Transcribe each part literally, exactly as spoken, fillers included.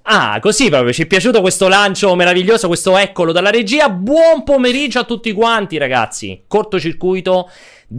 Ah, così proprio, ci è piaciuto questo lancio meraviglioso, questo eccolo dalla regia. Buon pomeriggio a tutti quanti, ragazzi. Cortocircuito,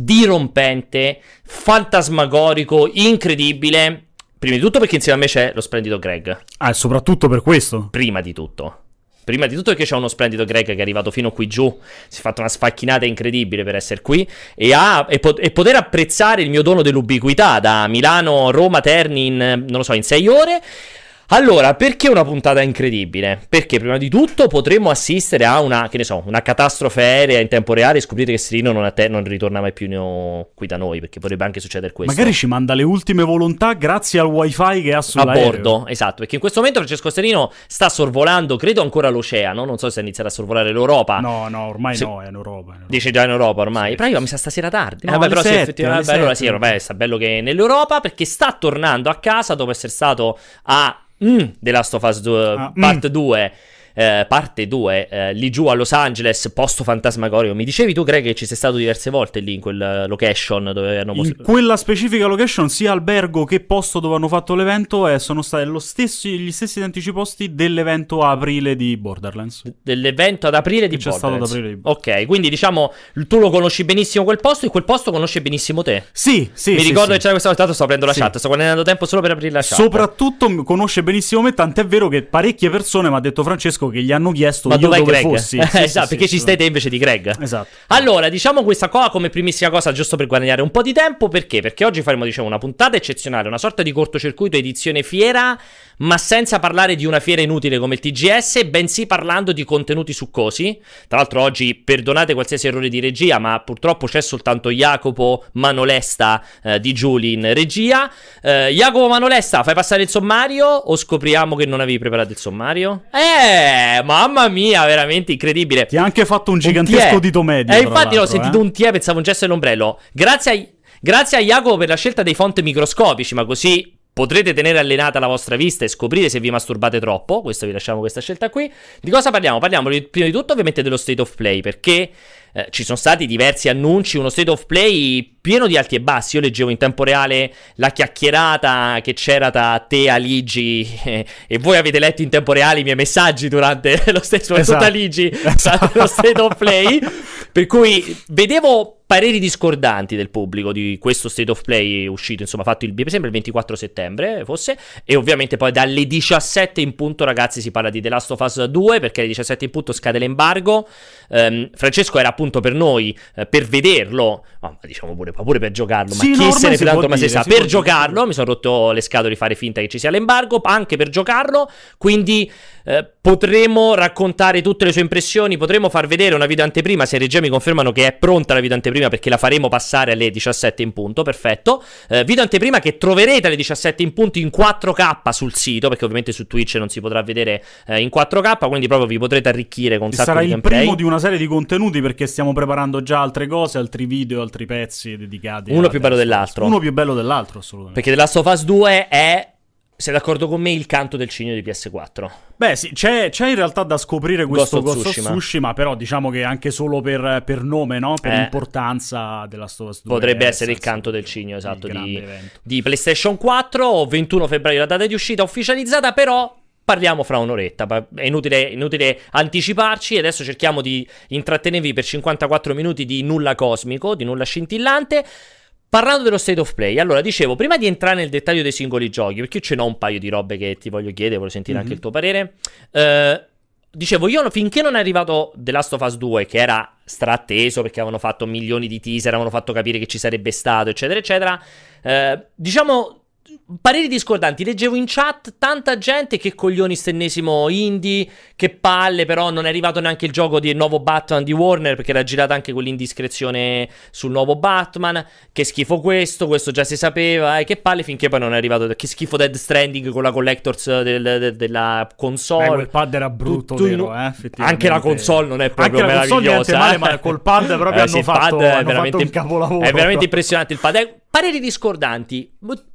dirompente, fantasmagorico, incredibile. Prima di tutto perché insieme a me c'è lo splendido Greg. Ah, e soprattutto per questo. Prima di tutto. Prima di tutto perché c'è uno splendido Greg che è arrivato fino qui giù, si è fatto una sfacchinata incredibile per essere qui e, ha, e, po- e poter apprezzare il mio dono dell'ubiquità da Milano, Roma, Terni in, non lo so, in sei ore. Allora, perché una puntata incredibile? Perché prima di tutto potremmo assistere a una, che ne so, una catastrofe aerea in tempo reale e scoprire che Serino non, te- non ritorna mai più no, qui da noi, perché potrebbe anche succedere questo. Magari ci manda le ultime volontà grazie al wifi che ha sull'aereo. A bordo, esatto, perché in questo momento Francesco Serino sta sorvolando, credo ancora l'oceano, non so se inizierà a sorvolare l'Europa. No, no, ormai se... no, è in Europa, è in Europa. Dice già in Europa ormai, sì, però io sì. mi sa stasera tardi. No, Vabbè, però sette, sì, effettivamente, vabbè, allora sì, ormai sta bello che è nell'Europa, perché sta tornando a casa dopo essere stato a... Mm, The Last of Us due, ah, Part mm. due, eh, parte due, eh, lì giù a Los Angeles, posto fantasmagorico. Mi dicevi tu, Greg, che ci sei stato diverse volte lì in quel location dove hanno in quella specifica location, sia albergo che posto dove hanno fatto l'evento, e sono stati lo stesso, gli stessi identici posti dell'evento a aprile di Borderlands. Dell'evento ad aprile di c'è Borderlands. stato ad aprile di Borderlands. Ok, quindi diciamo tu lo conosci benissimo quel posto e quel posto conosce benissimo te. Sì, sì. Mi sì, ricordo sì. che c'era questa volta, sto aprendo la sì. chat, sto guadagnando tempo solo per aprire la chat. Soprattutto conosce benissimo me, tant'è vero che parecchie persone mi ha detto Francesco che gli hanno chiesto ma io dov'è dove Greg? fossi. Eh, sì, esatto, sì, perché sì, ci stai te invece di Greg. Esatto. Allora, diciamo questa cosa come primissima cosa, giusto per guadagnare un po' di tempo. Perché? Perché oggi faremo, diciamo, una puntata eccezionale, una sorta di cortocircuito edizione fiera, ma senza parlare di una fiera inutile come il T G S, bensì parlando di contenuti succosi. Tra l'altro oggi, perdonate qualsiasi errore di regia, ma purtroppo c'è soltanto Jacopo Manolesta eh, di Giuli in regia. eh, Jacopo Manolesta, fai passare il sommario o scopriamo che non avevi preparato il sommario? Eh, mamma mia, veramente incredibile. Ti ha anche fatto un gigantesco un dito medio. Eh, infatti l'ho sentito eh? un tie, pensavo un gesto dell'ombrello. Grazie a, grazie a Jacopo per la scelta dei font microscopici, ma così potrete tenere allenata la vostra vista e scoprire se vi masturbate troppo. Questo vi lasciamo questa scelta qui. Di cosa parliamo? Parliamo di, prima di tutto ovviamente dello State of Play, perché eh, ci sono stati diversi annunci, uno State of Play pieno di alti e bassi. Io leggevo in tempo reale la chiacchierata che c'era tra te, Aligi, eh, e voi avete letto in tempo reale i miei messaggi durante lo stesso, esatto. tutta Aligi, esatto. Lo State of Play, per cui vedevo pareri discordanti del pubblico di questo State of Play uscito, insomma fatto il, mi sembra il ventiquattro settembre fosse, e ovviamente poi dalle diciassette in punto, ragazzi, si parla di The Last of Us due, perché alle diciassette in punto scade l'embargo. um, Francesco era appunto per noi, uh, per vederlo, oh, ma diciamo pure, pure per giocarlo, sì, ma chi no, se ne frega tanto, ma si sa, per giocarlo, dire. Mi sono rotto le scatole di fare finta che ci sia l'embargo, anche per giocarlo, quindi Uh, potremo raccontare tutte le sue impressioni, potremo far vedere una video anteprima, se i regia mi confermano che è pronta la video anteprima, perché la faremo passare alle diciassette in punto, perfetto. Uh, video anteprima che troverete alle diciassette in punto in quattro K sul sito, perché ovviamente su Twitch non si potrà vedere uh, in quattro K, quindi proprio vi potrete arricchire con un sacco sarà di il gameplay. primo di una serie di contenuti, perché stiamo preparando già altre cose, altri video, altri pezzi dedicati. Uno più bello dell'altro. Uno più bello dell'altro, assolutamente. Perché The Last of Us due è, sei d'accordo con me, il canto del cigno di P S quattro. Beh sì, c'è, c'è in realtà da scoprire questo Ghost of Ghost of Tsushima. Tsushima, però diciamo che anche solo per, per nome, no? Per Eh. importanza della Last of Us due. Potrebbe è essere il senza canto del dubbio cigno, il esatto, grande di, evento. di PlayStation quattro, ventuno febbraio la data di uscita ufficializzata, però parliamo fra un'oretta, pa- è inutile, inutile anticiparci, e adesso cerchiamo di intrattenervi per cinquantaquattro minuti di nulla cosmico, di nulla scintillante. Parlando dello State of Play, allora dicevo, prima di entrare nel dettaglio dei singoli giochi, perché io ce n'ho un paio di robe che ti voglio chiedere, voglio sentire mm-hmm. anche il tuo parere, eh, dicevo, io finché non è arrivato The Last of Us due, che era straatteso perché avevano fatto milioni di teaser, avevano fatto capire che ci sarebbe stato, eccetera, eccetera, eh, diciamo... pareri discordanti, leggevo in chat tanta gente che coglioni st'ennesimo indie, che palle, però non è arrivato neanche il gioco del nuovo Batman di Warner, perché era girata anche quell'indiscrezione sul nuovo Batman, che schifo questo, questo già si sapeva, e eh, che palle, finché poi non è arrivato, che schifo Dead Stranding con la Collectors del, del, della console. Beh, quel pad era brutto, tu, tu, vero, eh, effettivamente. Anche la console non è proprio anche la meravigliosa, male, eh. ma col pad proprio eh, hanno, sì, fatto, pad è hanno veramente, fatto un capolavoro. È veramente impressionante il pad. Eh, pareri discordanti.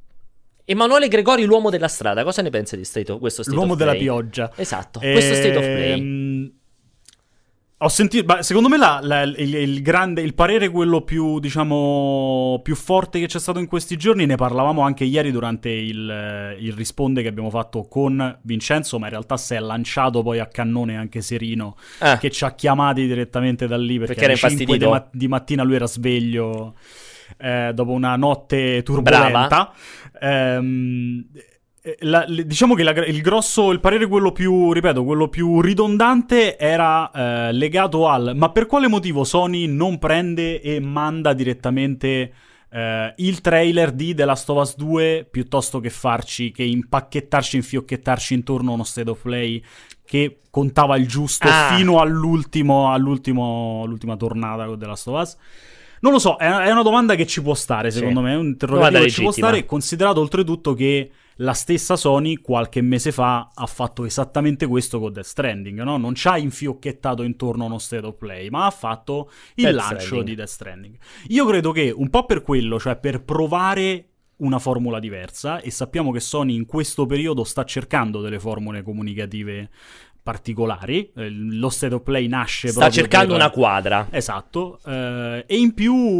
Emanuele Gregori, l'uomo della strada, cosa ne pensa di state of, questo State L'uomo of della Play? pioggia. Esatto, E... questo State of Play. Ho sentito, secondo me la, la, il, il grande, il parere quello più, diciamo, più forte che c'è stato in questi giorni, ne parlavamo anche ieri durante il, il risponde che abbiamo fatto con Vincenzo, ma in realtà si è lanciato poi a cannone anche Serino, Ah. che ci ha chiamati direttamente da lì, perché, Perché era alle cinque infastidito? di, ma- di mattina lui era sveglio eh, dopo una notte turbolenta. Ehm, La, le- diciamo che la, il grosso, il parere quello più, ripeto, quello più ridondante era eh, legato al ma per quale motivo Sony non prende e manda direttamente eh, il trailer di The Last of Us due piuttosto che farci, che impacchettarci, infiocchettarci intorno a uno State of Play che contava il giusto Ah. fino all'ultimo, all'ultimo, all'ultima tornata con The Last of Us. Non lo so, è, è una domanda che ci può stare, secondo Sì. me, è un interrogativo Domanda che ci può legittima. stare, considerato oltretutto che la stessa Sony qualche mese fa ha fatto esattamente questo con Death Stranding, no? Non ci ha infiocchettato intorno a uno State of Play, ma ha fatto il Death lancio Stranding. di Death Stranding. Io credo che un po' per quello, cioè per provare una formula diversa, e sappiamo che Sony in questo periodo sta cercando delle formule comunicative particolari, eh, lo State of Play nasce Sta proprio cercando per- una quadra. Esatto, eh, e in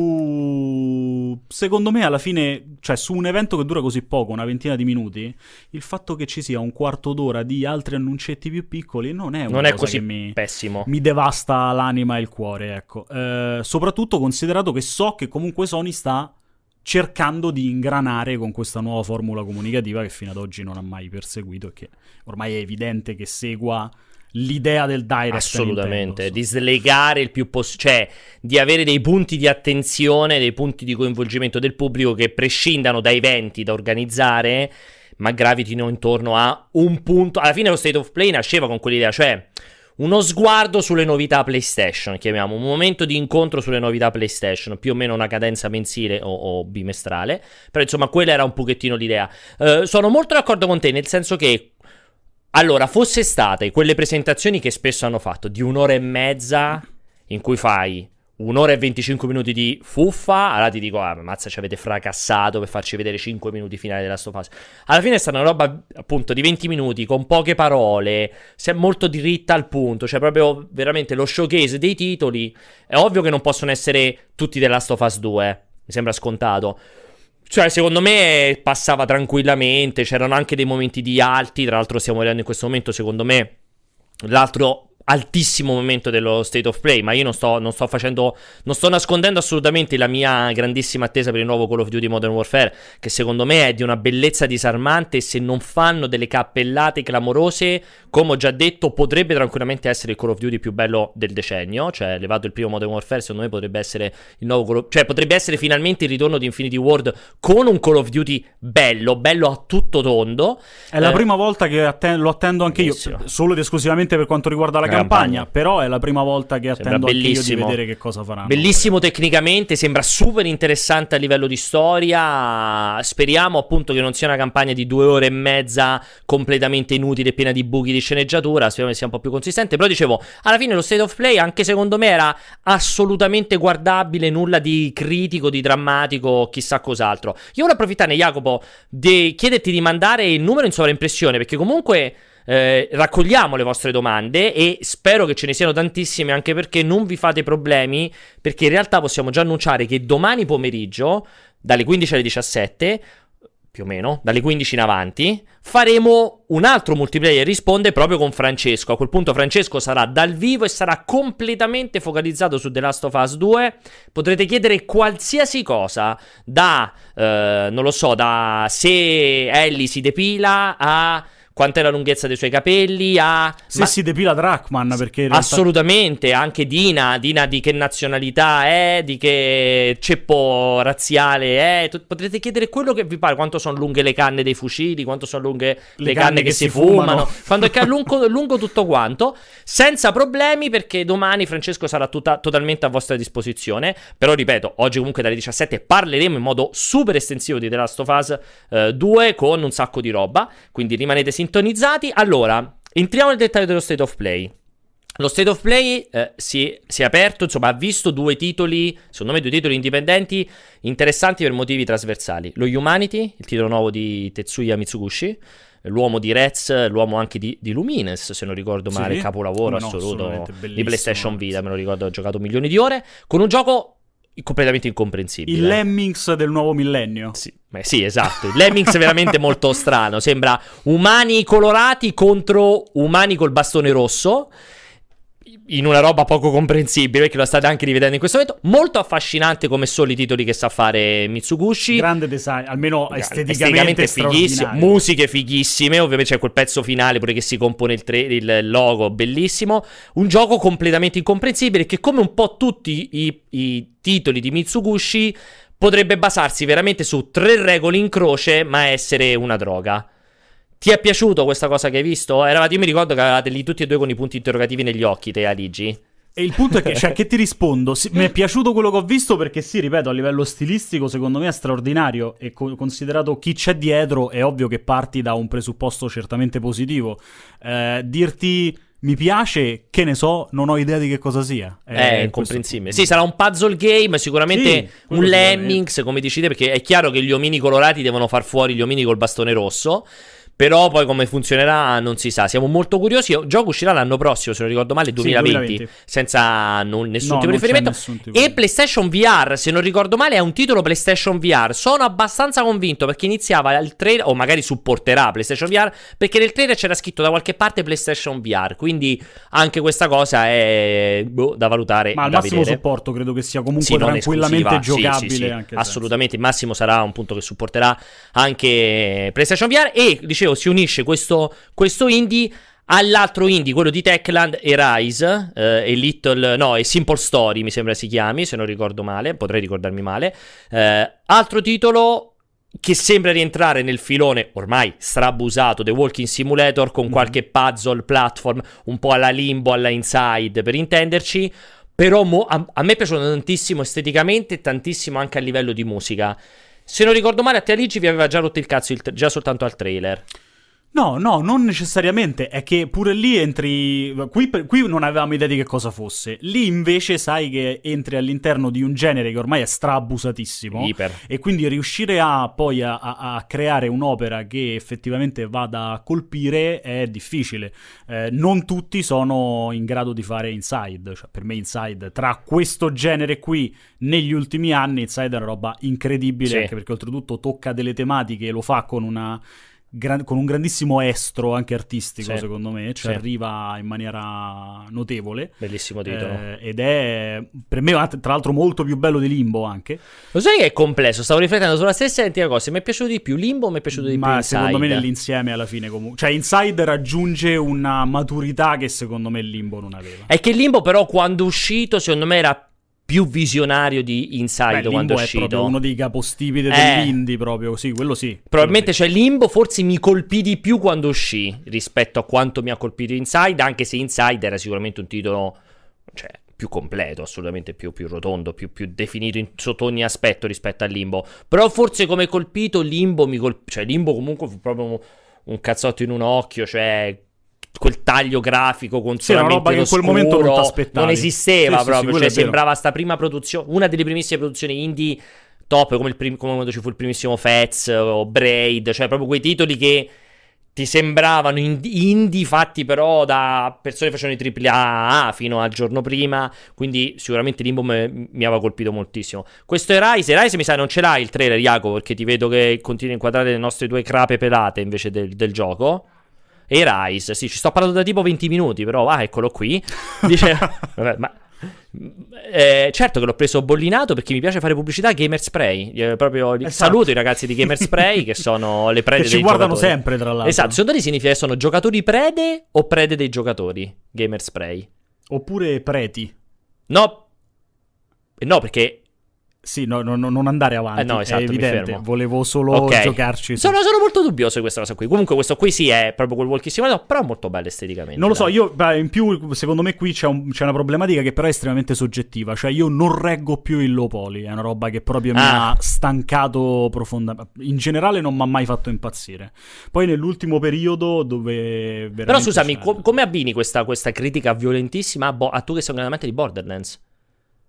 più, secondo me, alla fine, cioè su un evento che dura così poco, una ventina di minuti, il fatto che ci sia un quarto d'ora di altri annuncetti più piccoli non è una Non è cosa così che mi, pessimo. mi devasta l'anima e il cuore, ecco. Eh, soprattutto considerato che so che comunque Sony sta cercando di ingranare con questa nuova formula comunicativa che fino ad oggi non ha mai perseguito e che ormai è evidente che segua l'idea del direct. Assolutamente, Nintendo. di slegare il più possibile, cioè di avere dei punti di attenzione, dei punti di coinvolgimento del pubblico che prescindano da eventi da organizzare, ma gravitino intorno a un punto. Alla fine lo State of Play nasceva con quell'idea, cioè uno sguardo sulle novità PlayStation, chiamiamo, un momento di incontro sulle novità PlayStation, più o meno una cadenza mensile o, o bimestrale, però insomma quella era un pochettino l'idea. Eh, sono molto d'accordo con te, nel senso che allora, fosse state quelle presentazioni che spesso hanno fatto di un'ora e mezza in cui fai un'ora e venticinque minuti di fuffa, allora ti dico, ah, mazza, ci avete fracassato per farci vedere cinque minuti finali della Last of Us. Alla fine è stata una roba, appunto, di venti minuti, con poche parole, si è molto diritta al punto, cioè proprio veramente lo showcase dei titoli. È ovvio che non possono essere tutti The Last of Us due, mi sembra scontato. Cioè, secondo me passava tranquillamente, c'erano anche dei momenti di alti, tra l'altro stiamo vedendo in questo momento, secondo me, l'altro altissimo momento dello State of Play, ma io non sto, non sto facendo, non sto nascondendo assolutamente la mia grandissima attesa per il nuovo Call of Duty Modern Warfare, che secondo me è di una bellezza disarmante, e se non fanno delle cappellate clamorose, come ho già detto, potrebbe tranquillamente essere il Call of Duty più bello del decennio, cioè levato il primo Modern Warfare, secondo me potrebbe essere il nuovo Call of... cioè potrebbe essere finalmente il ritorno di Infinity Ward con un Call of Duty bello, bello a tutto tondo. È la Eh, prima volta che atten- lo attendo anche Benissimo. io, solo ed esclusivamente per quanto riguarda la La campagna, campagna. però è la prima volta che Sembra attendo anche io di bellissimo. vedere che cosa faranno. Bellissimo tecnicamente, sembra super interessante a livello di storia. Speriamo appunto che non sia una campagna di due ore e mezza completamente inutile, piena di buchi di sceneggiatura. Speriamo che sia un po' più consistente. Però dicevo, alla fine lo State of Play anche secondo me era assolutamente guardabile, nulla di critico, di drammatico, chissà cos'altro. Io voglio approfittare, Jacopo, di chiederti di mandare il numero in sovraimpressione, perché comunque Eh, raccogliamo le vostre domande e spero che ce ne siano tantissime, anche perché non vi fate problemi, perché in realtà possiamo già annunciare che domani pomeriggio dalle quindici alle diciassette, più o meno, dalle quindici in avanti, faremo un altro multiplayer risponde proprio con Francesco. A quel punto Francesco sarà dal vivo e sarà completamente focalizzato su The Last of Us due. Potrete chiedere qualsiasi cosa, da, eh, non lo so, da se Ellie si depila a quant'è la lunghezza dei suoi capelli, a... Se ma- si depila Drachman, perché in realtà... Assolutamente, anche Dina, Dina di che nazionalità è, di che ceppo razziale è, tu- potrete chiedere quello che vi pare, quanto sono lunghe le canne dei fucili, quanto sono lunghe le, canne, che, si fumano, quando è lungo, lungo tutto quanto, senza problemi, perché domani Francesco sarà tutta, totalmente a vostra disposizione. Però ripeto, oggi comunque dalle diciassette parleremo in modo super estensivo di The Last of Us eh, due con un sacco di roba, quindi rimanete sintonizzati. Allora, entriamo nel dettaglio dello State of Play. Lo State of Play eh, si, si è aperto, insomma, ha visto due titoli, secondo me due titoli indipendenti interessanti per motivi trasversali. Lo Humanity, il titolo nuovo di Tetsuya Mitsuguchi, l'uomo di Rez, l'uomo anche di, di Lumines, se non ricordo male, sì, capolavoro no, assoluto di PlayStation Vita, me lo ricordo, ho giocato milioni di ore, con un gioco completamente incomprensibile. Il Lemmings del nuovo millennio. Sì, beh, sì, esatto. Il Lemmings è veramente molto strano. Sembra umani colorati contro umani col bastone rosso, in una roba poco comprensibile, perché lo state anche rivedendo in questo momento. Molto affascinante come solo i titoli che sa fare Mitsugushi. Grande design, almeno esteticamente, esteticamente fighissimo. Musiche fighissime, ovviamente c'è quel pezzo finale pure che si compone il, tre, il logo, bellissimo. Un gioco completamente incomprensibile che, come un po' tutti i, i titoli di Mitsugushi, potrebbe basarsi veramente su tre regole in croce ma essere una droga. Ti è piaciuto questa cosa che hai visto? Eravate, io mi ricordo che eravate lì tutti e due con i punti interrogativi negli occhi, te Aligi. E il punto è che, cioè, che ti rispondo? Sì, mi è piaciuto quello che ho visto perché sì, ripeto, a livello stilistico secondo me è straordinario e co- considerato chi c'è dietro è ovvio che parti da un presupposto certamente positivo. Eh, dirti mi piace, che ne so, non ho idea di che cosa sia. È, è incomprensibile. Sì, sarà un puzzle game, sicuramente sì, un Lemmings, come dici te, perché è chiaro che gli omini colorati devono far fuori gli omini col bastone rosso. Però poi come funzionerà non si sa. Siamo molto curiosi. Il gioco uscirà l'anno prossimo, se non ricordo male, duemilaventi, sì, duemilaventi. Senza non, nessun no, tipo di riferimento. Tipo e PlayStation V R, se non ricordo male, è un titolo PlayStation V R. Sono abbastanza convinto perché iniziava il trailer, o magari supporterà PlayStation V R, perché nel trailer c'era scritto da qualche parte PlayStation V R. Quindi anche questa cosa è boh, da valutare. Ma al da massimo vedere. supporto credo che sia comunque sì, tranquillamente giocabile. Sì, sì, sì. Anche assolutamente. Il massimo sarà un punto che supporterà anche PlayStation V R. E dicevo, si unisce questo, questo indie all'altro indie, quello di Techland, e Rise, eh, e Little, no, e Simple Story mi sembra si chiami, se non ricordo male, potrei ricordarmi male. Eh, altro titolo che sembra rientrare nel filone ormai strabusato The Walking Simulator, con mm. qualche puzzle platform un po' alla Limbo, alla Inside, per intenderci. Però mo, a, a me è piaciuto tantissimo esteticamente e tantissimo anche a livello di musica. Se non ricordo male, a te Aligi vi aveva già rotto il cazzo il, già soltanto al trailer. No, no, non necessariamente, è che pure lì entri, qui, qui non avevamo idea di che cosa fosse, lì invece sai che entri all'interno di un genere che ormai è strabusatissimo, Iper. E quindi riuscire a poi a, a, a creare un'opera che effettivamente vada a colpire è difficile. Eh, non tutti sono in grado di fare Inside, cioè per me Inside, tra questo genere qui negli ultimi anni, Inside è una roba incredibile, sì. Anche perché oltretutto tocca delle tematiche e lo fa con una... Gran, con un grandissimo estro anche artistico, sì, secondo me, cioè sì. Arriva in maniera notevole. Bellissimo titolo. Eh, ed è per me tra l'altro molto più bello di Limbo anche. Lo sai che è complesso, stavo riflettendo sulla stessa identica cosa, mi è piaciuto di più Limbo o mi è piaciuto di Ma più Inside? Secondo me nell'insieme alla fine comunque, cioè Inside raggiunge una maturità che secondo me Limbo non aveva. È che Limbo però quando è uscito secondo me era più visionario di Inside. Beh, quando è uscito, è proprio uno dei capostipiti dell'indie, eh, proprio, sì, quello sì. Probabilmente quello sì. Cioè Limbo forse mi colpì di più quando uscì rispetto a quanto mi ha colpito Inside, anche se Inside era sicuramente un titolo, cioè, più completo, assolutamente più, più rotondo, più, più definito in, sotto ogni aspetto rispetto a Limbo. Però forse come colpito Limbo mi colpì, cioè Limbo comunque fu proprio un, un cazzotto in un occhio, cioè quel taglio grafico con sì, solamente roba che in quel momento non t'aspettavi. Non esisteva, sì, proprio, sì, sì, cioè sembrava sta prima produzione, una delle primissime produzioni indie top, come, il prim- come quando ci fu il primissimo Fez o Braid, cioè proprio quei titoli che ti sembravano indie fatti però da persone che facevano i tripla A fino al giorno prima, quindi sicuramente Limbo me, mi aveva colpito moltissimo. Questo è Rise, Rise mi sa non ce l'hai il trailer, Jacopo, perché ti vedo che continui a inquadrare le nostre due crape pelate invece del, del gioco. E Rise, sì, ci sto parlando da tipo venti minuti, però, ah, eccolo qui. Dice, vabbè, ma eh, certo che l'ho preso bollinato perché mi piace fare pubblicità a Gamer Spray. Eh, proprio esatto. Saluto i ragazzi di Gamer Spray che sono le prede che dei ci guardano giocatori. sempre, tra l'altro. Esatto, secondo te significa che sono giocatori prede o prede dei giocatori? Gamer Spray. Oppure preti. No, no, perché sì, no, no, non andare avanti, eh no, esatto, è evidente, volevo solo okay. giocarci. Sono, sono molto dubbioso di questa cosa qui. Comunque questo qui sì è proprio quel walking simulator, però è molto bello esteticamente. Non lo dai. so, io beh, in più secondo me qui c'è, un, c'è una problematica che però è estremamente soggettiva, cioè io non reggo più il low poly, è una roba che proprio ah. mi ha stancato profondamente. In generale non mi ha mai fatto impazzire. Poi nell'ultimo periodo dove però scusami, co- come abbini questa, questa critica violentissima a, bo- a tu che sei un grande amante di Borderlands?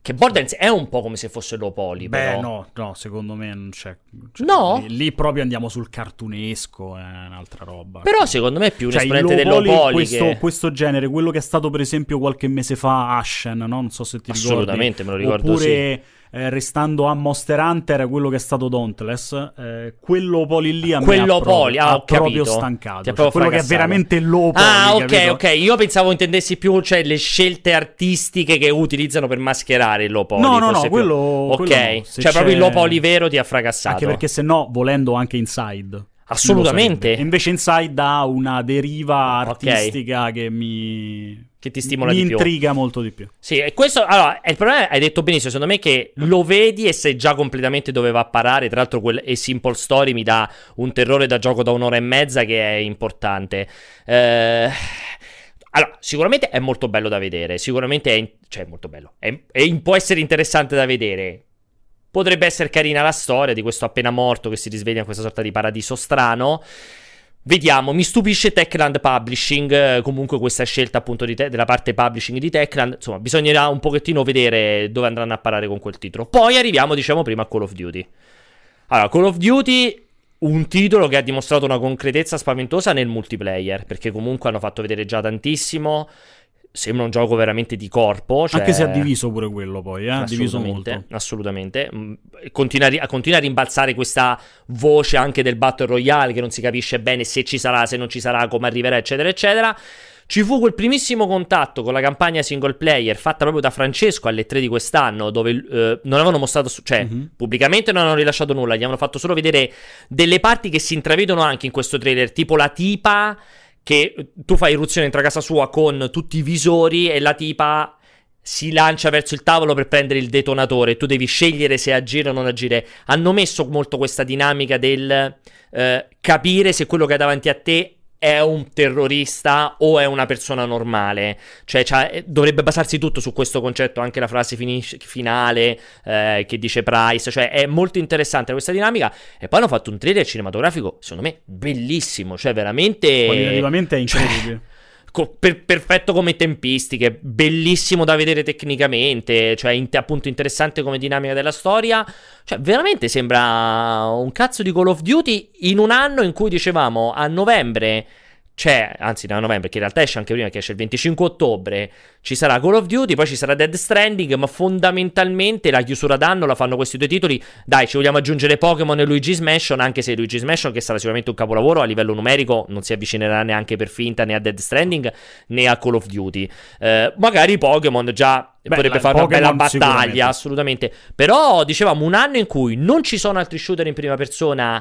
Che Borderlands è un po' come se fosse low poly, Beh, però. no, no, secondo me non c'è. Cioè, no? Lì, lì proprio andiamo sul cartunesco, è un'altra roba. Però secondo me è più un cioè, esponente del low low poly questo, che... questo genere, quello che è stato per esempio qualche mese fa Ashen, no? Non so se ti ricordi. Assolutamente, me lo ricordo, Oppure... sì. Eh, restando a Monster Hunter, quello che è stato Dauntless, eh, quello poli lì a quello me ha, poli, proprio, ah, ha ho proprio capito. stancato. Cioè, Cioè, quello che è veramente low poly. Ah, ok, capito? ok. Io pensavo intendessi più, cioè, le scelte artistiche che utilizzano per mascherare il low poly. No, no, no, più... quello... Ok, quello no. cioè proprio il low poly vero ti ha fracassato. Anche perché se no, volendo anche Inside... Assolutamente. Invece Inside ha una deriva artistica okay. che mi... che ti stimola mi di più. Mi intriga molto di più. Sì, e questo, allora, il problema è, hai detto benissimo, secondo me, che lo vedi e sai già completamente dove va a parare. Tra l'altro quel A Simple Story mi dà un terrore da gioco da un'ora e mezza che è importante. Eh... Allora, sicuramente è molto bello da vedere, sicuramente è, cioè, molto bello, è, è, può essere interessante da vedere. Potrebbe essere carina la storia di questo appena morto che si risveglia in questa sorta di paradiso strano. Vediamo, mi stupisce Techland Publishing, comunque questa scelta appunto di te- della parte publishing di Techland, insomma bisognerà un pochettino vedere dove andranno a parare con quel titolo. Poi arriviamo, diciamo prima, a Call of Duty. Allora, Call of Duty, un titolo che ha dimostrato una concretezza spaventosa nel multiplayer, perché comunque hanno fatto vedere già tantissimo. Sembra un gioco veramente di corpo, cioè... anche se ha diviso pure quello poi, eh? Ha diviso molto. Assolutamente. Continua a, continua a rimbalzare questa voce anche del Battle Royale, che non si capisce bene se ci sarà, se non ci sarà, come arriverà, eccetera, eccetera. Ci fu quel primissimo contatto con la campagna single player fatta proprio da Francesco alle tre di quest'anno, dove eh, non avevano mostrato, cioè mm-hmm. pubblicamente non hanno rilasciato nulla, gli avevano fatto solo vedere delle parti che si intravedono anche in questo trailer, tipo la tipa... che tu fai irruzione dentro casa sua con tutti i visori e la tipa si lancia verso il tavolo per prendere il detonatore. Tu devi scegliere se agire o non agire. Hanno messo molto questa dinamica del eh, capire se quello che hai davanti a te è un terrorista o è una persona normale. Cioè, cioè dovrebbe basarsi tutto su questo concetto, anche la frase finis- finale eh, che dice Price. Cioè è molto interessante questa dinamica. E poi hanno fatto un trailer cinematografico, secondo me, bellissimo. Cioè veramente... qualitativamente è incredibile. Cioè, co- per- perfetto come tempistiche, bellissimo da vedere tecnicamente. Cioè in- appunto interessante come dinamica della storia. Cioè veramente sembra un cazzo di Call of Duty in un anno in cui dicevamo a novembre, cioè, anzi no, a novembre, che in realtà esce anche prima, che esce il venticinque ottobre, ci sarà Call of Duty, poi ci sarà Death Stranding, ma fondamentalmente la chiusura d'anno la fanno questi due titoli. Dai, ci vogliamo aggiungere Pokémon e Luigi's Mansion, anche se Luigi's Mansion, che sarà sicuramente un capolavoro a livello numerico, non si avvicinerà neanche per finta né a Death Stranding né a Call of Duty. Eh, magari Pokémon già... Beh, potrebbe fare una bella battaglia, assolutamente. Però dicevamo un anno in cui non ci sono altri shooter in prima persona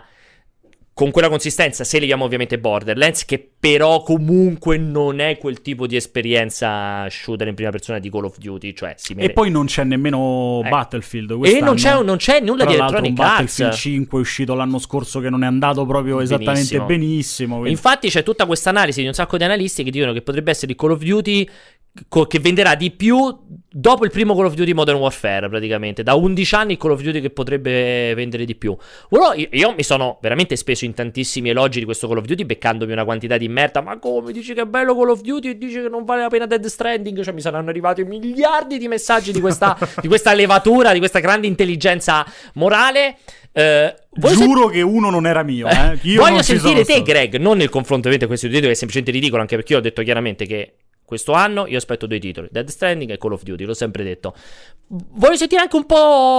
con quella consistenza, se leviamo ovviamente Borderlands, che però comunque non è quel tipo di esperienza shooter in prima persona di Call of Duty, cioè si mere... E poi non c'è nemmeno eh. Battlefield quest'anno. E non c'è, non c'è nulla Tra di Electronic Arts. Battlefield cinque è uscito l'anno scorso che non è andato proprio esattamente benissimo, benissimo quindi... Infatti c'è tutta questa analisi di un sacco di analisti che dicono che potrebbe essere il Call of Duty che venderà di più dopo il primo Call of Duty Modern Warfare, praticamente da undici anni il Call of Duty che potrebbe vendere di più. Però io, io mi sono veramente speso in tantissimi elogi di questo Call of Duty, beccandomi una quantità di merda. Ma come dici che è bello Call of Duty e dici che non vale la pena Dead Stranding? Cioè mi saranno arrivati miliardi di messaggi di questa, di questa levatura, di questa grande intelligenza morale. Uh, Giuro sent- che uno non era mio, eh? Io voglio sentire te, Greg, non nel confronto con questo titolo che è semplicemente ridicolo, anche perché io ho detto chiaramente che questo anno io aspetto due titoli, Dead Stranding e Call of Duty, l'ho sempre detto. Voglio sentire anche un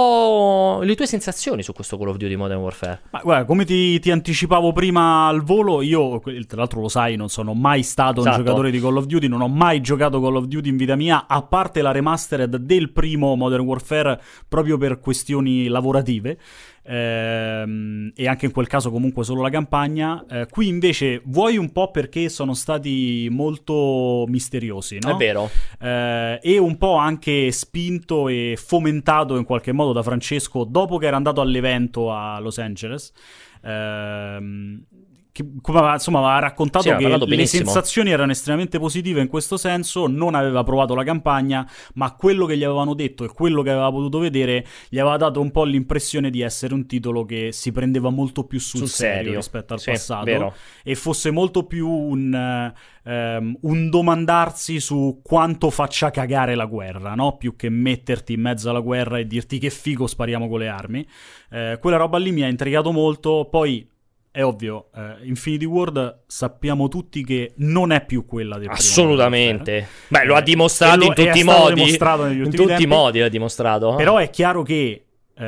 po' le tue sensazioni su questo Call of Duty Modern Warfare. Ma guarda, come ti, ti anticipavo prima al volo, io, tra l'altro lo sai, non sono mai stato esatto. un giocatore di Call of Duty, non ho mai giocato Call of Duty in vita mia, a parte la remastered del primo Modern Warfare, proprio per questioni lavorative. Ehm, e anche in quel caso comunque solo la campagna. Eh, qui invece vuoi un po' perché sono stati molto misteriosi, no? È vero. Eh, e un po' anche spinto e fomentato in qualche modo da Francesco dopo che era andato all'evento a Los Angeles. Ehm, che, come insomma aveva raccontato sì, che le benissimo. sensazioni erano estremamente positive in questo senso, non aveva provato la campagna, ma quello che gli avevano detto e quello che aveva potuto vedere gli aveva dato un po' l'impressione di essere un titolo che si prendeva molto più sul, sul serio, serio rispetto al sì, passato, vero. E fosse molto più un, um, un domandarsi su quanto faccia cagare la guerra, no? Più che metterti in mezzo alla guerra e dirti che figo spariamo con le armi. Eh, quella roba lì mi ha intrigato molto. Poi è ovvio, eh, Infinity Ward sappiamo tutti che non è più quella del assolutamente. Beh, lo ha dimostrato lo, in tutti i modi. Dimostrato negli ultimi in tutti i modi l'ha dimostrato. Però è chiaro che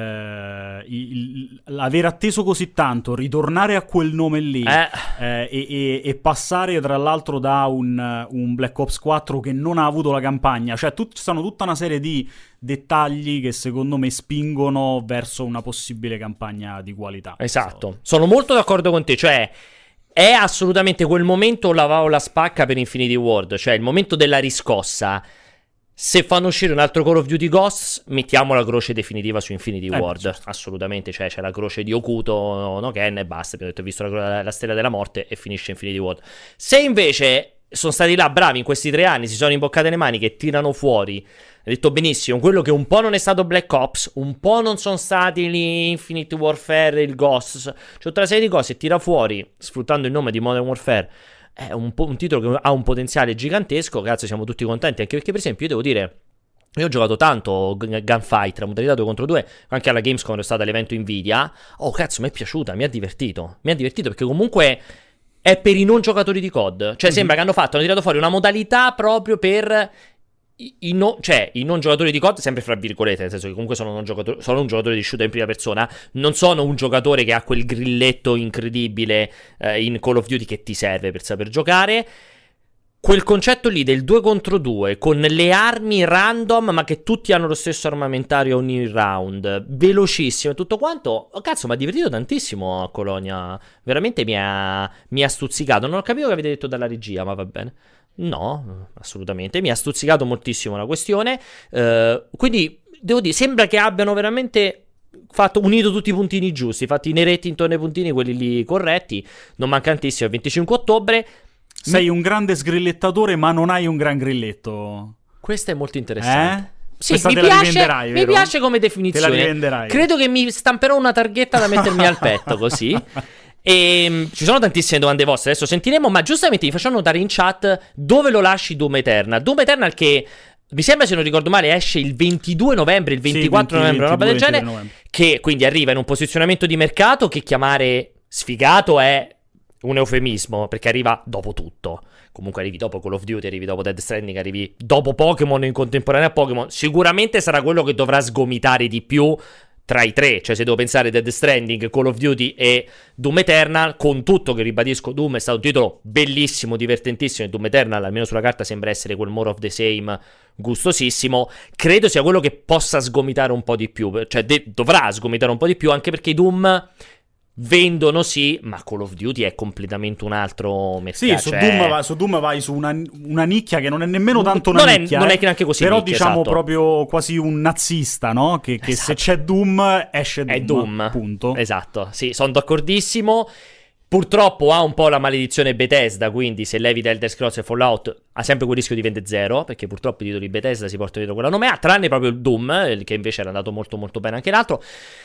eh, il, l'aver atteso così tanto, ritornare a quel nome lì eh. Eh, e, e, e passare tra l'altro da un, un Black Ops quattro che non ha avuto la campagna, cioè tut, ci sono tutta una serie di dettagli che secondo me spingono verso una possibile campagna di qualità. Esatto, so. Sono molto d'accordo con te, cioè è assolutamente quel momento la la spacca per Infinity Ward, cioè il momento della riscossa. Se fanno uscire un altro Call of Duty Ghosts, mettiamo la croce definitiva su Infinity eh, Ward, certo. Assolutamente, cioè c'è la croce di Okuto, no Ken, e basta, abbiamo detto, visto la, la stella della morte e finisce Infinity Ward. Se invece sono stati là bravi in questi tre anni, si sono imboccate le mani, che tirano fuori, hai detto benissimo, quello che un po' non è stato Black Ops, un po' non sono stati lì Infinite Warfare, il Ghosts, c'è tutta una serie di cose, tira fuori, sfruttando il nome di Modern Warfare, è un, po- un titolo che ha un potenziale gigantesco, cazzo siamo tutti contenti, anche perché per esempio io devo dire, io ho giocato tanto Gunfight, la modalità due contro due, anche alla Gamescom quando è stato l'evento Nvidia, oh cazzo mi è piaciuta, mi ha divertito, mi ha divertito perché comunque è per i non giocatori di C O D, cioè mm-hmm. sembra che hanno fatto, hanno tirato fuori una modalità proprio per I, i no, cioè i non giocatori di C O D, sempre fra virgolette, nel senso che comunque sono, non giocatori, sono un giocatore di shooter in prima persona, non sono un giocatore che ha quel grilletto incredibile eh, in Call of Duty che ti serve per saper giocare. Quel concetto lì del due contro due con le armi random ma che tutti hanno lo stesso armamentario ogni round, velocissimo e tutto quanto, oh, cazzo mi ha divertito tantissimo a Colonia, veramente mi ha, mi ha stuzzicato. Non ho capito che avete detto dalla regia, ma va bene. No, assolutamente, mi ha stuzzicato moltissimo la questione, uh, quindi devo dire, sembra che abbiano veramente fatto, unito tutti i puntini giusti, fatti i neretti intorno ai puntini, quelli lì corretti, non mancantissimo, il venticinque ottobre. Sei mi... un grande sgrillettatore ma non hai un gran grilletto. Questo è molto interessante. Eh? Sì, mi piace, mi piace come definizione. Te la rivenderai. Credo che mi stamperò una targhetta da mettermi al petto così. E um, ci sono tantissime domande vostre, adesso sentiremo, ma giustamente vi faccio notare in chat dove lo lasci Doom Eternal. Doom Eternal che mi sembra, se non ricordo male, esce il ventidue novembre, il ventiquattro sì, venti, novembre, una roba del genere, novembre. Che quindi arriva in un posizionamento di mercato che chiamare sfigato è un eufemismo, perché arriva dopo tutto. Comunque arrivi dopo Call of Duty, arrivi dopo Death Stranding, arrivi dopo Pokémon in contemporanea a Pokémon. Sicuramente sarà quello che dovrà sgomitare di più tra i tre, cioè se devo pensare Death Stranding, Call of Duty e Doom Eternal, con tutto che ribadisco Doom è stato un titolo bellissimo, divertentissimo, e Doom Eternal almeno sulla carta sembra essere quel more of the same gustosissimo, credo sia quello che possa sgomitare un po' di più, cioè de- dovrà sgomitare un po' di più, anche perché i Doom vendono sì, ma Call of Duty è completamente un altro mercato. Sì, su, cioè... Doom, va, su Doom vai su una, una nicchia che non è nemmeno tanto una non nicchia. È, non eh, è neanche così però nicchia, diciamo esatto. proprio quasi un nazista, no? Che, che esatto. Se c'è Doom, esce Doom. È Doom, punto. Esatto, sì, sono d'accordissimo. Purtroppo ha un po' la maledizione Bethesda, quindi se levi da Elder Scrolls e Fallout ha sempre quel rischio di vendere zero, perché purtroppo i titoli Bethesda si portano dietro quella nome A, tranne proprio il Doom, che invece era andato molto molto bene anche l'altro.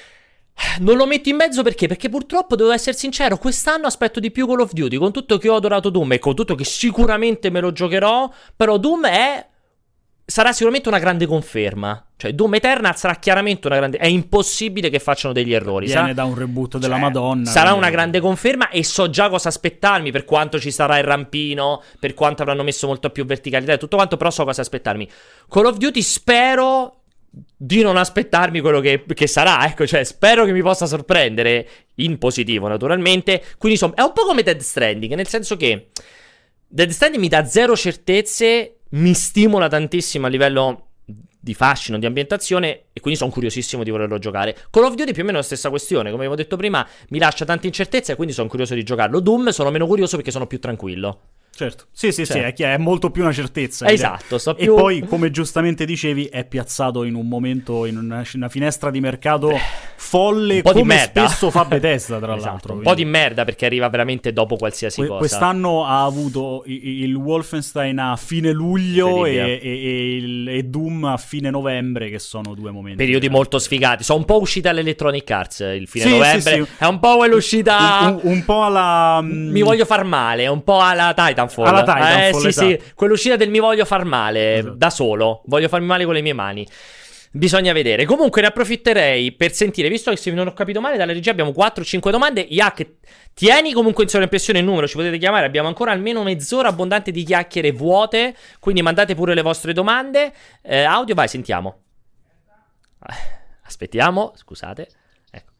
Non lo metto in mezzo perché? Perché purtroppo, devo essere sincero, quest'anno aspetto di più Call of Duty, con tutto che ho adorato Doom e con tutto che sicuramente me lo giocherò, però Doom è... sarà sicuramente una grande conferma. Cioè Doom Eternal sarà chiaramente una grande... è impossibile che facciano degli errori. Viene sarà... da un reboot della cioè, Madonna. Sarà quindi... una grande conferma e so già cosa aspettarmi, per quanto ci sarà il rampino, per quanto avranno messo molto più verticalità e tutto quanto, però so cosa aspettarmi. Call of Duty spero di non aspettarmi quello che, che sarà, ecco, cioè spero che mi possa sorprendere in positivo naturalmente, quindi son... è un po' come Death Stranding, nel senso che Death Stranding mi dà zero certezze, mi stimola tantissimo a livello di fascino, di ambientazione, e quindi sono curiosissimo di volerlo giocare. Call of Duty più o meno la stessa questione, come avevo detto prima, mi lascia tante incertezze e quindi sono curioso di giocarlo. Doom sono meno curioso perché sono più tranquillo. certo. Sì, sì, Cioè. sì, è, chi- è molto più una certezza. Esatto, so E più... poi, come giustamente dicevi, è piazzato in un momento, in una, una finestra di mercato folle, un po' di come merda. spesso fa Bethesda, tra Esatto, l'altro. un quindi. po' di merda perché arriva veramente dopo qualsiasi Que- cosa. Quest'anno ha avuto i- il Wolfenstein a fine luglio e, Incredibile. e- e il- e Doom a fine novembre, che sono due momenti. Periodi molto sfigati. Sono un po' uscita all'Electronic Arts il fine Sì, novembre. sì, sì. È un po' quell'uscita... Un, un- un po' alla... mm, Mi voglio far male, un po' alla Titanfall. Alla Titanfall, eh, sì, esatto. sì, quell'uscita del mi voglio far male Esatto. da solo. Voglio farmi male con le mie mani. Bisogna vedere. Comunque ne approfitterei per sentire, visto che se non ho capito male dalla regia abbiamo quattro cinque domande. Yak, tieni comunque in sovraimpressione il numero, ci potete chiamare, abbiamo ancora almeno mezz'ora abbondante di chiacchiere vuote, quindi mandate pure le vostre domande. Eh, audio, vai, sentiamo. Aspettiamo, scusate. Ecco.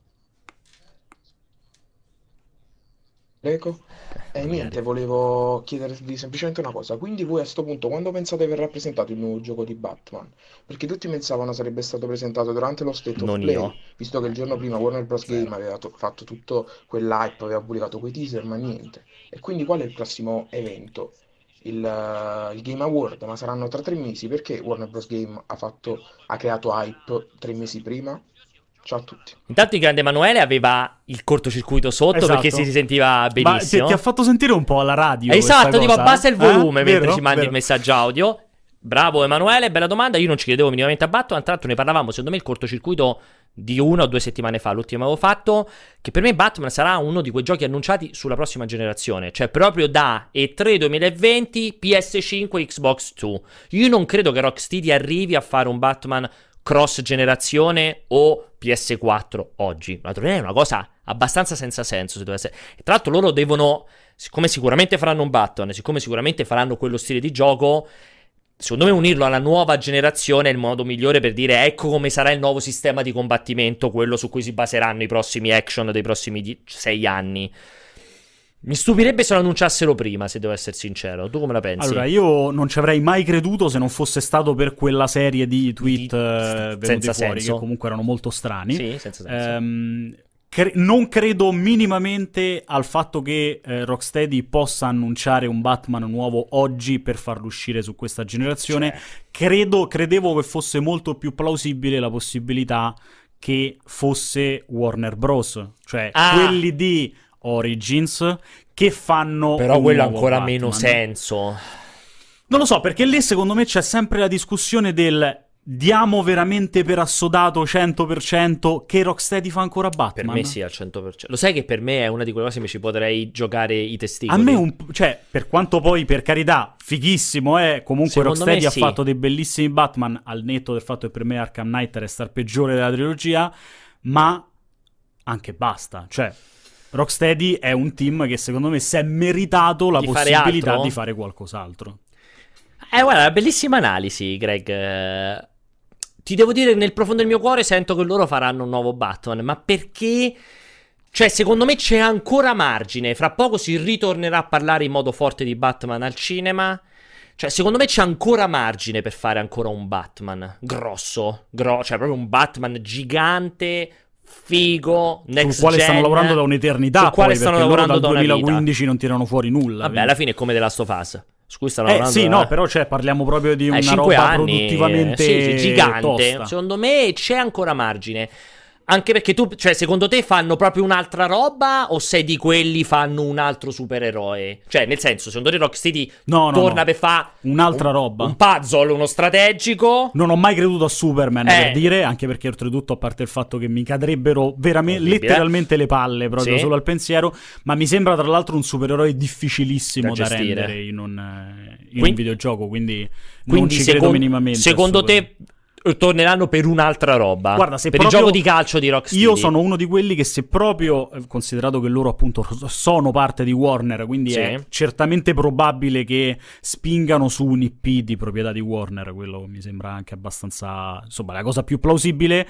Ecco. E eh, niente, volevo chiedervi semplicemente una cosa. Quindi voi a sto punto, quando pensate verrà presentato il nuovo gioco di Batman? Perché tutti pensavano sarebbe stato presentato durante lo State of Non Play, io. visto che il giorno prima Warner Bros. Game aveva to- fatto tutto quell'hype, aveva pubblicato quei teaser, ma niente. E quindi qual è il prossimo evento? Il, eh, il Game Award, ma saranno tra tre mesi, perché Warner Bros. Game ha fatto, ha creato hype tre mesi prima? Ciao a tutti. Intanto il grande Emanuele aveva il cortocircuito sotto Esatto. perché si sentiva Ma ti, benissimo. ti ha fatto sentire un po' alla radio. Esatto, questa tipo cosa? abbassa il volume Eh? mentre Vero? ci mandi Vero. il messaggio audio. Bravo Emanuele, bella domanda. Io non ci credevo minimamente a Batman. Tra l'altro ne parlavamo, secondo me, il cortocircuito di una o due settimane fa. L'ultimo avevo fatto. Che per me Batman sarà uno di quei giochi annunciati sulla prossima generazione. Cioè proprio da E tre duemilaventi, P S cinque, Xbox due. Io non credo che Rocksteady arrivi a fare un Batman cross generazione o P S quattro oggi. Ma è una cosa abbastanza senza senso, se dovesse essere. E tra l'altro loro devono, siccome sicuramente faranno un Batman, siccome sicuramente faranno quello stile di gioco, secondo me unirlo alla nuova generazione è il modo migliore per dire ecco come sarà il nuovo sistema di combattimento, quello su cui si baseranno i prossimi action dei prossimi die- sei anni. Mi stupirebbe se lo annunciassero prima, se devo essere sincero. Tu come la pensi? Allora, io non ci avrei mai creduto se non fosse stato per quella serie di tweet Di- eh, venuti senza fuori, senso. che comunque erano molto strani. Sì, senza senso. Ehm, cre- non credo minimamente al fatto che eh, Rocksteady possa annunciare un Batman nuovo oggi per farlo uscire su questa generazione. Cioè. Credo, credevo che fosse molto più plausibile la possibilità che fosse Warner Bros. Cioè, Ah. quelli di Origins che fanno Però un quello ha nuovo ancora Batman. meno senso. Non lo so, perché lì secondo me c'è sempre la discussione del diamo veramente per assodato cento per cento che Rocksteady fa ancora Per Batman? me sì, al cento per cento. Lo sai che per me è una di quelle cose che mi ci potrei giocare i A testicoli. me un p- cioè, per quanto poi, per carità, fighissimo, eh, comunque Secondo Rocksteady me ha sì. fatto dei bellissimi Batman, al netto del fatto che per me Arkham Knight resta il peggiore della trilogia, ma anche basta, cioè Rocksteady è un team che secondo me si è meritato la Di fare possibilità altro? di fare qualcos'altro. Eh, guarda, una bellissima analisi, Greg. Eh, Ti devo dire, nel profondo del mio cuore sento che loro faranno un nuovo Batman, ma perché... Cioè, secondo me c'è ancora margine. Fra poco si ritornerà a parlare in modo forte di Batman al cinema. Cioè, secondo me c'è ancora margine per fare ancora un Batman grosso, gro- cioè proprio un Batman gigante, figo, next sul quale gen, stanno lavorando da un'eternità, sul quale poi, stanno perché loro lavorando dal da una vita. duemilaquindici non tirano fuori nulla. Vabbè, quindi. alla fine è come The Last of Us, su cui stanno Eh lavorando sì, da- no, però cioè, parliamo proprio di Eh, una cinque roba anni, produttivamente sì, sì, gigante. tosta. Secondo me c'è ancora margine. Anche perché tu, cioè, secondo te fanno proprio un'altra roba o sei di quelli fanno un altro supereroe? Cioè, nel senso, secondo te Rocksteady No, no, torna no. per fare Un'altra un, roba. un puzzle, uno strategico? Non ho mai creduto a Superman, Eh. per dire, anche perché oltretutto, a parte il fatto che mi cadrebbero veramente, Orribile. letteralmente le palle proprio Sì. solo al pensiero, ma mi sembra tra l'altro un supereroe difficilissimo Da da, gestire. rendere in un, eh, in Quindi- un videogioco, quindi, non Quindi ci secon- credo minimamente. a secondo Superman. te eh, torneranno per un'altra roba? Guarda, se per proprio- il gioco di calcio di Rocksteady? Io sono uno di quelli che se proprio, eh, considerato che loro appunto sono parte di Warner, quindi Sì. è certamente probabile che spingano su un I P di proprietà di Warner, quello mi sembra anche abbastanza, insomma, la cosa più plausibile.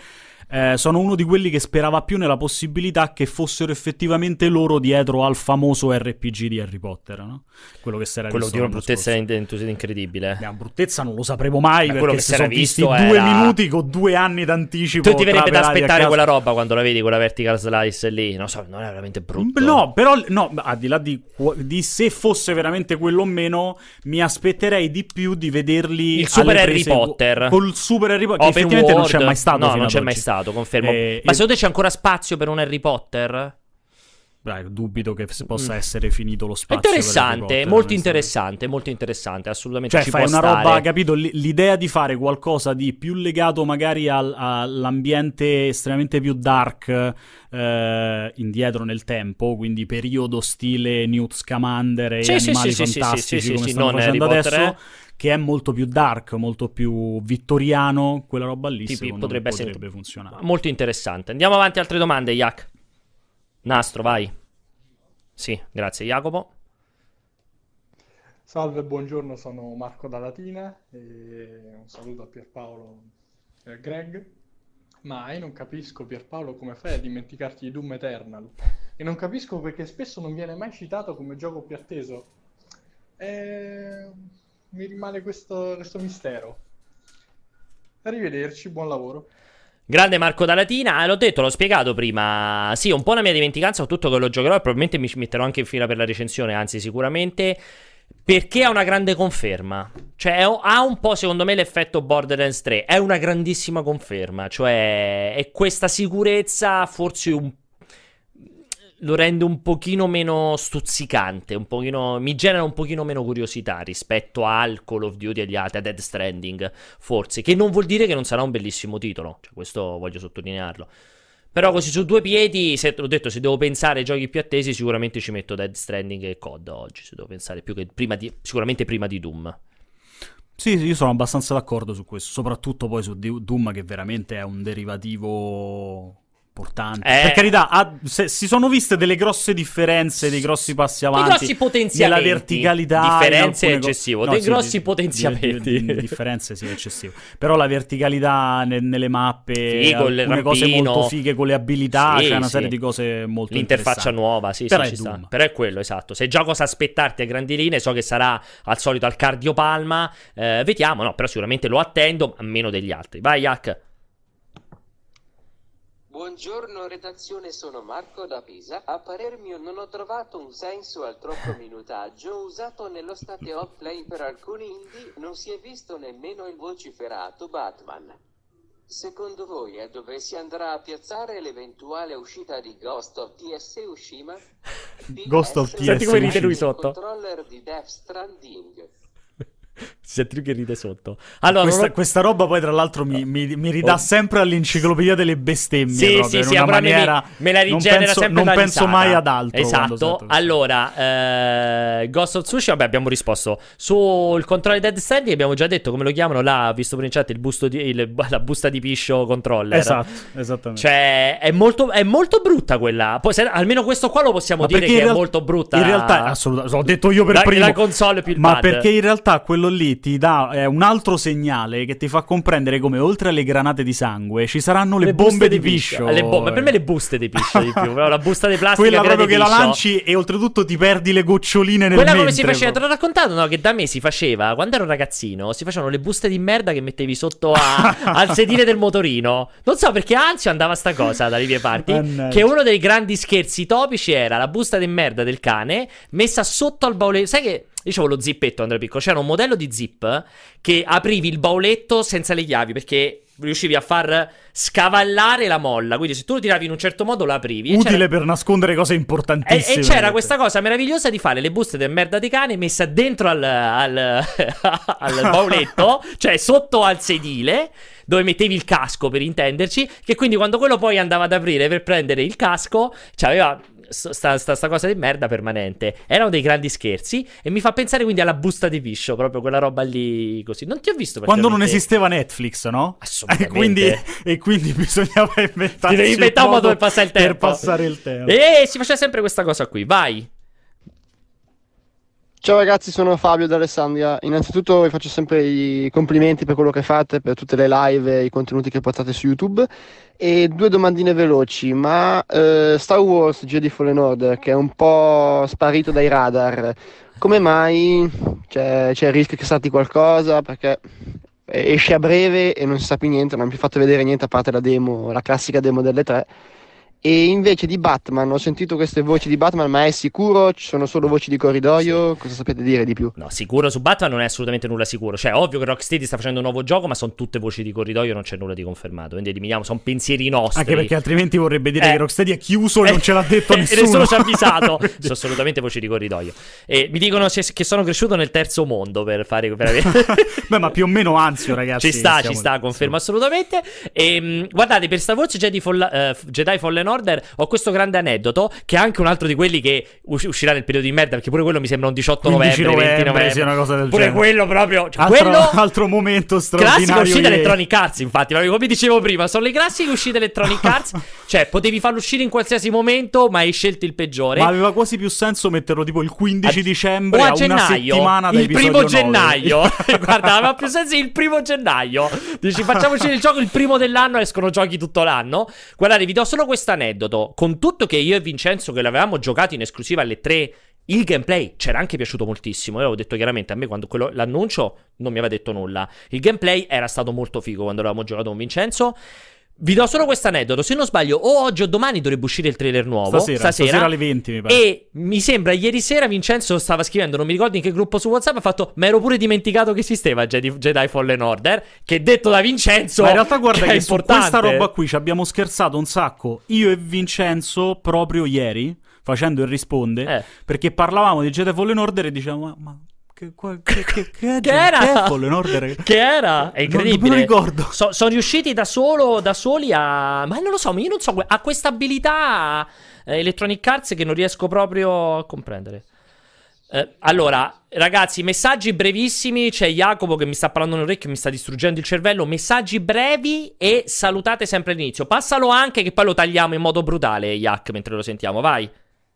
eh, sono uno di quelli che sperava più nella possibilità che fossero effettivamente loro dietro al famoso R P G di Harry Potter, no? Quello che si era quello visto di una l'anno bruttezza scorso. in- incredibile. La bruttezza non lo sapremo mai, Ma perché quello che si si era sono visti visto due era- minuti con due anni d'anticipo. Tu ti verrebbe da trapelati a aspettare caso. quella roba quando la vedi, quella vertical slice lì. Non so, non è veramente brutto. No, però no, al di là di, di se fosse veramente quello o meno, mi aspetterei di più di vederli Il super alle Harry prese Potter. col super Harry Potter, che Open effettivamente world. non c'è mai stato. No, fino non ad c'è oggi. mai stato, confermo. Eh, Ma e- secondo te c'è ancora spazio per un Harry Potter? Beh, dubito che possa Mm. essere finito lo È spazio. per Harry interessante, Potter, molto onestamente. interessante, molto interessante, assolutamente Cioè, ci fai può una stare. roba, capito? L- L'idea di fare qualcosa di più legato magari al- all'ambiente estremamente più dark, eh, indietro nel tempo, quindi periodo stile Newt Scamander e Sì, sì, animali sì, sì, sì, fantastici sì, sì, come sì, stanno non facendo Harry Potter, adesso, eh. che è molto più dark, molto più vittoriano, quella roba lì Tipi, secondo potrebbe me essere potrebbe funzionare. molto interessante. Andiamo avanti, altre domande, Jac. Nastro, vai. Sì, grazie Jacopo. Salve, buongiorno, sono Marco da Latina e un saluto a Pierpaolo e a Greg. Ma io non capisco, Pierpaolo, come fai a dimenticarti di Doom Eternal? E non capisco perché spesso non viene mai citato come gioco più atteso. E... mi rimane questo, questo mistero. Arrivederci, buon lavoro. Grande Marco da Latina, eh, l'ho detto, l'ho spiegato prima. Sì, un po' una mia dimenticanza, ho tutto che lo giocherò e probabilmente mi ci metterò anche in fila per la recensione, anzi sicuramente, perché ha una grande conferma. Cioè è- ha un po' secondo me l'effetto Borderlands tre, è una grandissima conferma, cioè è questa sicurezza forse un lo rende un pochino meno stuzzicante, un pochino, mi genera un pochino meno curiosità rispetto al Call of Duty e agli altri, a Death Stranding, forse, che non vuol dire che non sarà un bellissimo titolo, cioè questo voglio sottolinearlo. Però così su due piedi, se l'ho detto, se devo pensare ai giochi più attesi, sicuramente ci metto Death Stranding e C O D oggi, se devo pensare più che prima di, sicuramente prima di Doom. Sì, sì, io sono abbastanza d'accordo su questo, soprattutto poi su Di- Doom, che veramente è un derivativo importante. Eh. Per carità, ha- se- si sono viste delle grosse differenze, dei grossi passi Dei avanti. grossi potenziamenti. Nella verticalità. Differenze in è alcune co- eccessivo, No, dei sì, grossi di- potenziamenti. di- di- differenze sì, è eccessivo. Però la verticalità ne- nelle mappe, Figo, il alcune cose rampino. molto fighe con le abilità, Sì, c'è una sì. serie di cose molto L'interfaccia interessanti. nuova, sì, Però sì, è ci sta. Doom. Però è quello, esatto. Se già cosa aspettarti a grandi linee, so che sarà al solito al cardiopalma. Eh, vediamo, no, però sicuramente lo attendo, a meno degli altri. Vai, Jack. Buongiorno redazione, sono Marco da Pisa. A parer mio non ho trovato un senso al troppo minutaggio usato nello state of play per alcuni indie, non si è visto nemmeno il vociferato Batman. Secondo voi a dove si andrà a piazzare l'eventuale uscita di Ghost of T S Ushima? Ghost of P S, T S Senti come ride lui il sotto. controller di Death Stranding. Si sente lui che ride sotto. Allora, Questa, non ho- questa roba poi tra l'altro mi, mi- mi ridà Oh. sempre all'enciclopedia delle bestemmie, Sì, proprio, sì, in sì, una ancora me, maniera mi- me la non rigenera penso, sempre non la penso risata. mai ad altro quando Esatto. sento questo. Allora, eh, Ghost of Tsushima, vabbè, abbiamo risposto. Sul controller di Dead Stranding abbiamo già detto come lo chiamano là, visto per in chat il busto di, il- la busta di piscio controller. Esatto, esattamente. Cioè, è molto, è molto brutta quella. Poi, se- almeno questo qua lo possiamo Ma dire perché che in è real- molto brutta. In realtà, assolutamente, l'ho detto io per La- primo. la console più il Ma pad. perché in realtà quello lì ti dà eh, un altro segnale che ti fa comprendere come oltre alle granate di sangue ci saranno le, buste bombe di piscio. Le bombe, per me le buste di piscio di più. Però la busta di plastica Quella piena proprio di che la piscio. lanci e oltretutto ti perdi le goccioline nel Quella mentre. come si faceva, te proprio. l'ho raccontato, no? Che da me si faceva, quando ero ragazzino, si facevano le buste di merda che mettevi sotto a- al sedile del motorino. Non so perché anzi andava sta cosa dalle mie parti. Mannaggia. Che uno dei grandi scherzi topici era la busta di merda del cane messa sotto al bauletto. Sai che dicevo lo zippetto, Andrea Piccolo, c'era un modello di zip che aprivi il bauletto senza le chiavi perché riuscivi a far scavallare la molla. Quindi se tu lo tiravi in un certo modo la aprivi. E Utile c'era- per nascondere cose E, importantissime. e c'era questa cosa meravigliosa di fare le buste del merda di cane messa dentro al, al, al bauletto, cioè sotto al sedile, dove mettevi il casco per intenderci, che quindi quando quello poi andava ad aprire per prendere il casco, c'aveva sta, sta, sta cosa di merda permanente. Erano dei grandi scherzi e mi fa pensare quindi alla busta di piscio, proprio quella roba lì così. Non ti ho visto Quando non particolarmente- esisteva Netflix, no? Assolutamente. E quindi, e quindi bisognava inventarsi Ti devi inventare un modo per passare il tempo. Per passare il tempo. E si faceva sempre questa cosa qui, vai. Ciao ragazzi, sono Fabio d'Alessandria. Innanzitutto vi faccio sempre i complimenti per quello che fate, per tutte le live e i contenuti che portate su YouTube. E due domandine veloci, ma eh, Star Wars Jedi Fallen Order, che è un po' sparito dai radar, come mai? C'è, c'è il rischio che salti qualcosa? Perché esce a breve e non si sa più niente, non hanno più fatto vedere niente a parte la demo, la classica demo delle tre. E invece di Batman, ho sentito queste voci di Batman, ma è sicuro? Ci sono solo voci di corridoio? Sì. Cosa sapete dire di più? No, sicuro su Batman non è assolutamente nulla sicuro. Cioè, ovvio che Rocksteady sta facendo un nuovo gioco, ma sono tutte voci di corridoio, non c'è nulla di confermato. Quindi eliminiamo, sono pensieri nostri. Anche perché altrimenti vorrebbe dire eh. che Rocksteady è chiuso e non ce l'ha detto e nessuno. E nessuno ci ha avvisato. Sono assolutamente voci di corridoio. E mi dicono che sono cresciuto nel terzo mondo per fare... Per... Beh, ma più o meno ansio, ragazzi. Ci sta, ci sta, confermo assolutamente. E, mh, guardate, per Star Wars Jedi, Fall, uh, Jedi Fallen Order ho questo grande aneddoto, che è anche un altro di quelli che us- uscirà nel periodo di merda, perché pure quello mi sembra un diciotto novembre, venti novembre, sì, una cosa del pure genere. quello proprio, cioè, altro, quello altro momento straordinario. Classica uscita che... Electronic Arts, infatti, proprio come dicevo prima, sono le classiche uscite Electronic Arts. Cioè, potevi farlo uscire in qualsiasi momento, ma hai scelto il peggiore. Ma aveva quasi più senso metterlo tipo il quindici a... dicembre o a, a gennaio, una settimana da il primo nove. gennaio. Guarda, aveva più senso il primo gennaio. Dici, facciamo uscire il gioco il primo dell'anno, escono giochi tutto l'anno. Guardate, vi do solo questo aneddoto. Con tutto che io e Vincenzo, che l'avevamo giocato in esclusiva alle tre, il gameplay c'era anche piaciuto moltissimo. Io l'avevo detto chiaramente, a me quando quello, l'annuncio non mi aveva detto nulla. Il gameplay era stato molto figo quando l'avevamo giocato con Vincenzo. Vi do solo questo aneddoto, se non sbaglio o oggi o domani dovrebbe uscire il trailer nuovo, stasera, stasera, stasera alle venti mi pare. E mi sembra ieri sera Vincenzo stava scrivendo, non mi ricordo in che gruppo su WhatsApp, ha fatto ma ero pure dimenticato che esisteva Jedi, Jedi Fallen Order, che detto da Vincenzo, ma in realtà guarda che, che su importante. Questa roba qui ci abbiamo scherzato un sacco, io e Vincenzo, proprio ieri, facendo il risponde, eh. perché parlavamo di Jedi Fallen Order e dicevamo ma... ma... Che, che, che, che, che era? Che, Fallen Order? Che era? È incredibile. Non, non me lo ricordo. So, sono riusciti da solo, da soli a... Ma non lo so, ma io non so, ha questa abilità eh, Electronic Arts che non riesco proprio a comprendere. Eh, allora, ragazzi, messaggi brevissimi. C'è Jacopo che mi sta parlando nell'orecchio, mi sta distruggendo il cervello. Messaggi brevi e salutate sempre all'inizio. Passalo anche che poi lo tagliamo in modo brutale, Jac, mentre lo sentiamo, vai.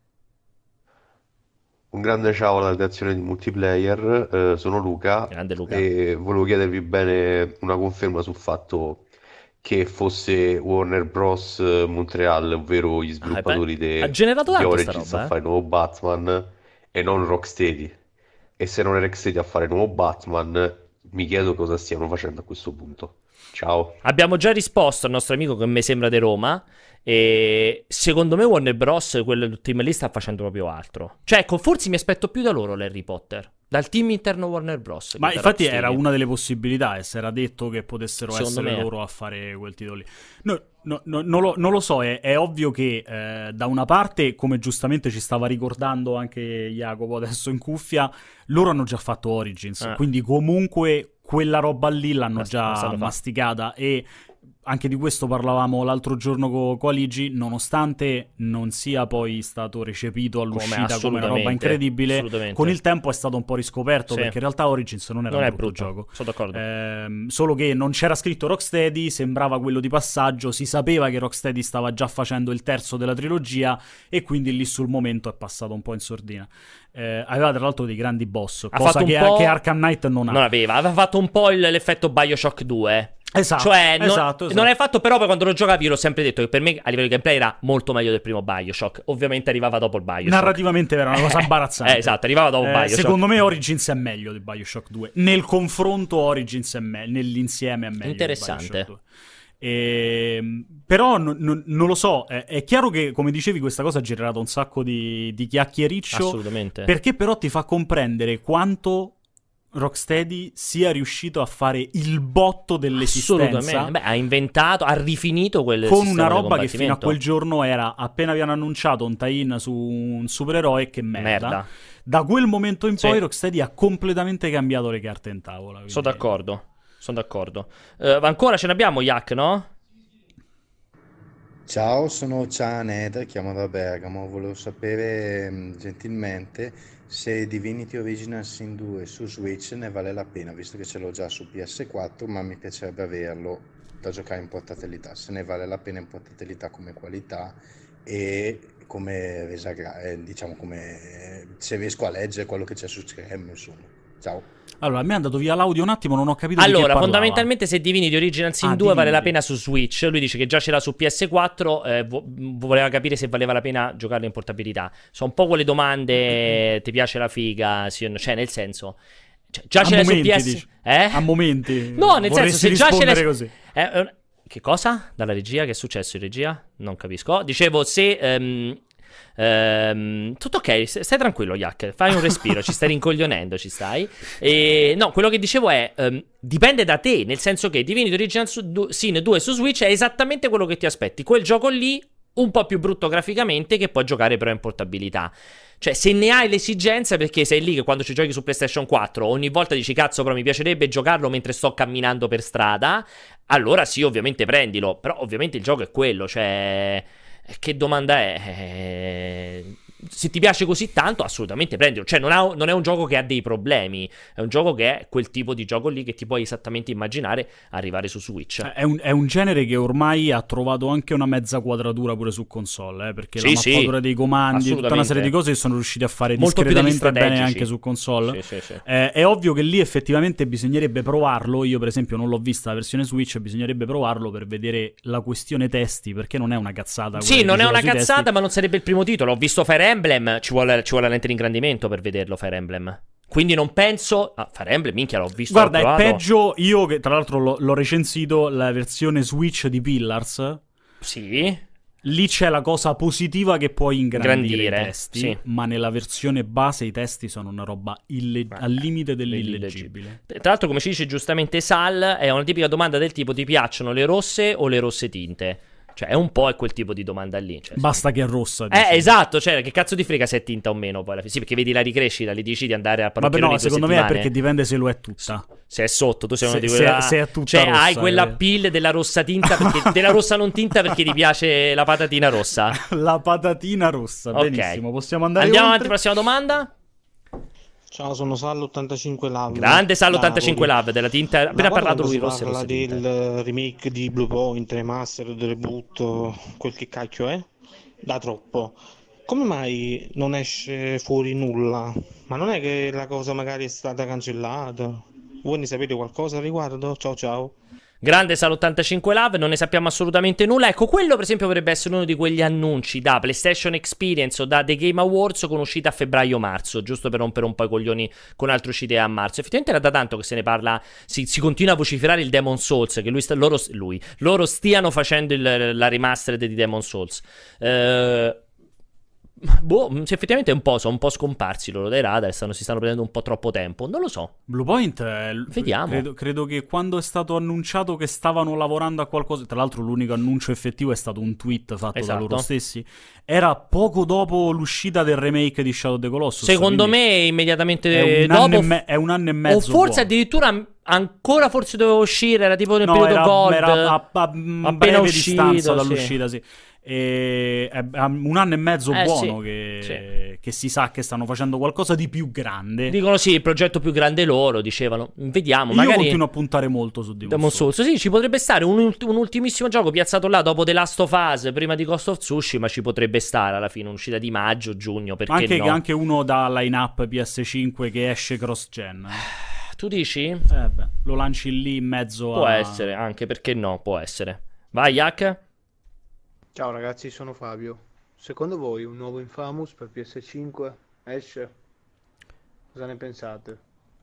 Un grande ciao alla redazione di Multiplayer, eh, sono Luca, Grande Luca e volevo chiedervi bene una conferma sul fatto che fosse Warner Bros. Montreal, ovvero gli sviluppatori ah, de- ha generato di tanto Origins sta roba, a eh? fare il nuovo Batman e non Rocksteady. E se non è Rocksteady a fare il nuovo Batman, mi chiedo cosa stiano facendo a questo punto. Ciao. Abbiamo già risposto al nostro amico che mi sembra di Roma. E secondo me Warner Bros. Quel team lì sta facendo proprio altro. Cioè, ecco, forse mi aspetto più da loro l'Harry Potter, dal team interno Warner Bros. Ma infatti era una delle possibilità, e si era detto che potessero secondo essere me loro a fare quel titolo lì. No, no, no, non, lo, non lo so, è, è ovvio che eh, da una parte, come giustamente ci stava ricordando anche Jacopo adesso in cuffia, loro hanno già fatto Origins, ah. quindi comunque quella roba lì l'hanno Basta, già basta masticata. E anche di questo parlavamo l'altro giorno con co Aligi, nonostante non sia poi stato recepito all'uscita come, come una roba incredibile, con il tempo è stato un po' riscoperto, sì. Perché in realtà Origins non era non un è brutto brutto gioco. Sono d'accordo. Eh, solo che non c'era scritto Rocksteady, sembrava quello di passaggio, si sapeva che Rocksteady stava già facendo il terzo della trilogia e quindi lì sul momento è passato un po' in sordina. Eh, aveva tra l'altro dei grandi boss, ha cosa che, che Arkham Knight non ha. Non aveva, aveva fatto un po' il, l'effetto Bioshock due. Esatto, cioè, non, esatto, esatto. non è fatto, però poi quando lo giocavi io l'ho sempre detto che per me a livello di gameplay era molto meglio del primo Bioshock. Ovviamente arrivava dopo il Bioshock. Narrativamente era una cosa imbarazzante. eh, esatto, arrivava dopo il eh, Bioshock. Secondo me Origins è meglio di Bioshock due. Nel confronto Origins è meglio, nell'insieme è meglio. Interessante. E, però non, non, non lo so, è, è chiaro che come dicevi questa cosa ha generato un sacco di, di chiacchiericcio. Assolutamente. Perché però ti fa comprendere quanto Rocksteady sia riuscito a fare il botto dell'esistenza. Assolutamente. Beh, ha inventato, ha rifinito quel con una roba che fino a quel giorno era appena avevano annunciato un tie-in su un supereroe, che merda. merda. Da quel momento in sì. poi Rocksteady ha completamente cambiato le carte in tavola. Quindi... Sono d'accordo. Sono d'accordo. Uh, ancora ce ne abbiamo, Jack, no? Ciao, sono Cianed, chiamo da Bergamo. Volevo sapere mh, gentilmente se Divinity Original Sin due su Switch ne vale la pena, visto che ce l'ho già su P S quattro, ma mi piacerebbe averlo da giocare in portattilità. Se ne vale la pena in portattilità come qualità e come resa gra- eh, diciamo come se riesco a leggere quello che c'è su schermo, insomma. Ciao. Allora, a me è andato via l'audio un attimo, non ho capito di che Allora, parlava. fondamentalmente se Divinity Original Sin Ah, due vale la Divinity. pena su Switch. Lui dice che già ce l'ha su P S quattro, eh, vo- voleva capire se valeva la pena giocarlo in portabilità. Sono un po' quelle domande, ti piace la figa, sì o no? Cioè, nel senso, cioè, già A ce l'hai su momenti, P S... dici. Eh? A momenti. No, nel senso, Vorresti se già ce l'hai... rispondere così. Eh, eh, che cosa? Dalla regia? Che è successo in regia? Non capisco. Dicevo, se... ehm, ehm, tutto ok, s- stai tranquillo, Yak. Fai un respiro, ci stai rincoglionendo, ci stai. E, no, quello che dicevo è... ehm, dipende da te, nel senso che Divinity Original su- du- Sin due su Switch è esattamente quello che ti aspetti. Quel gioco lì, un po' più brutto graficamente, che puoi giocare però in portabilità. Cioè, se ne hai l'esigenza, perché sei lì che quando ci giochi su PlayStation quattro ogni volta dici cazzo, però mi piacerebbe giocarlo mentre sto camminando per strada, allora sì, ovviamente prendilo. Però ovviamente il gioco è quello, cioè... Che domanda è? Eh, se ti piace così tanto, assolutamente prendilo. Cioè, non, ha- non è un gioco che ha dei problemi. È un gioco che è quel tipo di gioco lì che ti puoi esattamente immaginare arrivare su Switch. È un, è un genere che ormai ha trovato anche una mezza quadratura pure su console, eh, perché Sì, la sì, mappatura dei comandi, tutta una assolutamente. serie di cose che sono riusciti a fare Molto più degli discretamente bene strategici. anche su console. Sì, sì, sì. Eh, è ovvio che lì effettivamente bisognerebbe provarlo. Io per esempio non l'ho vista la versione Switch, bisognerebbe provarlo per vedere la questione testi, perché non è una cazzata. quella Sì, che non è diceva una sui cazzata, testi. ma non sarebbe il primo titolo. Ho visto Fire Emblem, ci vuole, ci vuole la lente di ingrandimento per vederlo, Fire Emblem. Quindi non penso... Ah, Fire Emblem, minchia, l'ho visto, Guarda, l'ho è provato. peggio, io che tra l'altro l'ho, l'ho recensito, la versione Switch di Pillars. Sì. Lì c'è la cosa positiva che puoi ingrandire Ingrandire, i testi, sì. ma nella versione base i testi sono una roba ille- Eh, al limite dell'illeggibile. dell'illeggibile. Tra l'altro, come ci dice giustamente Sal, è una tipica domanda del tipo: ti piacciono le rosse o le rosse tinte? Cioè, è un po' è quel tipo di domanda lì. Cioè, Basta che è rossa. Eh, dici. esatto, cioè, che cazzo ti frega se è tinta o meno poi alla fine? Sì, perché vedi la ricrescita, lì dici di andare a Vabbè, parrucchiere no, ogni due secondo me è settimane. perché dipende se lo è tutta. Se è sotto, tu sei Se- uno di se- quella... se è tutta cioè, rossa, hai quella eh. pill della rossa tinta, perché... della rossa non tinta perché ti piace la patatina rossa. La patatina rossa, Ok. benissimo. Possiamo andare Andiamo oltre? avanti, prossima domanda. Ciao, sono Sallo ottantacinque Love. Grande Sal da ottantacinque Napoli. Love, della tinta... Ma Appena guarda parlato quando lui, si rosse e parla rosse tinte. del remake di Blue Point, remastered, reboot, quel che cacchio è, da troppo. Come mai non esce fuori nulla? Ma non è che la cosa magari è stata cancellata? Voi ne sapete qualcosa al riguardo? Ciao ciao. Grande Sal ottantacinque Love, non ne sappiamo assolutamente nulla. Ecco, quello per esempio potrebbe essere uno di quegli annunci da PlayStation Experience o da The Game Awards con uscita a febbraio-marzo, giusto per rompere un po' i coglioni con altre uscite a marzo. Effettivamente era da tanto che se ne parla, si, si continua a vociferare il Demon Souls, che lui, sta, loro, lui loro stiano facendo il, la remastered di Demon Souls. Eh... Boh, sì, effettivamente un po' sono un po' scomparsi loro dai radar, stanno, si stanno prendendo un po' troppo tempo, non lo so. Bluepoint, è l- Vediamo. Credo, credo che quando è stato annunciato che stavano lavorando a qualcosa, tra l'altro l'unico annuncio effettivo è stato un tweet fatto Esatto. da loro stessi, era poco dopo l'uscita del remake di Shadow of the Colossus. Secondo quindi me immediatamente è un, dopo anno e me- è un anno e mezzo. o forse buono. addirittura ancora forse doveva uscire, era tipo nel No, periodo era, Gold. era a, a- a appena breve uscito, distanza sì. dall'uscita, sì. E è è un anno e mezzo Eh, buono sì, che, sì. che si sa che stanno facendo qualcosa di più grande. Dicono sì, il progetto più grande loro, dicevano. Vediamo, Io magari continuo a puntare molto su Demon Demon Souls. Souls. Sì, ci potrebbe stare un, ult- un ultimissimo gioco piazzato là dopo The Last of Us, prima di Ghost of Tsushima, ci potrebbe stare alla fine un'uscita di maggio, giugno, perché Anche, no? anche uno da line-up P S cinque che esce cross-gen. Tu dici? Eh beh, lo lanci lì in mezzo Può a... essere, anche perché no, può essere. Vai, Yak. Ciao ragazzi, sono Fabio. Secondo voi un nuovo Infamous per P S cinque esce? Cosa ne pensate?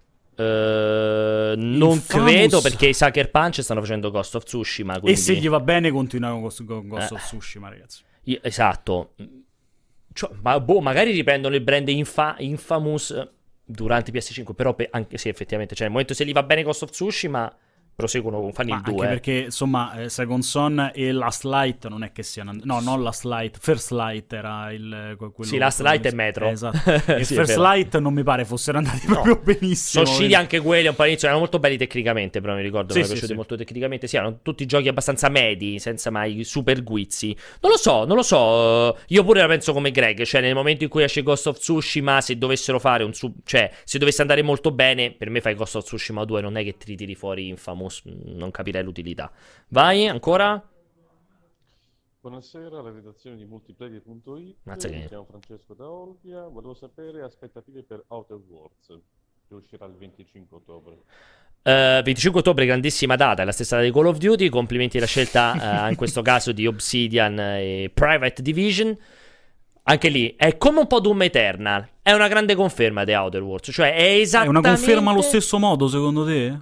Eh, non Infamous. credo, perché i Sucker Punch stanno facendo Ghost of Tsushima. E Quindi... se gli va bene continuano con con Ghost Eh. of Tsushima, ragazzi. Io- esatto. Cioè, ma boh, magari riprendono il brand Infa- Infamous eh, durante P S cinque, però pe- anche sì, effettivamente, cioè nel momento se gli va bene Ghost of Tsushima proseguono, fanno Ma il anche due. perché, insomma, eh, Second Son e Last Light non è che siano... No, non Last Light, First Light era il... quello, Sì, Last quello Light che- e Metro. Eh, esatto. E Sì, è First vero. Light non mi pare fossero andati No. proprio benissimo. Sono usciti anche quelli un po' all'inizio, erano molto belli tecnicamente, però mi ricordo Sì, che mi sì, piaciuti sì. molto tecnicamente. Sì, erano tutti giochi abbastanza medi, senza mai super guizzi. Non lo so, non lo so. Io pure la penso come Greg, cioè nel momento in cui esce Ghost of Tsushima, se dovessero fare un sub... cioè se dovesse andare molto bene, per me fai Ghost of Tsushima due, non è che ti tiri fuori Infamous, non capirei l'utilità. Vai, ancora? Buonasera, alla redazione di multiplayer punto it. Mazza che- Mi chiamo Francesco da Olbia. Volevo sapere aspettative per Outer Worlds, che uscirà il venticinque ottobre. Uh, venticinque ottobre, grandissima data, è la stessa data di Call of Duty. Complimenti alla scelta, uh, in questo caso di Obsidian e Private Division. Anche lì è come un po' Doom Eternal. È una grande conferma di Outer Worlds. Cioè è È esattamente. una conferma allo stesso modo, secondo te?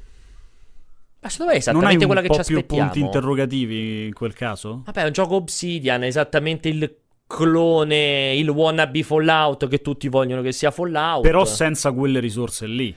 Ma secondo me è Non hai esattamente un quella che po' ci più aspettiamo. punti interrogativi in quel caso? Vabbè, è un gioco Obsidian, è esattamente il clone, il wannabe Fallout che tutti vogliono che sia Fallout. Però senza quelle risorse lì.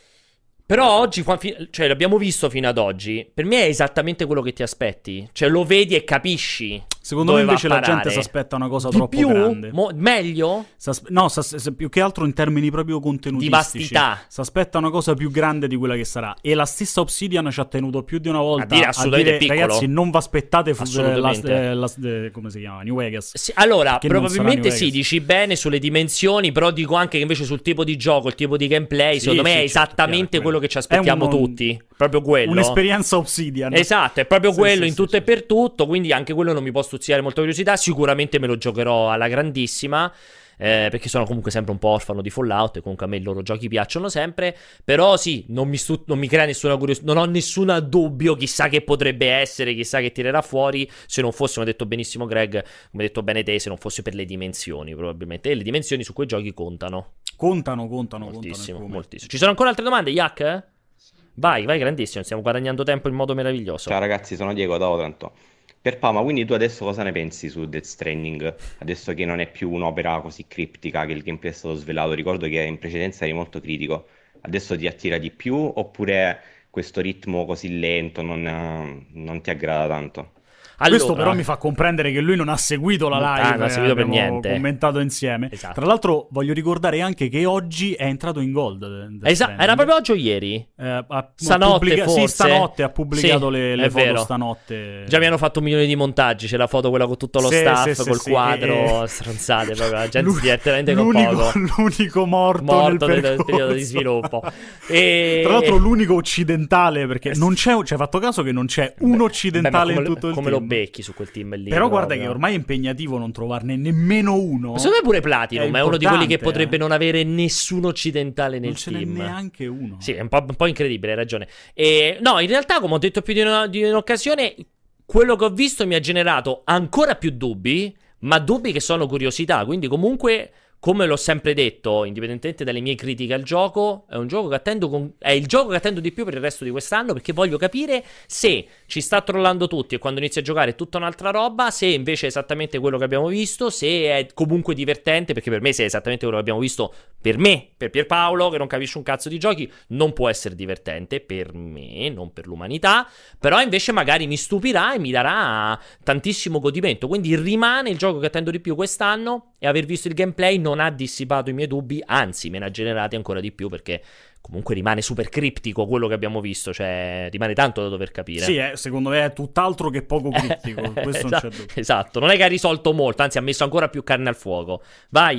Però oggi, qua- fi- cioè l'abbiamo visto fino ad oggi, per me è esattamente quello che ti aspetti. Cioè lo vedi e capisci. Secondo me dove va invece a la gente parare. si aspetta una cosa Di troppo più? grande. Mo- meglio? S'aspe- no, s'as- se- più che altro in termini proprio contenutistici. Di vastità. Si aspetta una cosa più grande di quella che sarà. E la stessa Obsidian ci ha tenuto più di una volta A dire assolutamente piccolo. ragazzi, non vi aspettate fu- Assolutamente. la- eh, la- eh, come si chiama? New Vegas. Sì, allora, Che non probabilmente sarà sì, New Vegas. dici bene sulle dimensioni, però dico anche che invece sul tipo di gioco, il tipo di gameplay, Sì, secondo me sì, è certo, esattamente chiaro, quello che ci aspettiamo È un- tutti. Proprio quello. Un'esperienza Obsidian. Esatto, è proprio Sì, quello sì, in sì, tutto sì. e per tutto, quindi anche quello non mi può stuzzicare molta curiosità, sicuramente me lo giocherò alla grandissima. Eh, perché sono comunque sempre un po' orfano di Fallout e comunque a me i loro giochi piacciono sempre. Però sì, non mi, stu- non mi crea nessuna curiosità, non ho nessun dubbio, chissà che potrebbe essere, chissà che tirerà fuori, se non fosse, come ha detto benissimo Greg, come ha detto bene te, se non fosse per le dimensioni probabilmente. E le dimensioni su quei giochi contano. Contano, contano, Moltissimo, contano. moltissimo. Ci sono ancora altre domande, Yak? Vai, vai grandissimo, stiamo guadagnando tempo in modo meraviglioso. Ciao ragazzi, sono Diego da Otranto. Per Pama, quindi tu adesso cosa ne pensi su Death Stranding? Adesso che non è più un'opera così criptica, che il gameplay è stato svelato, ricordo che in precedenza eri molto critico. Adesso ti attira di più oppure questo ritmo così lento non, eh, non ti aggrada tanto? Allora, Questo però mi fa comprendere che lui non ha seguito la live. Ah, non ha seguito per abbiamo niente. commentato insieme. Esatto. Tra l'altro voglio ricordare anche che oggi è entrato in gold. Death Esatto, Stranding. era proprio oggi o ieri? Eh, ha- ha Stanotte pubblica- forse. Sì, stanotte ha pubblicato Sì, le, è le foto vero. stanotte. Già mi hanno fatto un milione di montaggi. C'è la foto quella con tutto lo Sì, staff, sì, sì, col sì, quadro, e- stronzate proprio. La gente L'u- si diverte veramente con l'unico, poco. l'unico morto, Morto nel, nel, nel periodo di percorso. sviluppo. E... Tra l'altro l'unico occidentale, perché non c'è, ci hai fatto caso che non c'è un Beh, ma occidentale come, in tutto il come team. lo becchi su quel team lì? Però guarda proprio. che ormai è impegnativo non trovarne nemmeno uno. Ma secondo me pure Platinum è, È uno di quelli che importante, potrebbe eh. non avere nessun occidentale nel Non ce n'è team. neanche uno. Sì, è un po', un po' incredibile, hai ragione. E, no, in realtà, come ho detto più di, una, di un'occasione, quello che ho visto mi ha generato ancora più dubbi, ma dubbi che sono curiosità. Quindi comunque, come l'ho sempre detto, indipendentemente dalle mie critiche al gioco, è un gioco che attendo con... è il gioco che attendo di più per il resto di quest'anno, perché voglio capire se ci sta trollando tutti e quando inizia a giocare è tutta un'altra roba, se invece è esattamente quello che abbiamo visto, se è comunque divertente, perché per me se è esattamente quello che abbiamo visto, per me, per Pierpaolo, che non capisce un cazzo di giochi, non può essere divertente, per me, non per l'umanità, però invece magari mi stupirà e mi darà tantissimo godimento, quindi rimane il gioco che attendo di più quest'anno, e aver visto il gameplay non ha dissipato i miei dubbi, anzi me ne ha generati ancora di più, perché comunque rimane super criptico quello che abbiamo visto, cioè rimane tanto da dover capire. Sì, eh, secondo me è tutt'altro che poco criptico. Questo non c'è dubbio. Esatto, non è che ha risolto molto, anzi ha messo ancora più carne al fuoco. Vai.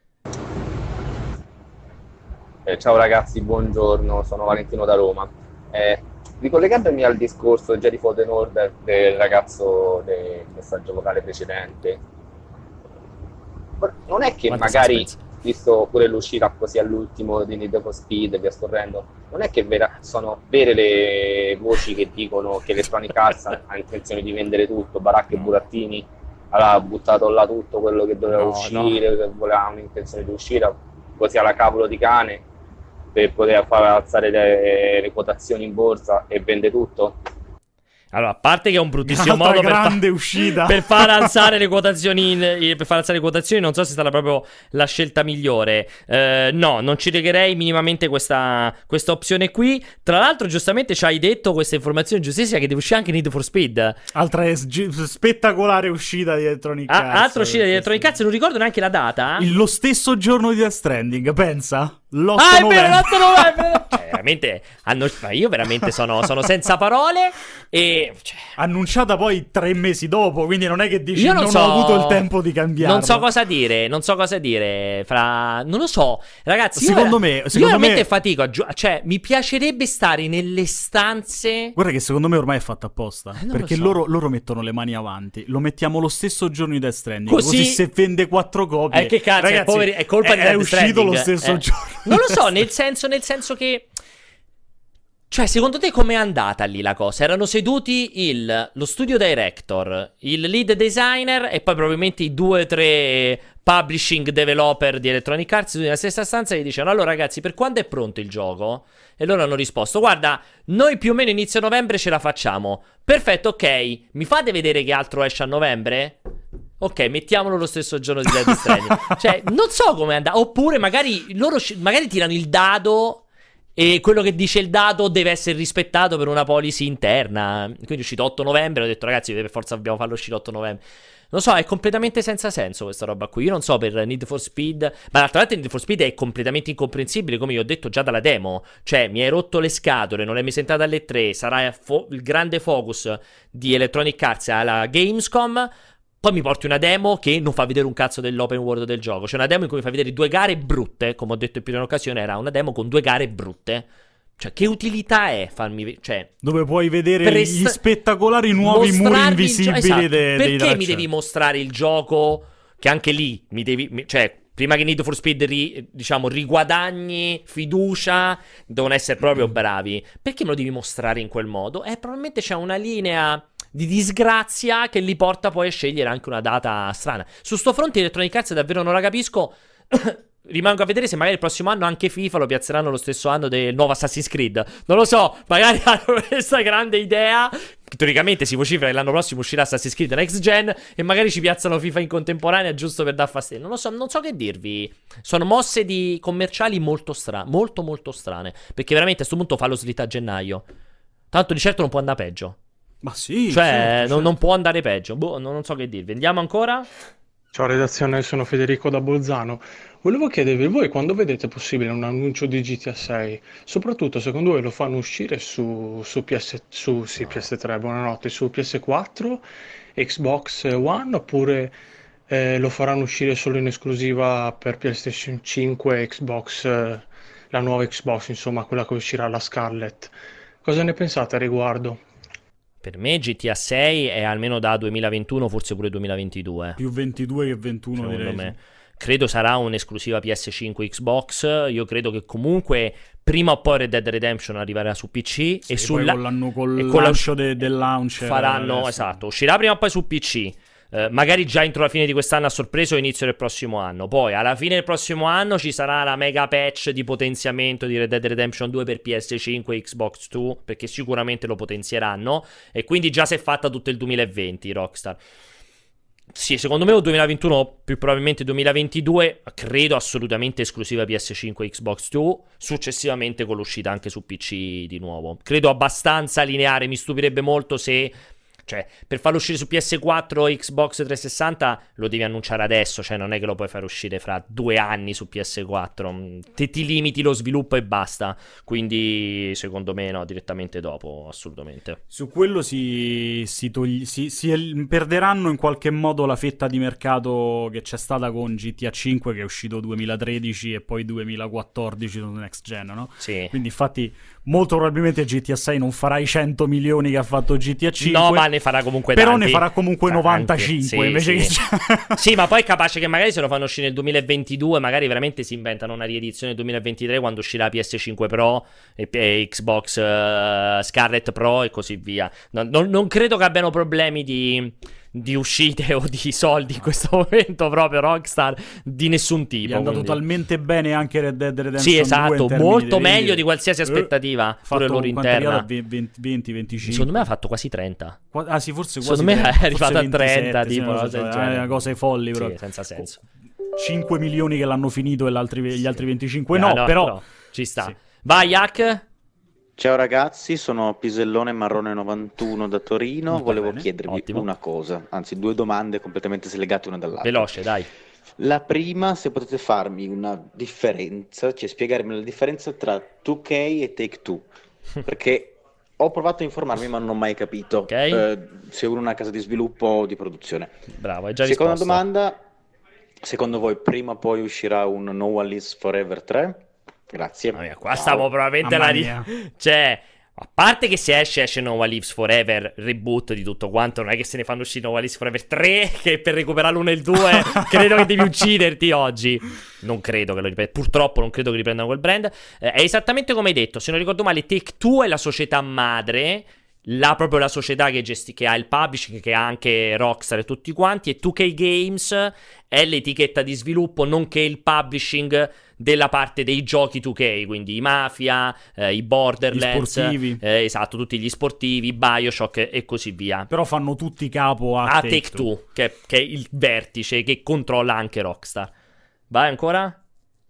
Eh, ciao ragazzi, buongiorno, sono Valentino da Roma. Eh, ricollegandomi al discorso già di Fallen Order del ragazzo del messaggio vocale precedente, non è che Quanta magari, suspense. visto pure l'uscita così all'ultimo di Need for Speed e via scorrendo, non è che vera- sono vere le voci che dicono che Electronic Arts ha ha intenzione di vendere tutto, baracche e burattini, ha buttato là tutto quello che doveva No, uscire, che voleva un'intenzione di uscire, così alla cavolo di cane, per poter far alzare le, le quotazioni in borsa e vende tutto? Allora, a parte che è un bruttissimo Un'altra modo per, fa- grande uscita. per far alzare le quotazioni in- eh, per far alzare le quotazioni, non so se è stata proprio la scelta migliore. Eh, no, non ci regherei minimamente questa, questa opzione qui. Tra l'altro, giustamente ci hai detto questa informazione giustissima, che deve uscire anche Need for Speed. Altra es- gi- spettacolare uscita di Electronic Ah, Arts. altra uscita di Electronic Arts, non ricordo neanche la data. Il- Lo stesso giorno di Death Stranding, pensa? L'otto Ah, è novembre. vero, l'otto novembre. Cioè, veramente hanno... ma io veramente sono, sono senza parole. E me... Cioè... Annunciata poi tre mesi dopo, quindi non è che dici Io non, non so... ho avuto il tempo di cambiarlo. Non so cosa dire, non so cosa dire fra... Non lo so, ragazzi, secondo io, me, secondo io veramente me... fatico a giu- Cioè, mi piacerebbe stare nelle stanze... Guarda che secondo me ormai è fatta apposta, eh, perché so. loro, loro mettono le mani avanti. Lo mettiamo lo stesso giorno di Death Stranding, così, così se vende quattro copie... Eh, che cazzo, ragazzi, è, poveri... è colpa è, di è Death uscito Stranding, lo stesso eh. giorno. Non lo so, nel senso, nel senso che... Cioè, secondo te com'è andata lì la cosa? Erano seduti il, lo studio director, il lead designer e poi probabilmente i due o tre publishing developer di Electronic Arts nella stessa stanza e gli dicevano: allora ragazzi, per quando è pronto il gioco? E loro hanno risposto: guarda, noi più o meno inizio novembre ce la facciamo. Perfetto, ok, mi fate vedere che altro esce a novembre? Ok, mettiamolo lo stesso giorno di Death Stranding. Cioè, non so com'è andata. Oppure magari loro magari tirano il dado e quello che dice il dato deve essere rispettato per una policy interna. Quindi è uscito otto novembre. Ho detto ragazzi, per forza dobbiamo farlo uscire otto novembre. Non so, è completamente senza senso questa roba qui. Io non so per Need for Speed, ma d'altra parte Need for Speed è completamente incomprensibile, come io ho detto già dalla demo. Cioè, mi hai rotto le scatole, non l'hai mai sentata alle tre. Sarà fo- il grande focus di Electronic Arts alla Gamescom. Poi mi porti una demo che non fa vedere un cazzo dell'open world del gioco. C'è una demo in cui mi fa vedere due gare brutte. Come ho detto in più di un'occasione, era una demo con due gare brutte. Cioè, che utilità è farmi vedere? Cioè, dove puoi vedere prest- gli spettacolari nuovi muri invisibili gio- esatto. de- dei Perché Dark mi devi mostrare il gioco che anche lì mi devi... Mi, cioè, prima che Need for Speed ri, diciamo riguadagni fiducia, devono essere proprio bravi. Perché me lo devi mostrare in quel modo? Eh, probabilmente c'è una linea di disgrazia che li porta poi a scegliere anche una data strana. Su sto fronte Electronic Arts davvero non la capisco. Rimango a vedere se magari il prossimo anno anche FIFA lo piazzeranno lo stesso anno del nuovo Assassin's Creed. Non lo so, magari hanno questa grande idea. Teoricamente si vocifera che l'anno prossimo uscirà Assassin's Creed Next Gen e magari ci piazzano FIFA in contemporanea giusto per dar fastidio. Non lo so, non so che dirvi. Sono mosse di commerciali molto strane, molto molto strane. Perché veramente a questo punto fa lo slitta a gennaio. Tanto di certo non può andare peggio. Ma sì, cioè certo, non, certo. non può andare peggio. Boh, non, non so che dirvi. Andiamo ancora? Ciao redazione, sono Federico da Bolzano. Volevo chiedervi voi quando vedete possibile un annuncio di G T A sei, soprattutto secondo voi lo fanno uscire su, su, P S, su sì, P S tre, buonanotte, su P S quattro, Xbox One oppure eh, lo faranno uscire solo in esclusiva per PlayStation cinque e Xbox, eh, la nuova Xbox, insomma quella che uscirà la Scarlett. Cosa ne pensate a riguardo? Per me G T A sei è almeno da duemilaventuno, forse pure duemilaventidue. Più ventidue che ventuno, secondo direi. me. Credo sarà un'esclusiva P S cinque Xbox. Io credo che comunque prima o poi Red Dead Redemption arriverà su P C sì, e sulla con l'anno col e con lancio de- del launch faranno adesso. esatto, uscirà prima o poi su P C. Uh, magari già entro la fine di quest'anno a sorpresa o inizio del prossimo anno. Poi alla fine del prossimo anno ci sarà la mega patch di potenziamento di Red Dead Redemption due per P S cinque e Xbox due, perché sicuramente lo potenzieranno. E quindi già si è fatta tutto il duemilaventi Rockstar. Sì, secondo me o duemilaventuno, più probabilmente duemilaventidue, credo assolutamente esclusiva P S cinque e Xbox due, successivamente con l'uscita anche su P C di nuovo. Credo abbastanza lineare, mi stupirebbe molto se... Cioè, per farlo uscire su P S quattro o Xbox trecentosessanta lo devi annunciare adesso, cioè non è che lo puoi far uscire fra due anni su P S quattro. Te ti limiti lo sviluppo e basta. Quindi, secondo me, no, direttamente dopo, assolutamente. Su quello si, si, togli, si, si perderanno in qualche modo la fetta di mercato che c'è stata con G T A cinque, che è uscito duemilatredici e poi duemilaquattordici su Next Gen, no? Sì. Quindi, infatti, molto probabilmente G T A sei non farà i cento milioni che ha fatto G T A cinque. No, ma ne farà comunque però tanti. ne farà comunque Tanti. novantacinque Sì, invece sì. che sì, ma poi è capace che magari se lo fanno uscire nel duemilaventidue magari veramente si inventano una riedizione nel duemilaventitré quando uscirà P S cinque Pro e, e Xbox uh, Scarlett Pro e così via. Non, non, non credo che abbiano problemi di, di uscite o di soldi in questo momento proprio Rockstar di nessun tipo. gli è andato quindi. talmente bene anche Red Dead Redemption Sì, esatto, due molto di meglio di qualsiasi aspettativa uh, pure loro interna. venti venticinque Secondo me ha fatto quasi trenta. Qua- ah sì, forse quasi Secondo me trenta, è arrivato forse a trenta, ventisette, tipo, sì, una non so, cosa del è genere. una cosa ai folli Sì, proprio. senza senso. cinque milioni che l'hanno finito e l'altri, gli altri venticinque Eh, no, no, però... però ci sta. Sì. Vai, Yak. Ciao ragazzi, sono Pisellone Marrone novantuno da Torino. Molto Volevo bene. chiedervi Ottimo. una cosa, anzi due domande completamente slegate una dall'altra. Veloce, dai. La prima, se potete farmi una differenza, cioè spiegarmi la differenza tra due K e Take-Two, perché Ho provato a informarmi, ma non ho mai capito okay. eh, se uno è una casa di sviluppo o di produzione. Bravo, hai già Seconda risposto. domanda, secondo voi prima o poi uscirà un No One Lives Forever tre? Grazie. Mamma mia, qua stiamo probabilmente la ri- cioè, a parte che se esce esce No One Lives Forever, reboot di tutto quanto, non è che se ne fanno uscire No One Lives Forever tre, che per recuperare l'uno e il due credo che devi ucciderti oggi. Non credo che lo riprenda, purtroppo non credo che riprendano quel brand. Eh, è esattamente come hai detto, se non ricordo male, Take-Two è la società madre, là proprio la società che, gesti- che ha il publishing, che ha anche Rockstar e tutti quanti, e due K Games è l'etichetta di sviluppo, nonché il publishing della parte dei giochi due K, quindi i Mafia, eh, i Borderlands, gli sportivi. Eh, esatto, tutti gli sportivi, Bioshock e così via. Però fanno tutti capo a, A Take-Two, Take-Two, che, che è il vertice che controlla anche Rockstar. Vai ancora?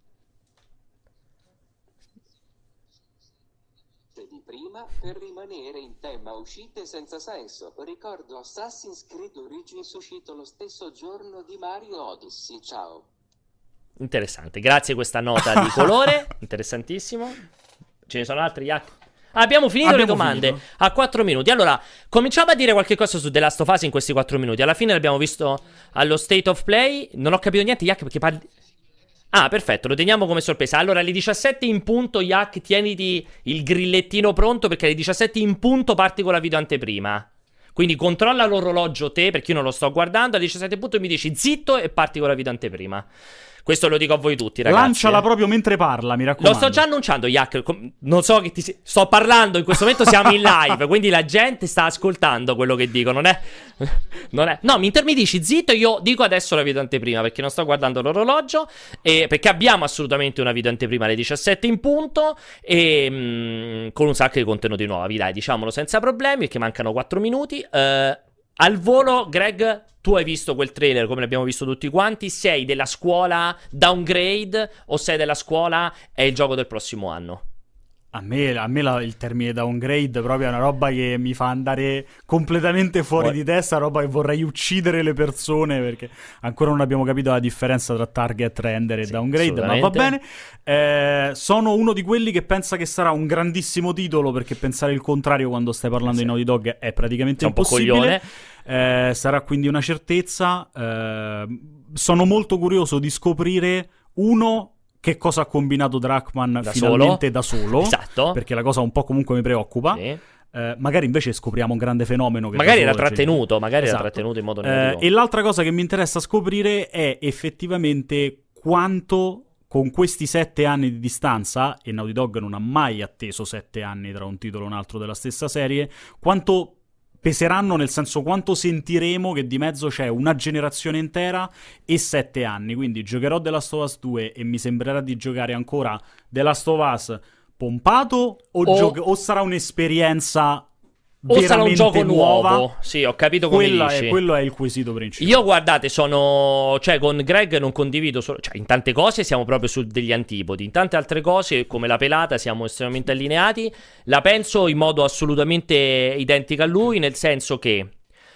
Di prima, per rimanere in tema uscite senza senso, ricordo Assassin's Creed Origins uscito lo stesso giorno di Mario Odyssey. Ciao. Interessante, grazie a questa nota di colore, interessantissimo. Ce ne sono altri, Jack? Ah, abbiamo finito Abbiamo le domande finito. a quattro minuti. Allora, cominciamo a dire qualche cosa su The Last of Us in questi quattro minuti. Alla fine l'abbiamo visto allo State of Play. Non ho capito niente, Jack, perché parli... Ah, perfetto, lo teniamo come sorpresa. Allora, alle diciassette in punto, Jack, tieniti il grillettino pronto, perché alle diciassette in punto parti con la video anteprima. Quindi controlla l'orologio te, perché io non lo sto guardando. Alle diciassette in punto mi dici zitto e parti con la video anteprima. Questo lo dico a voi tutti, ragazzi. Lanciala eh. proprio mentre parla, mi raccomando. Lo sto già annunciando, Jack. Com- Non so che ti si- sto parlando, in questo momento siamo in live, quindi la gente sta ascoltando quello che dico, non è... non è... No, mi, inter- mi dici zitto, io dico adesso la video anteprima, perché non sto guardando l'orologio, e perché abbiamo assolutamente una video anteprima alle diciassette in punto, e mh, con un sacco di contenuti nuovi, dai, diciamolo senza problemi, perché mancano quattro minuti. Eh... Al volo, Greg, tu hai visto quel trailer come l'abbiamo visto tutti quanti? Sei della scuola downgrade o sei della scuola è il gioco del prossimo anno? A me, a me la- il termine downgrade proprio è una roba che mi fa andare completamente fuori Poi- di testa, roba che vorrei uccidere le persone, perché ancora non abbiamo capito la differenza tra target render e Sì, downgrade, ma va bene. assolutamente. Eh, sono uno di quelli che pensa che sarà un grandissimo titolo, perché pensare il contrario quando stai parlando Sì. di Naughty Dog è praticamente Sei un po' impossibile. coglione. Eh, sarà quindi una certezza. Eh, sono molto curioso di scoprire, uno, che cosa ha combinato Druckmann Da finalmente solo. da solo, Esatto. perché la cosa un po' comunque mi preoccupa. Sì. Eh, magari invece scopriamo un grande fenomeno che Magari da era solo è trattenuto, magari Esatto. era trattenuto in modo Eh, negativo. e l'altra cosa che mi interessa scoprire è effettivamente quanto con questi sette anni di distanza, e Naughty Dog non ha mai atteso sette anni tra un titolo e un altro della stessa serie, quanto peseranno, nel senso quanto sentiremo che di mezzo c'è una generazione intera e sette anni. Quindi giocherò The Last of Us due e mi sembrerà di giocare ancora The Last of Us pompato o, O- gioc- o sarà un'esperienza O sarà un veramente gioco nuova? nuovo. Sì, ho capito come Quella dici. è, quello è il quesito principale. Io, guardate, sono... Cioè, con Greg non condivido solo... Cioè, in tante cose siamo proprio su degli antipodi. In tante altre cose, come la pelata, siamo estremamente allineati. La penso in modo assolutamente identico a lui, nel senso che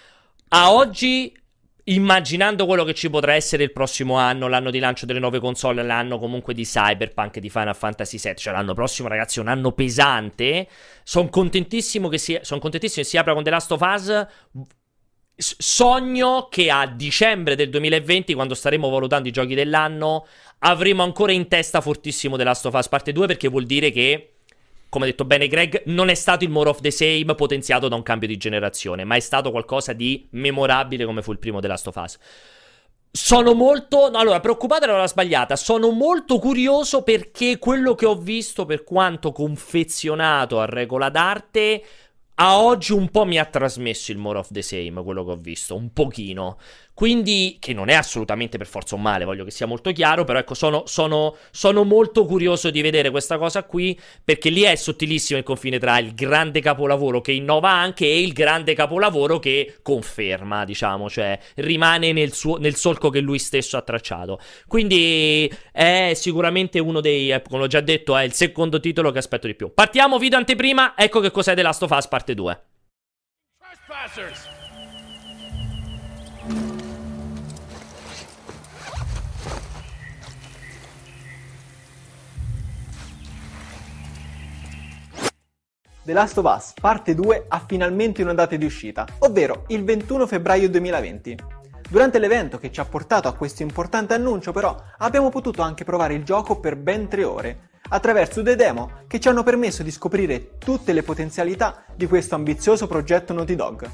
a oggi, immaginando quello che ci potrà essere il prossimo anno, l'anno di lancio delle nuove console, l'anno comunque di Cyberpunk, di Final Fantasy sette, cioè l'anno prossimo, ragazzi, è un anno pesante. Sono contentissimo che si, son contentissimo che si apra con The Last of Us. S- Sogno che a dicembre del duemilaventi, quando staremo valutando i giochi dell'anno, avremo ancora in testa fortissimo The Last of Us parte due, perché vuol dire che, come ha detto bene Greg, non è stato il more of the same potenziato da un cambio di generazione, ma è stato qualcosa di memorabile come fu il primo The Last of Us. Sono molto... no, allora, preoccupata era la sbagliata. Sono molto curioso perché quello che ho visto, per quanto confezionato a regola d'arte, a oggi un po' mi ha trasmesso il more of the same, quello che ho visto, un pochino. Quindi, che non è assolutamente per forza un male, voglio che sia molto chiaro, però ecco, sono, sono, sono molto curioso di vedere questa cosa qui, perché lì è sottilissimo il confine tra il grande capolavoro che innova anche e il grande capolavoro che conferma, diciamo, cioè rimane nel, suo, nel solco che lui stesso ha tracciato. Quindi è sicuramente uno dei, eh, come ho già detto, è il secondo titolo che aspetto di più. Partiamo, video anteprima, ecco che cos'è The Last of Us parte due. Trespassers! The Last of Us parte due ha finalmente una data di uscita, ovvero il ventuno febbraio duemilaventi. Durante l'evento che ci ha portato a questo importante annuncio, però, abbiamo potuto anche provare il gioco per ben tre ore, attraverso due demo che ci hanno permesso di scoprire tutte le potenzialità di questo ambizioso progetto Naughty Dog.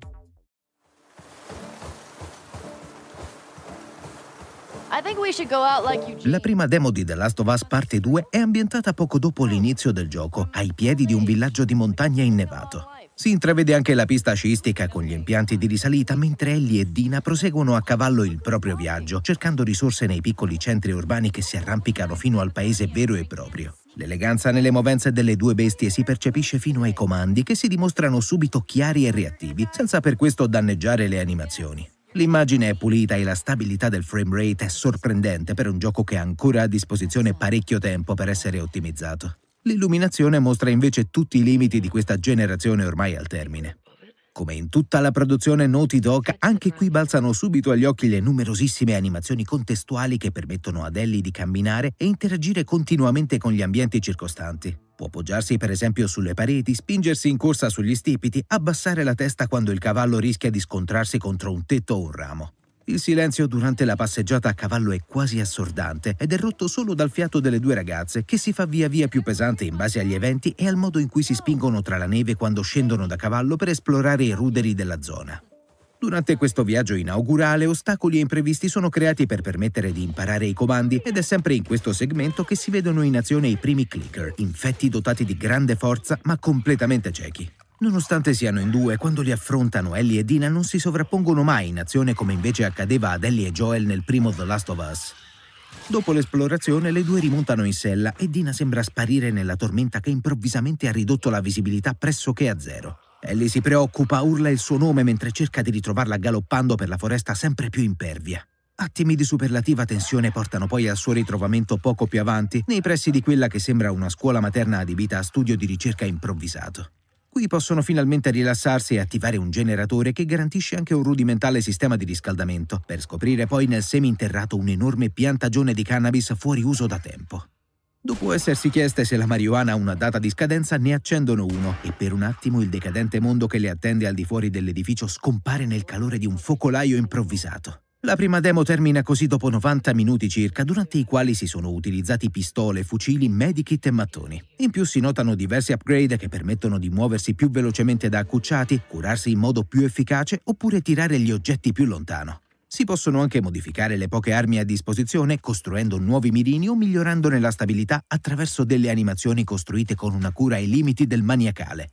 La prima demo di The Last of Us Parte due è ambientata poco dopo l'inizio del gioco, ai piedi di un villaggio di montagna innevato. Si intravede anche la pista sciistica con gli impianti di risalita, mentre Ellie e Dina proseguono a cavallo il proprio viaggio, cercando risorse nei piccoli centri urbani che si arrampicano fino al paese vero e proprio. L'eleganza nelle movenze delle due bestie si percepisce fino ai comandi, che si dimostrano subito chiari e reattivi, senza per questo danneggiare le animazioni. L'immagine è pulita e la stabilità del frame rate è sorprendente per un gioco che ha ancora a disposizione parecchio tempo per essere ottimizzato. L'illuminazione mostra invece tutti i limiti di questa generazione ormai al termine. Come in tutta la produzione Naughty Dog, anche qui balzano subito agli occhi le numerosissime animazioni contestuali che permettono ad Ellie di camminare e interagire continuamente con gli ambienti circostanti. Può poggiarsi per esempio sulle pareti, spingersi in corsa sugli stipiti, abbassare la testa quando il cavallo rischia di scontrarsi contro un tetto o un ramo. Il silenzio durante la passeggiata a cavallo è quasi assordante ed è rotto solo dal fiato delle due ragazze, che si fa via via più pesante in base agli eventi e al modo in cui si spingono tra la neve quando scendono da cavallo per esplorare i ruderi della zona. Durante questo viaggio inaugurale, ostacoli e imprevisti sono creati per permettere di imparare i comandi, ed è sempre in questo segmento che si vedono in azione i primi clicker, infetti dotati di grande forza ma completamente ciechi. Nonostante siano in due, quando li affrontano Ellie e Dina non si sovrappongono mai in azione come invece accadeva ad Ellie e Joel nel primo The Last of Us. Dopo l'esplorazione, le due rimontano in sella e Dina sembra sparire nella tormenta che improvvisamente ha ridotto la visibilità pressoché a zero. Ellie si preoccupa, urla il suo nome mentre cerca di ritrovarla galoppando per la foresta sempre più impervia. Attimi di superlativa tensione portano poi al suo ritrovamento poco più avanti, nei pressi di quella che sembra una scuola materna adibita a studio di ricerca improvvisato. Qui possono finalmente rilassarsi e attivare un generatore che garantisce anche un rudimentale sistema di riscaldamento, per scoprire poi nel seminterrato un'enorme piantagione di cannabis fuori uso da tempo. Dopo essersi chieste se la marijuana ha una data di scadenza, ne accendono uno e per un attimo il decadente mondo che le attende al di fuori dell'edificio scompare nel calore di un focolaio improvvisato. La prima demo termina così dopo novanta minuti circa, durante i quali si sono utilizzati pistole, fucili, medikit e mattoni. In più si notano diversi upgrade che permettono di muoversi più velocemente da accucciati, curarsi in modo più efficace oppure tirare gli oggetti più lontano. Si possono anche modificare le poche armi a disposizione, costruendo nuovi mirini o migliorandone la stabilità attraverso delle animazioni costruite con una cura ai limiti del maniacale.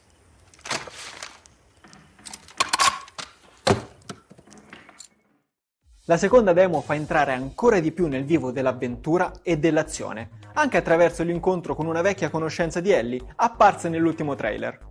La seconda demo fa entrare ancora di più nel vivo dell'avventura e dell'azione, anche attraverso l'incontro con una vecchia conoscenza di Ellie, apparsa nell'ultimo trailer.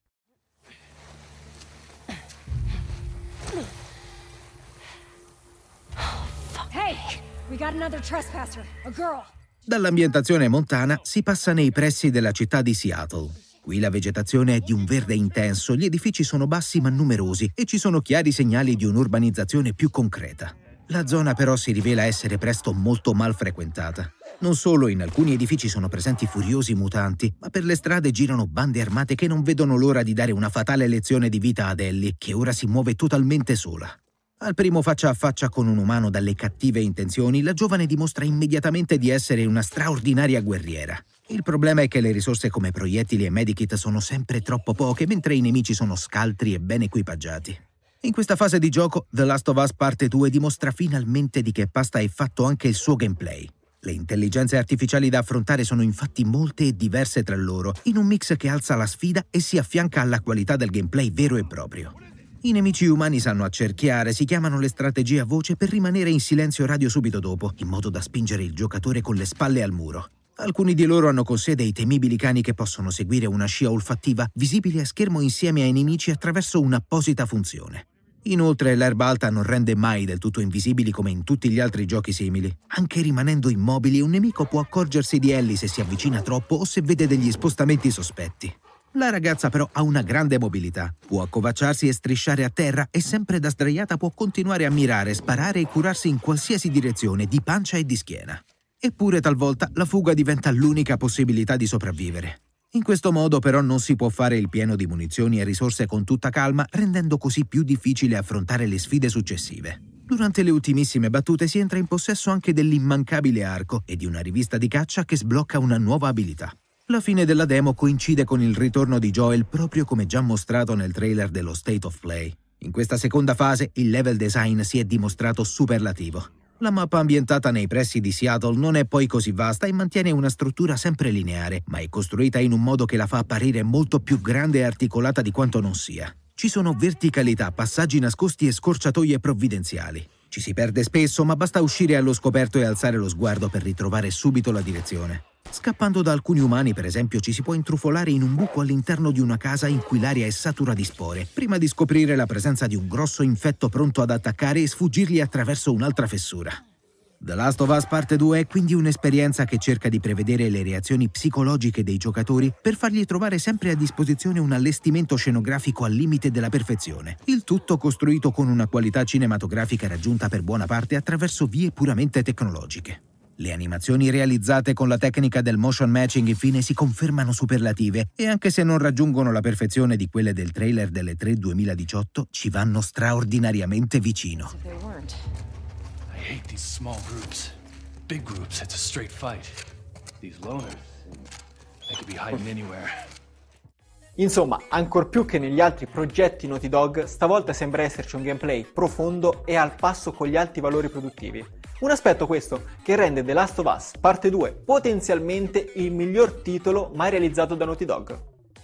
Dall'ambientazione montana si passa nei pressi della città di Seattle. Qui la vegetazione è di un verde intenso, gli edifici sono bassi ma numerosi e ci sono chiari segnali di un'urbanizzazione più concreta. La zona però si rivela essere presto molto mal frequentata. Non solo in alcuni edifici sono presenti furiosi mutanti, ma per le strade girano bande armate che non vedono l'ora di dare una fatale lezione di vita ad Ellie, che ora si muove totalmente sola. Al primo faccia a faccia con un umano dalle cattive intenzioni, la giovane dimostra immediatamente di essere una straordinaria guerriera. Il problema è che le risorse come proiettili e medikit sono sempre troppo poche, mentre i nemici sono scaltri e ben equipaggiati. In questa fase di gioco, The Last of Us Parte due dimostra finalmente di che pasta è fatto anche il suo gameplay. Le intelligenze artificiali da affrontare sono infatti molte e diverse tra loro, in un mix che alza la sfida e si affianca alla qualità del gameplay vero e proprio. I nemici umani sanno accerchiare, si chiamano le strategie a voce per rimanere in silenzio radio subito dopo, in modo da spingere il giocatore con le spalle al muro. Alcuni di loro hanno con sé dei temibili cani che possono seguire una scia olfattiva visibile a schermo insieme ai nemici attraverso un'apposita funzione. Inoltre l'erba alta non rende mai del tutto invisibili come in tutti gli altri giochi simili. Anche rimanendo immobili, un nemico può accorgersi di Ellie se si avvicina troppo o se vede degli spostamenti sospetti. La ragazza però ha una grande mobilità, può accovacciarsi e strisciare a terra e sempre da sdraiata può continuare a mirare, sparare e curarsi in qualsiasi direzione, di pancia e di schiena. Eppure talvolta la fuga diventa l'unica possibilità di sopravvivere. In questo modo però non si può fare il pieno di munizioni e risorse con tutta calma, rendendo così più difficile affrontare le sfide successive. Durante le ultimissime battute si entra in possesso anche dell'immancabile arco e di una rivista di caccia che sblocca una nuova abilità. La fine della demo coincide con il ritorno di Joel proprio come già mostrato nel trailer dello State of Play. In questa seconda fase il level design si è dimostrato superlativo. La mappa ambientata nei pressi di Seattle non è poi così vasta e mantiene una struttura sempre lineare, ma è costruita in un modo che la fa apparire molto più grande e articolata di quanto non sia. Ci sono verticalità, passaggi nascosti e scorciatoie provvidenziali. Ci si perde spesso, ma basta uscire allo scoperto e alzare lo sguardo per ritrovare subito la direzione. Scappando da alcuni umani, per esempio, ci si può intrufolare in un buco all'interno di una casa in cui l'aria è satura di spore, prima di scoprire la presenza di un grosso infetto pronto ad attaccare e sfuggirgli attraverso un'altra fessura. The Last of Us Parte due è quindi un'esperienza che cerca di prevedere le reazioni psicologiche dei giocatori per fargli trovare sempre a disposizione un allestimento scenografico al limite della perfezione. Il tutto costruito con una qualità cinematografica raggiunta per buona parte attraverso vie puramente tecnologiche. Le animazioni realizzate con la tecnica del motion matching infine si confermano superlative e anche se non raggiungono la perfezione di quelle del trailer delle tre duemiladiciotto, ci vanno straordinariamente vicino. I hate these small groups. Big groups, it's a straight fight. These loners, they could be hiding anywhere. Insomma, ancor più che negli altri progetti Naughty Dog, stavolta sembra esserci un gameplay profondo e al passo con gli alti valori produttivi. Un aspetto questo che rende The Last of Us Parte due potenzialmente il miglior titolo mai realizzato da Naughty Dog.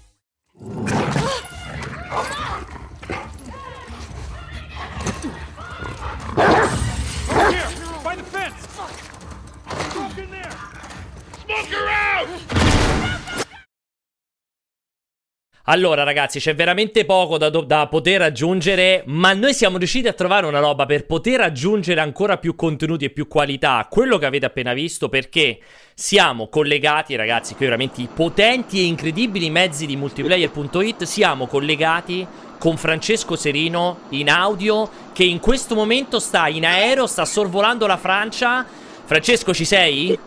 Allora ragazzi, c'è veramente poco da, da poter aggiungere, ma noi siamo riusciti a trovare una roba per poter aggiungere ancora più contenuti e più qualità a quello che avete appena visto, perché siamo collegati, ragazzi, qui veramente i potenti e incredibili mezzi di multiplayer punto it, siamo collegati con Francesco Serino in audio, che in questo momento sta in aereo, sta sorvolando la Francia. Francesco, ci sei?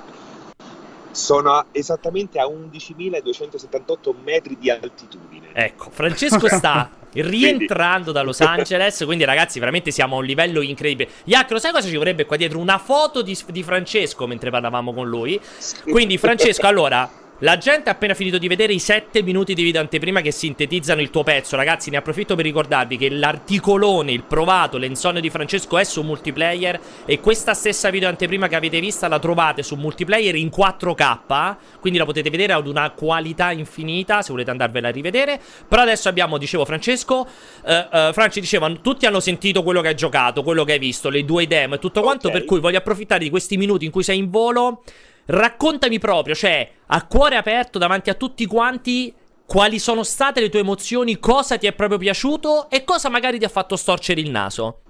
Sono esattamente a undicimiladuecentosettantotto metri di altitudine. Ecco, Francesco sta rientrando da Los Angeles, quindi ragazzi veramente siamo a un livello incredibile. Iacro, sai cosa ci vorrebbe qua dietro? Una foto di, di Francesco mentre parlavamo con lui. Quindi Francesco, allora, la gente ha appena finito di vedere i sette minuti di video anteprima che sintetizzano il tuo pezzo. Ragazzi, ne approfitto per ricordarvi che l'articolone, il provato, l'ensonno di Francesco è su multiplayer, e questa stessa video anteprima che avete vista la trovate su multiplayer in quattro K, quindi la potete vedere ad una qualità infinita se volete andarvela a rivedere. Però adesso abbiamo, dicevo Francesco, uh, uh, Franci diceva, tutti hanno sentito quello che hai giocato, quello che hai visto, le due demo e tutto quanto, okay. Per cui voglio approfittare di questi minuti in cui sei in volo. Raccontami proprio, cioè, a cuore aperto davanti a tutti quanti, quali sono state le tue emozioni, cosa ti è proprio piaciuto e cosa magari ti ha fatto storcere il naso.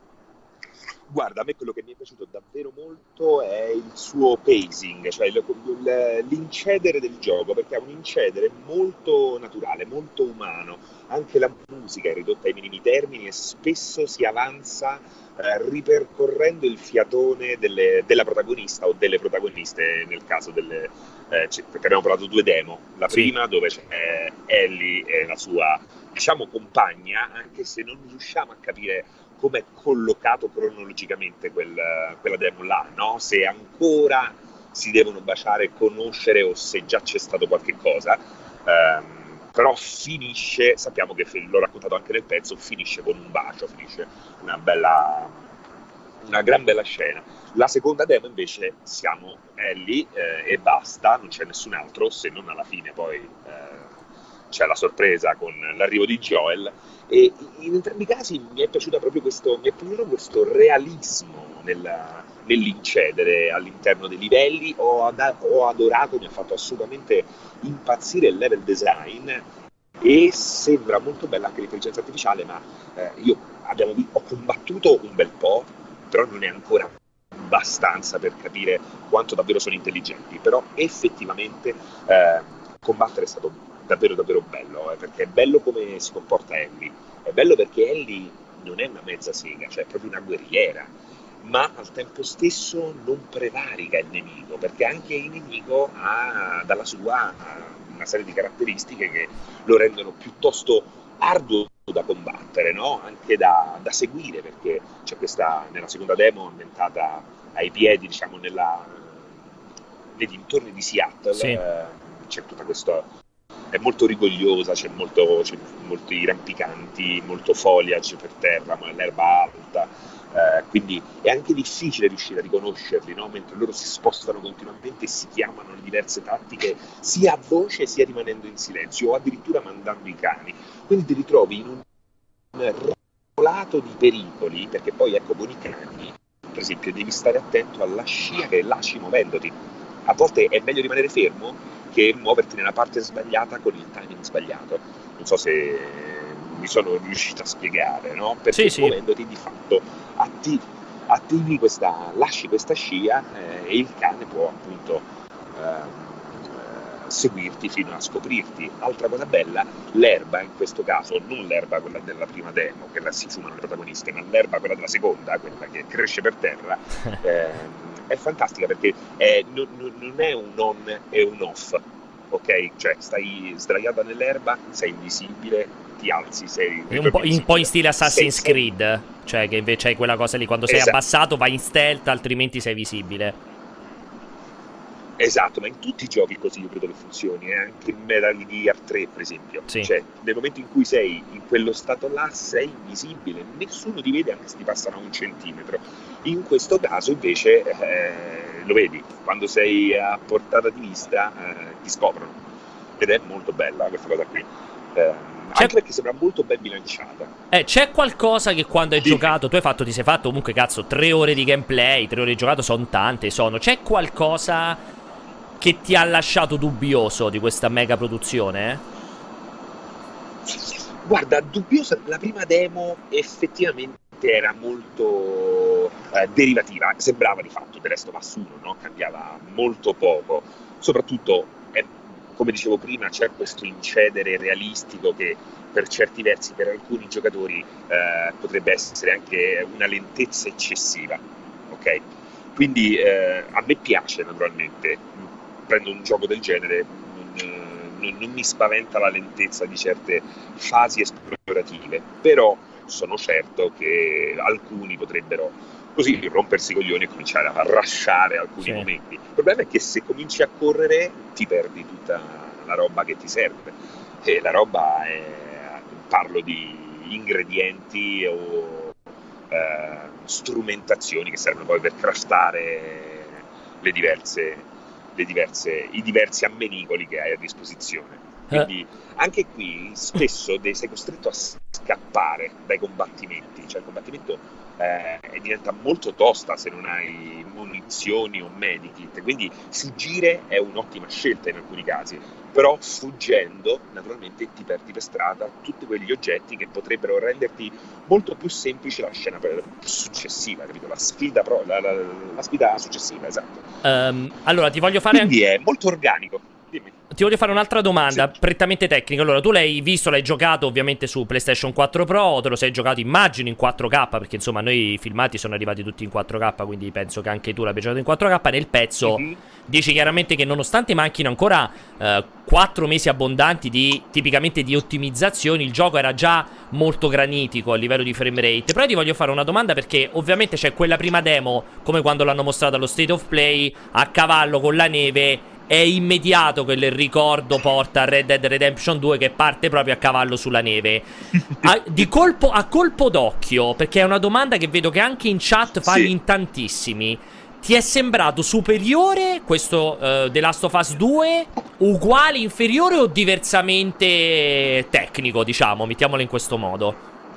Guarda, a me quello che mi è piaciuto davvero molto è il suo pacing, cioè l'incedere del gioco, perché è un incedere molto naturale, molto umano. Anche la musica è ridotta ai minimi termini e spesso si avanza eh, ripercorrendo il fiatone delle, della protagonista o delle protagoniste, nel caso delle... Eh, perché abbiamo provato due demo. La sì. prima dove c'è Ellie e la sua, diciamo, compagna, anche se non riusciamo a capire come è collocato cronologicamente quel, quella demo là, no? Se ancora si devono baciare, conoscere, o se già c'è stato qualche cosa. Um, però finisce, sappiamo che l'ho raccontato anche nel pezzo, finisce con un bacio, finisce una bella, una gran bella scena. La seconda demo invece siamo Ellie eh, e basta, non c'è nessun altro, se non alla fine poi eh, c'è la sorpresa con l'arrivo di Joel. E in entrambi i casi mi è piaciuto proprio questo, mi è piaciuto questo realismo nella, nell'incedere all'interno dei livelli. Ho, ad, ho adorato, mi ha fatto assolutamente impazzire il level design, e sembra molto bella anche l'intelligenza artificiale, ma eh, io abbiamo, ho combattuto un bel po', però non è ancora abbastanza per capire quanto davvero sono intelligenti. Però effettivamente eh, combattere è stato davvero davvero bello, eh, perché è bello come si comporta Ellie, è bello perché Ellie non è una mezza sega, cioè è proprio una guerriera, ma al tempo stesso non prevarica il nemico, perché anche il nemico ha dalla sua ha una serie di caratteristiche che lo rendono piuttosto arduo da combattere, no? Anche da, da seguire, perché c'è questa, nella seconda demo ambientata ai piedi, diciamo, nella, nei dintorni di Seattle, sì. eh, c'è tutta questa... è molto rigogliosa, c'è, molto, c'è molti rampicanti, molto foliage per terra, ma l'erba alta, eh, quindi è anche difficile riuscire a riconoscerli, no? Mentre loro si spostano continuamente e si chiamano le diverse tattiche sia a voce sia rimanendo in silenzio o addirittura mandando i cani, quindi ti ritrovi in un rolato di pericoli, perché poi ecco, con i cani per esempio devi stare attento alla scia che lasci muovendoti. A volte è meglio rimanere fermo che muoverti nella parte sbagliata con il timing sbagliato. Non so se mi sono riuscito a spiegare, no? Perché sì, muovendoti sì. di fatto attivi, attivi questa, lasci questa scia eh, e il cane può appunto eh, seguirti fino a scoprirti. Altra cosa bella, l'erba in questo caso, non l'erba quella della prima demo, che la si fumano le protagoniste, ma l'erba quella della seconda, quella che cresce per terra, eh, è fantastica perché è, non, non è un on e un off, ok? Cioè stai sdraiata nell'erba, sei invisibile, ti alzi, sei un po', un po' in stile Assassin's sei, Creed, cioè che invece è quella cosa lì, quando sei esatto. abbassato vai in stealth, altrimenti sei visibile. Esatto, ma in tutti i giochi così io credo che funzioni, eh? Anche in Metal Gear tre per esempio, sì. Cioè nel momento in cui sei in quello stato là sei invisibile, nessuno ti vede anche se ti passano a un centimetro. In questo caso invece eh, lo vedi, quando sei a portata di vista eh, ti scoprono, ed è molto bella questa cosa qui, eh, anche perché sembra molto ben bilanciata. Eh, c'è qualcosa che quando hai Dimmi. giocato, tu hai fatto, ti sei fatto comunque cazzo tre ore di gameplay, tre ore di giocato sono tante, sono, c'è qualcosa che ti ha lasciato dubbioso di questa mega produzione? Guarda, dubbiosa, la prima demo effettivamente era molto eh, derivativa, sembrava di fatto The Last of Us uno, no? Cambiava molto poco, soprattutto, eh, come dicevo prima, c'è questo incedere realistico che per certi versi, per alcuni giocatori, eh, potrebbe essere anche una lentezza eccessiva, ok? Quindi eh, a me piace naturalmente, prendo un gioco del genere, non, non, non mi spaventa la lentezza di certe fasi esplorative, però sono certo che alcuni potrebbero così rompersi i coglioni e cominciare a rasciare alcuni sì. momenti. Il problema è che se cominci a correre ti perdi tutta la roba che ti serve, e la roba è, parlo di ingredienti o eh, strumentazioni che servono poi per craftare le diverse Le diverse, i diversi ammenicoli che hai a disposizione. Quindi eh. anche qui spesso sei costretto a scappare dai combattimenti, cioè il combattimento eh, diventa molto tosta se non hai munizioni o medikit, quindi fuggire è un'ottima scelta in alcuni casi, però fuggendo naturalmente ti perdi per strada tutti quegli oggetti che potrebbero renderti molto più semplice la scena successiva, capito? La sfida, pro, la, la, la sfida successiva, esatto. Um, allora ti voglio fare quindi è molto organico. Dimmi. Ti voglio fare un'altra domanda, sì. prettamente tecnica. Allora, tu l'hai visto, l'hai giocato ovviamente su PlayStation quattro Pro, te lo sei giocato immagino in quattro K, perché insomma noi i filmati sono arrivati tutti in quattro K, quindi penso che anche tu l'abbia giocato in quattro K. Nel pezzo mm-hmm. dici chiaramente che nonostante manchino ancora eh, quattro mesi abbondanti di tipicamente di ottimizzazioni, il gioco era già molto granitico a livello di frame rate. Però ti voglio fare una domanda, perché ovviamente c'è quella prima demo, come quando l'hanno mostrato allo State of Play, a cavallo con la neve. È immediato che il ricordo porta a Red Dead Redemption due, che parte proprio a cavallo sulla neve. A, di colpo, a colpo d'occhio, perché è una domanda che vedo che anche in chat fanno sì. in tantissimi. Ti è sembrato superiore questo uh, The Last of Us due, uguale, inferiore o diversamente tecnico, diciamo, mettiamolo in questo modo?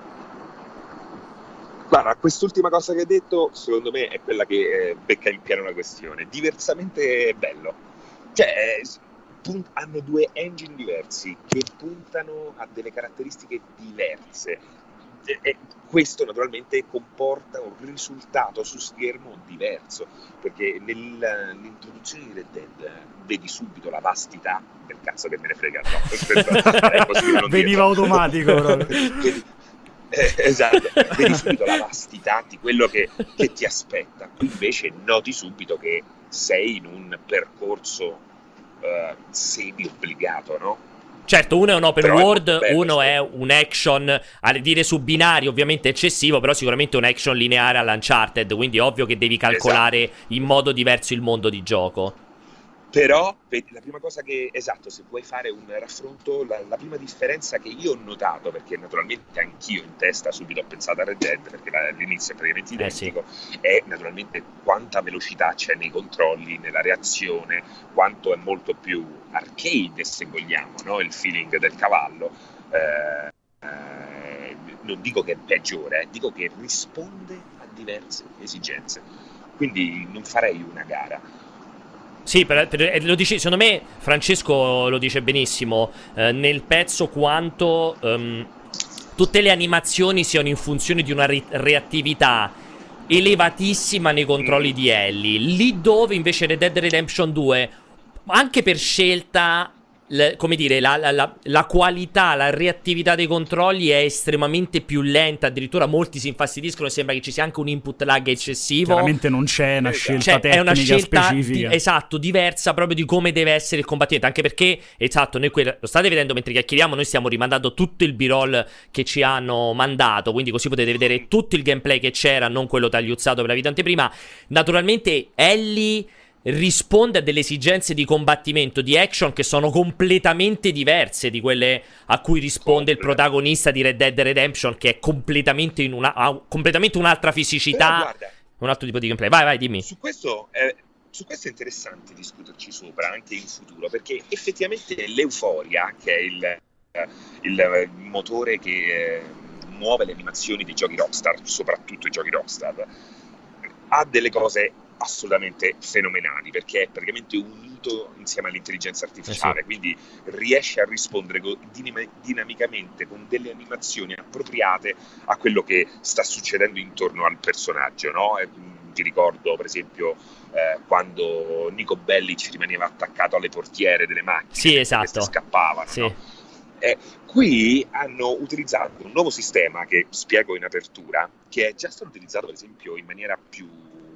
Guarda, quest'ultima cosa che hai detto secondo me è quella che eh, becca in pieno la questione. Diversamente bello. Cioè, punt- hanno due engine diversi che puntano a delle caratteristiche diverse e, e questo naturalmente comporta un risultato su schermo diverso, perché nell'introduzione di Red Dead vedi subito la vastità del cazzo che me ne frega, no? È possibile non veniva dirlo. Automatico proprio. vedi, eh, esatto, vedi subito la vastità di quello che, che ti aspetta. Tu invece noti subito che sei in un percorso uh, semi-obbligato, no? Certo, uno è un open Però world, è bello, uno è un action, a dire su binari ovviamente eccessivo, però sicuramente un action lineare all'Uncharted, quindi è ovvio che devi calcolare Esatto. in modo diverso il mondo di gioco. Però, vedi, la prima cosa che, esatto, se vuoi fare un raffronto, la, la prima differenza che io ho notato, perché naturalmente anch'io in testa subito ho pensato a Red Dead, perché la- l'inizio è praticamente Eh sì. identico, è naturalmente quanta velocità c'è nei controlli, nella reazione, quanto è molto più arcade, se vogliamo, no? Il feeling del cavallo. Eh, eh, non dico che è peggiore, eh, dico che risponde a diverse esigenze. Quindi non farei una gara. Sì, per, per- lo dice, secondo me Francesco lo dice benissimo eh, nel pezzo quanto ehm, tutte le animazioni siano in funzione di una ri- reattività elevatissima nei controlli di Ellie. Lì dove invece Red Dead Redemption due, anche per scelta, l- come dire, la, la- la- la qualità, la reattività dei controlli è estremamente più lenta. Addirittura molti si infastidiscono e sembra che ci sia anche un input lag eccessivo. Chiaramente non c'è una scelta Cioè, tecnica è una scelta di- specifica. esatto, diversa proprio di come deve essere il combattimento. Anche perché, esatto, noi que- lo state vedendo mentre chiacchieriamo, noi stiamo rimandando tutto il b-roll che ci hanno mandato, quindi così potete vedere tutto il gameplay che c'era, non quello tagliuzzato per la video anteprima. Naturalmente Ellie risponde a delle esigenze di combattimento, di action che sono completamente diverse di quelle a cui risponde il protagonista di Red Dead Redemption, che è completamente in una ha completamente un'altra fisicità, Però guarda, un altro tipo di gameplay. Vai, vai, dimmi. Su questo, è, su questo è interessante discuterci sopra anche in futuro, perché effettivamente l'euforia, che è il, eh, il motore che eh, muove le animazioni dei giochi Rockstar, soprattutto i giochi Rockstar, ha delle cose assolutamente fenomenali, perché è praticamente unito insieme all'intelligenza artificiale, Eh sì. quindi riesce a rispondere co- dinam- dinamicamente con delle animazioni appropriate a quello che sta succedendo intorno al personaggio, no? E, mh, ti ricordo per esempio eh, quando Nico Bellic rimaneva attaccato alle portiere delle macchine, Sì, perché esatto. queste scappavano, Sì. no? Eh, qui hanno utilizzato un nuovo sistema che spiego in apertura, che è già stato utilizzato per esempio in maniera più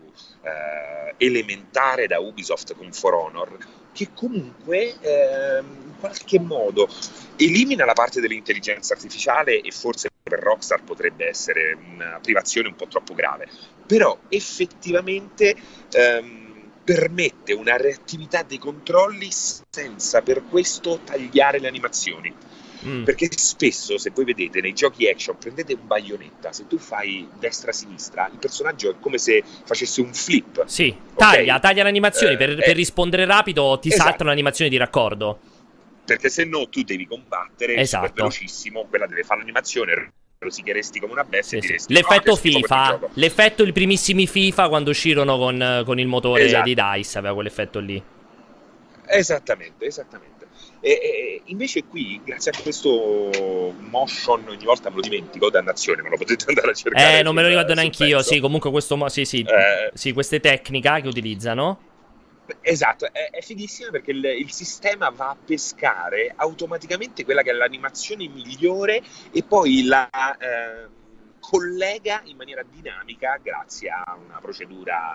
eh, elementare da Ubisoft con For Honor, che comunque ehm, in qualche modo elimina la parte dell'intelligenza artificiale, e forse per Rockstar potrebbe essere una privazione un po' troppo grave, però effettivamente ehm, permette una reattività dei controlli senza per questo tagliare le animazioni. Mm. Perché spesso, se voi vedete nei giochi action, prendete un baionetta, se tu fai destra-sinistra, il personaggio è come se facesse un flip. Sì, ok? taglia, taglia le animazioni, Eh, per, eh, per rispondere rapido ti esatto. salta un'animazione di raccordo. Perché se no tu devi combattere Esatto. super velocissimo, quella deve fare l'animazione, rosicheresti come una bestia e Sì, sì. diresti L'effetto "No, che schifo questo FIFA, gioco". l'effetto i primissimi FIFA quando uscirono con, con il motore Esatto. di DICE, aveva quell'effetto lì. Esattamente, esattamente. E, e invece qui, grazie a questo motion, ogni volta me lo dimentico, dannazione, ma lo potete andare a cercare. Eh, non me lo sul- ricordo sul neanch'io, pezzo. sì, comunque questo, mo- sì, sì, Eh, sì, queste tecniche che utilizzano. Esatto, è, è fighissima perché il, il sistema va a pescare automaticamente quella che è l'animazione migliore e poi la eh, collega in maniera dinamica grazie a una procedura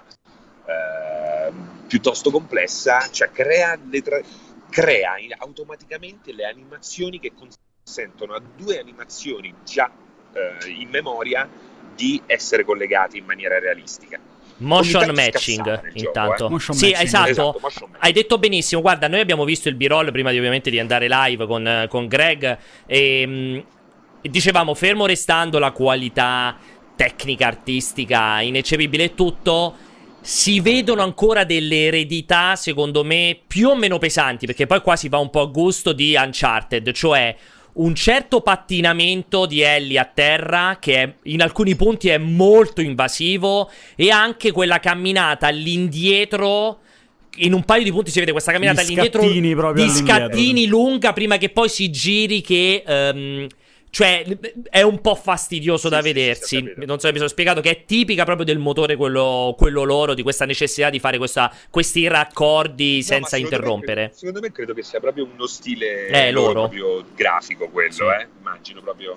eh, piuttosto complessa, cioè crea, le tra- crea in- automaticamente le animazioni che consentono a due animazioni già eh, in memoria di essere collegati in maniera realistica. Motion Ogni tanto matching, scassava nel gioco, intanto. eh. Motion Sì, matching. esatto. Esatto, motion matching. Hai detto benissimo. Guarda, noi abbiamo visto il B-roll prima di, ovviamente di andare live con, eh, con Greg. E mh, dicevamo, fermo restando la qualità tecnica, artistica, ineccepibile e tutto, si vedono ancora delle eredità, secondo me, più o meno pesanti, perché poi qua si va un po' a gusto di Uncharted, cioè un certo pattinamento di Ellie a terra che è, in alcuni punti è molto invasivo, e anche quella camminata all'indietro. In un paio di punti si vede questa camminata Gli all'indietro scattini proprio di all'indietro. scattini lunga prima che poi si giri, che ehm, cioè è un po' fastidioso da vedersi. Non so se mi sono spiegato, che è tipica proprio del motore quello, quello loro, di questa necessità di fare questa, questi raccordi No, senza ma secondo interrompere. Me, secondo me credo che sia proprio uno stile Eh, loro. proprio grafico quello, Sì. eh? Immagino proprio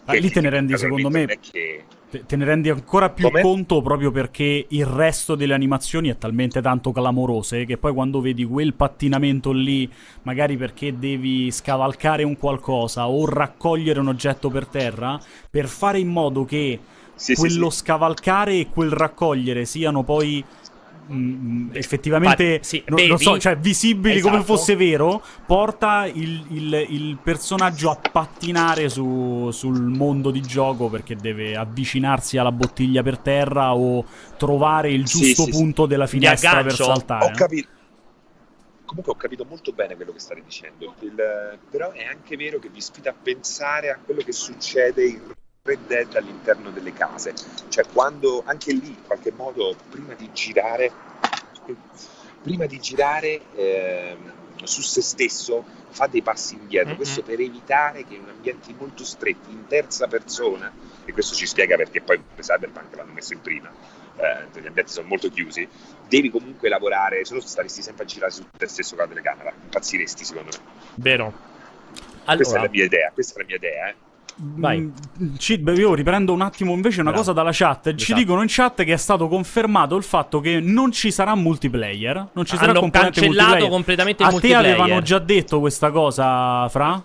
Ah, lì te ne rendi, secondo me, che... te, te ne rendi ancora più Come? conto proprio perché il resto delle animazioni è talmente tanto clamorose che poi quando vedi quel pattinamento lì, magari perché devi scavalcare un qualcosa o raccogliere un oggetto per terra, per fare in modo che sì, quello sì, sì. scavalcare e quel raccogliere siano poi... Mm, effettivamente Pat- sì, non, non so, cioè visibili esatto. come fosse vero, porta il, il, il personaggio a pattinare su, sul mondo di gioco perché deve avvicinarsi alla bottiglia per terra o trovare il giusto sì, sì, punto sì. della finestra per saltare. Ho capito. Comunque ho capito molto bene quello che state dicendo, il, però è anche vero che vi sfida a pensare a quello che succede in Red Dead all'interno delle case, cioè quando anche lì in qualche modo prima di girare prima di girare eh, su se stesso fa dei passi indietro, mm-hmm. questo per evitare che in ambienti molto stretti in terza persona, e questo ci spiega perché poi Cyberpunk l'hanno messo in prima, eh, gli ambienti sono molto chiusi, devi comunque lavorare, se no staresti sempre a girare su te stesso con la telecamera, impazziresti secondo me. Vero. Allora. Questa è la mia idea, questa è la mia idea, eh. Vai. Ci, io riprendo un attimo invece una Bravo. cosa dalla chat. Ci esatto. dicono in chat che è stato confermato il fatto che non ci sarà multiplayer. Non ci sarà Hanno completamente cancellato multiplayer. completamente il A multiplayer. te avevano già detto questa cosa, Fra?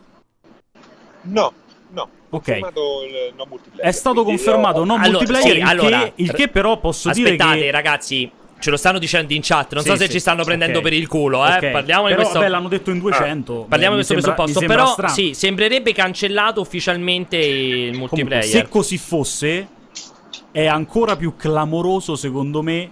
No, no. Ok. Il no multiplayer. È stato confermato non allora, multiplayer. sì, il, allora, che, il che però posso aspettate, dire che... Aspettate ragazzi, ce lo stanno dicendo in chat. Non sì, so se sì, ci stanno prendendo okay. per il culo, eh. Okay. Parliamo però, di questo. Vabbè, l'hanno detto in duecento. Ah, parliamo Beh, di questo sembra, presupposto. Però, strano. sì, sembrerebbe cancellato ufficialmente il multiplayer. Comunque, se così fosse, è ancora più clamoroso, secondo me,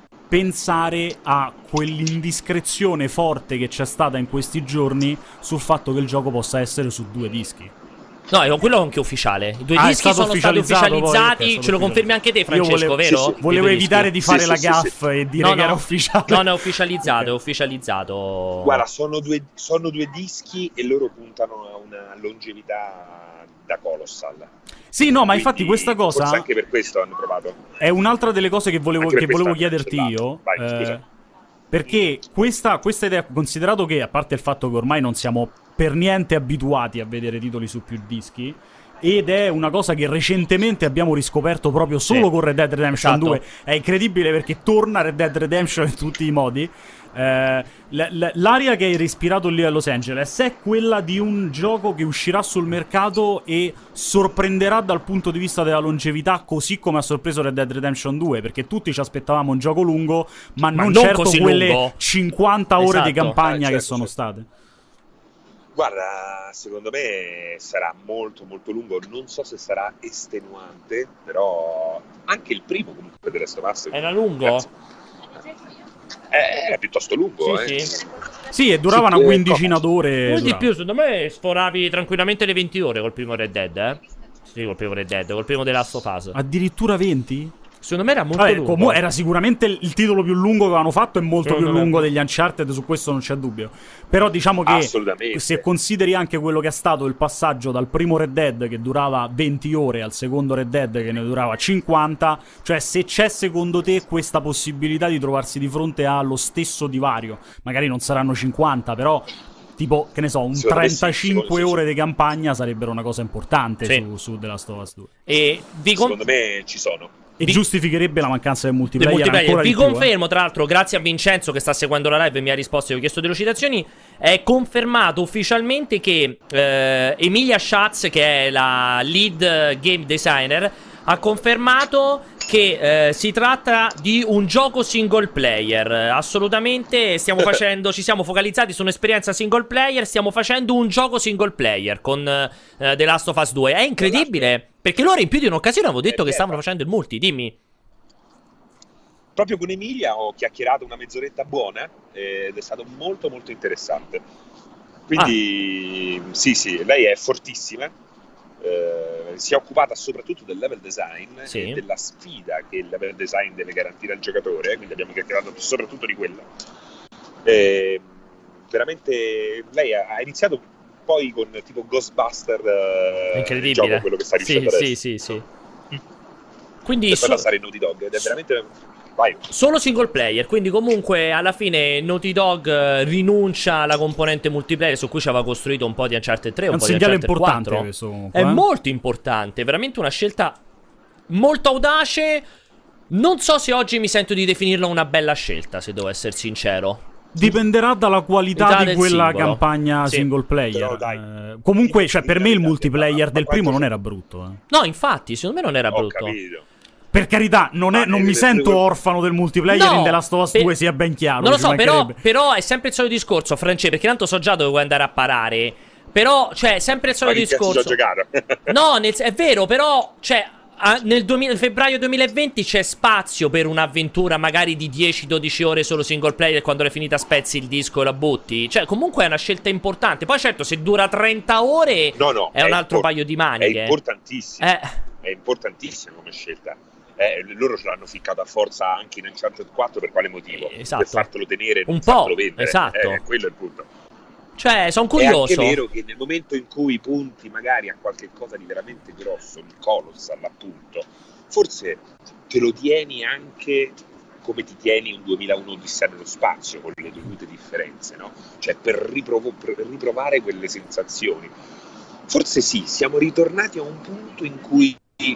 pensare a quell'indiscrezione forte che c'è stata in questi giorni sul fatto che il gioco possa essere su due dischi. No, quello è anche ufficiale. I due ah, dischi sono stati ufficializzati. Poi, okay, ce lo confermi anche te, Francesco, volevo, vero? Sì, sì. Volevo evitare di fare sì, la sì, gaffe sì, sì. e dire no, che no. era ufficiale. No, no, è ufficializzato, okay. è ufficializzato. Guarda, sono due, sono due dischi e loro puntano a una longevità da colossal. Sì, no, ma Quindi, infatti questa cosa... Forse anche per questo hanno provato. È un'altra delle cose che volevo, che volevo chiederti io. Vai, eh, scusa. Perché questa, questa idea, considerato che, a parte il fatto che ormai non siamo per niente abituati a vedere titoli su più dischi, ed è una cosa che recentemente abbiamo riscoperto proprio solo sì. con Red Dead Redemption esatto. due. È incredibile perché torna Red Dead Redemption in tutti i modi. Eh, l- l- l'aria che hai respirato lì a Los Angeles è quella di un gioco che uscirà sul mercato e sorprenderà dal punto di vista della longevità, così come ha sorpreso Red Dead Redemption due, perché tutti ci aspettavamo un gioco lungo, ma, ma non, non certo quelle lungo. cinquanta ore esatto. di campagna eh, certo, che sono certo. state. Guarda, secondo me sarà molto molto lungo, non so se sarà estenuante, però anche il primo comunque delle Last of Us era lungo? Grazie. Era piuttosto lungo, sì, eh. Sì, sì e durava una quindicina d'ore. Non di più, secondo me sforavi tranquillamente le venti ore col primo Red Dead, eh? Sì, col primo Red Dead, col primo The Last of Us. Addirittura venti? Secondo me era molto Vabbè, lungo. Comunque era sicuramente il titolo più lungo che avevano fatto e molto più lungo degli Uncharted, su questo non c'è dubbio. Però diciamo che se consideri anche quello che è stato il passaggio dal primo Red Dead che durava venti ore al secondo Red Dead che ne durava cinquanta, cioè se c'è secondo te questa possibilità di trovarsi di fronte allo stesso divario, magari non saranno cinquanta, però tipo, che ne so, un trentacinque ore di campagna sarebbero una cosa importante sì. su, su The Last of Us due. E vi secondo me ci sono. E vi... giustificherebbe la mancanza del multiplayer, del multiplayer. Vi di più, confermo, eh. tra l'altro, grazie a Vincenzo che sta seguendo la live e mi ha risposto e vi ho chiesto delle citazioni. È confermato ufficialmente che eh, Emilia Schatz, che è la lead game designer, ha confermato che eh, si tratta di un gioco single player. Assolutamente, stiamo facendo, ci siamo focalizzati su un'esperienza single player. Stiamo facendo un gioco single player con eh, The Last of Us due. È incredibile, perché loro in più di un'occasione avevo detto che stavano facendo il multi. Dimmi. Proprio con Emilia ho chiacchierato una mezz'oretta buona ed è stato molto molto interessante. Quindi ah. sì sì, lei è fortissima. Eh, si è occupata soprattutto del level design sì. e della sfida che il level design deve garantire al giocatore, quindi abbiamo chiacchierato soprattutto di quello. Eh, veramente lei ha, ha iniziato poi con tipo Ghostbuster eh, incredibile, il gioco, quello che sta riuscendo sì, adesso. sì, sì, sì. Quindi e so... poi passare in Naughty Dog ed è veramente Vai. Solo single player, quindi comunque alla fine Naughty Dog eh, rinuncia alla componente multiplayer su cui ci aveva costruito un po' di Uncharted tre, un, un po' di segnale Uncharted importante quattro. questo comunque, È eh? molto importante, veramente una scelta molto audace. Non so se oggi mi sento di definirla una bella scelta, se devo essere sincero. Dipenderà dalla qualità Qualità di del quella singolo. campagna Sì. single player. Però dai. Eh, comunque, cioè, per me il multiplayer del primo non era brutto. Eh. No, infatti, secondo me non era Ho brutto. capito. Per carità, non, è, non mi sento orfano del multiplayer No, in The Last of Us per- due, sia ben chiaro. Non lo ci so, però, mancherebbe. però è sempre il solito discorso, Francesco, perché tanto so già dove vuoi andare a parare. Però, cioè, sempre il Ma solito chi cazzo discorso. ci ha giocato? No, nel- è vero, però, cioè, a- nel duemila febbraio duemilaventi c'è spazio per un'avventura magari di dieci dodici ore solo single player, quando l'hai finita spezzi il disco e la butti. Cioè, comunque è una scelta importante. Poi certo, se dura trenta ore No, no, è un altro impor- paio di È maniche. importantissimo. Eh. È importantissima come scelta. Eh, loro ce l'hanno ficcato a forza anche in Uncharted quattro, per quale motivo? Esatto. Per fartelo tenere e non Un po', fartelo vendere. esatto. Eh, quello è il punto. Cioè, sono È curioso. anche vero che nel momento in cui punti magari a qualche cosa di veramente grosso, il Colossal appunto, forse te lo tieni anche come ti tieni un duemilauno Odissea nello spazio, con le dovute differenze, no? Cioè per, riprovo- per riprovare quelle sensazioni. Forse sì, siamo ritornati a un punto in cui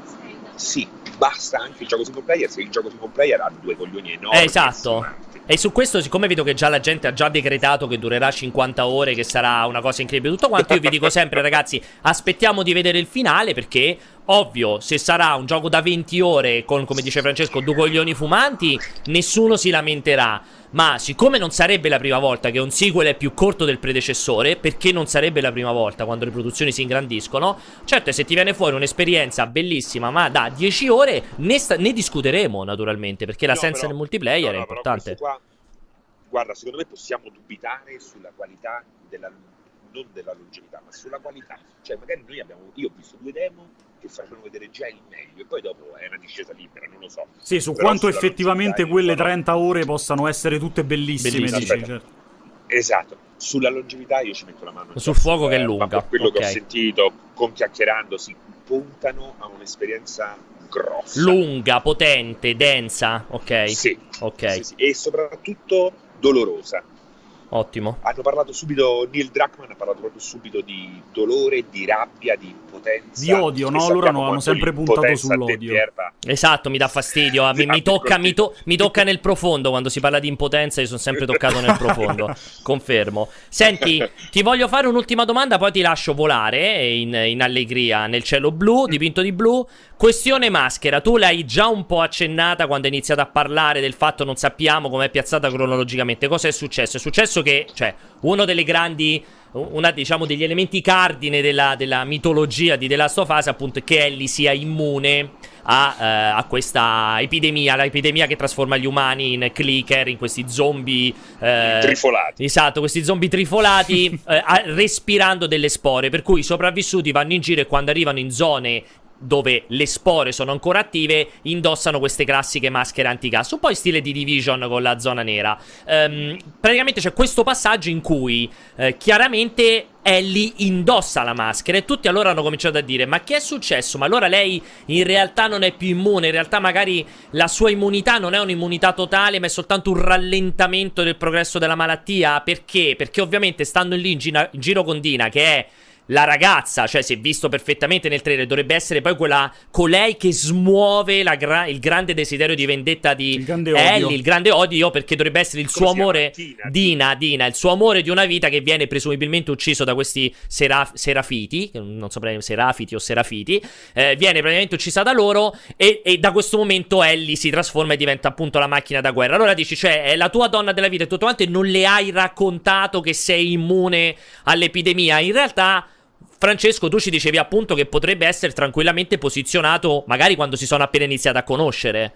sì, basta anche il gioco single player, se il gioco single player ha due coglioni enormi. Eh, esatto. E su questo, siccome vedo che già la gente ha già decretato che durerà cinquanta ore, che sarà una cosa incredibile tutto quanto, io vi dico sempre, ragazzi, aspettiamo di vedere il finale, perché ovvio, se sarà un gioco da venti ore con, come dice Francesco, due coglioni fumanti, nessuno si lamenterà. Ma siccome non sarebbe la prima volta che un sequel è più corto del predecessore, perché non sarebbe la prima volta quando le produzioni si ingrandiscono, certo, se ti viene fuori un'esperienza bellissima ma da dieci ore, ne, sta- ne discuteremo naturalmente, perché la No, senza però- del multiplayer no, no, è però importante. questo qua, guarda, secondo me possiamo dubitare sulla qualità della, non della longevità, ma sulla qualità. Cioè, magari noi abbiamo, io ho visto due demo che facevano vedere già il meglio, e poi dopo è una discesa libera, non lo so. Sì, su Però quanto sulla effettivamente longevità quelle io sono- trenta ore possano essere tutte bellissime, Bellissime. dici, Aspetta. certo. Esatto, sulla longevità io ci metto la mano Sul addosso, fuoco che è eh, lunga, ma per quello ok. che ho sentito, con chiacchierando, si puntano a un'esperienza grossa. Lunga, potente, densa, ok. Sì. Ok, Sì, sì, e soprattutto dolorosa. ottimo. Hanno parlato subito, Neil Druckmann ha parlato proprio subito di dolore, di rabbia, di impotenza. Di odio, E no? sappiamo Loro hanno- hanno quanto sempre puntato l'impotenza a te, sull'odio. Pierpa, Esatto, mi dà fastidio. Mi, mi tocca, mi, to- mi tocca nel profondo quando si parla di impotenza. Io sono sempre toccato nel profondo. Confermo. Senti, ti voglio fare un'ultima domanda, poi ti lascio volare in, in allegria nel cielo blu, dipinto di blu. Questione maschera. Tu l'hai già un po' accennata quando hai iniziato a parlare del fatto non sappiamo com'è piazzata cronologicamente. Cosa è successo? È successo che, cioè, uno delle grandi, una diciamo degli elementi cardine della, della mitologia di The Last of Us, appunto, è che Ellie sia immune a, eh, a questa epidemia, l'epidemia che trasforma gli umani in clicker, in questi zombie eh, trifolati. Esatto, questi zombie trifolati eh, a- respirando delle spore, per cui i sopravvissuti vanno in giro e quando arrivano in zone dove le spore sono ancora attive indossano queste classiche maschere antigas, un po' in stile di Division con la zona nera. Ehm, praticamente c'è questo passaggio in cui eh, chiaramente Ellie indossa la maschera e tutti allora hanno cominciato a dire: ma che è successo? Ma allora lei in realtà non è più immune, in realtà magari la sua immunità non è un'immunità totale ma è soltanto un rallentamento del progresso della malattia. Perché? Perché ovviamente stando lì in, gina- in giro con Dina, che è la ragazza, cioè si è visto perfettamente nel trailer, dovrebbe essere poi quella colei che smuove la gra- il grande desiderio di vendetta di Il grande Ellie, odio. il grande odio, perché dovrebbe essere il Come suo si chiama? amore. Dina, Dina, Dina, il suo amore di una vita, che viene presumibilmente ucciso da questi seraf- serafiti, che non saprei serafiti o serafiti, eh, viene praticamente uccisa da loro e, e da questo momento Ellie si trasforma e diventa appunto la macchina da guerra. Allora dici, cioè, è la tua donna della vita e tutto quanto e non le hai raccontato che sei immune all'epidemia. In realtà, Francesco, tu ci dicevi appunto che potrebbe essere tranquillamente posizionato magari quando si sono appena iniziati a conoscere.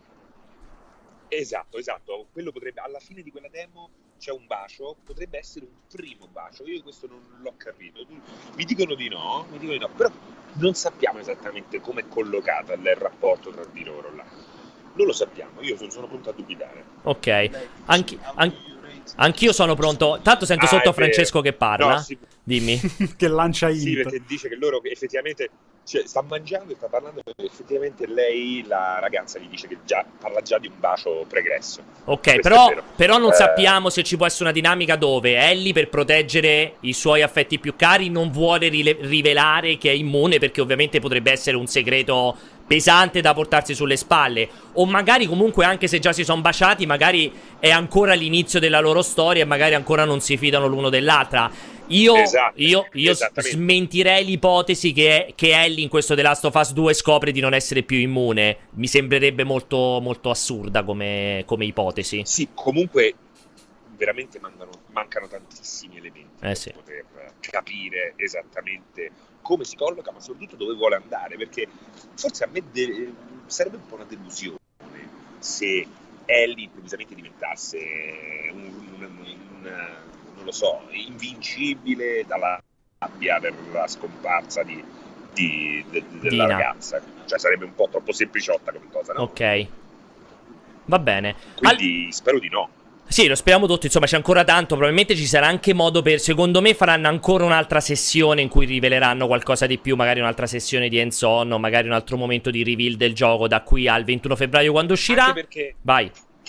Esatto, esatto. Quello potrebbe, alla fine di quella demo c'è un bacio, potrebbe essere un primo bacio. Io questo non l'ho capito. Mi dicono di no, mi dicono di no, però non sappiamo esattamente come è collocato il rapporto tra di loro là. Non lo sappiamo, io sono, sono pronto a dubitare. Ok, Anchi- an- anch'io sono pronto. Tanto sento Ah, sotto è vero. Francesco che parla. No, si- Dimmi. Che lancia hit. Sì, perché dice che loro effettivamente, cioè, sta mangiando e sta parlando, e effettivamente lei, la ragazza, gli dice che già parla già di un bacio pregresso. Ok, però, però non eh... sappiamo se ci può essere una dinamica dove Ellie, per proteggere i suoi affetti più cari, non vuole rile- rivelare che è immune, perché ovviamente potrebbe essere un segreto pesante da portarsi sulle spalle. O magari comunque, anche se già si sono baciati, magari è ancora l'inizio della loro storia e magari ancora non si fidano l'uno dell'altra. Io, esatto, io, io smentirei l'ipotesi che, che Ellie in questo The Last of Us due scopre di non essere più immune. Mi sembrerebbe molto, molto assurda come, come ipotesi. Sì, comunque veramente mancano, mancano tantissimi elementi eh per sì. poter capire esattamente come si colloca, ma soprattutto dove vuole andare, perché forse a me de- sarebbe un po' una delusione se Ellie improvvisamente diventasse un, un, un, un non lo so, invincibile dalla rabbia per la scomparsa di, di, de, de, della Dina. ragazza. Cioè sarebbe un po' troppo sempliciotta come cosa, no? Ok, va bene. Quindi Al... spero di no. Sì, lo speriamo tutti, insomma c'è ancora tanto. Probabilmente ci sarà anche modo per, secondo me faranno ancora un'altra sessione in cui riveleranno qualcosa di più. Magari un'altra sessione di hands-on, o magari un altro momento di reveal del gioco da qui al ventuno febbraio, quando uscirà. Anche perché... Vai.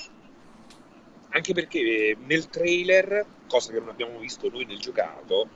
Anche perché nel trailer, cosa che non abbiamo visto noi nel giocato,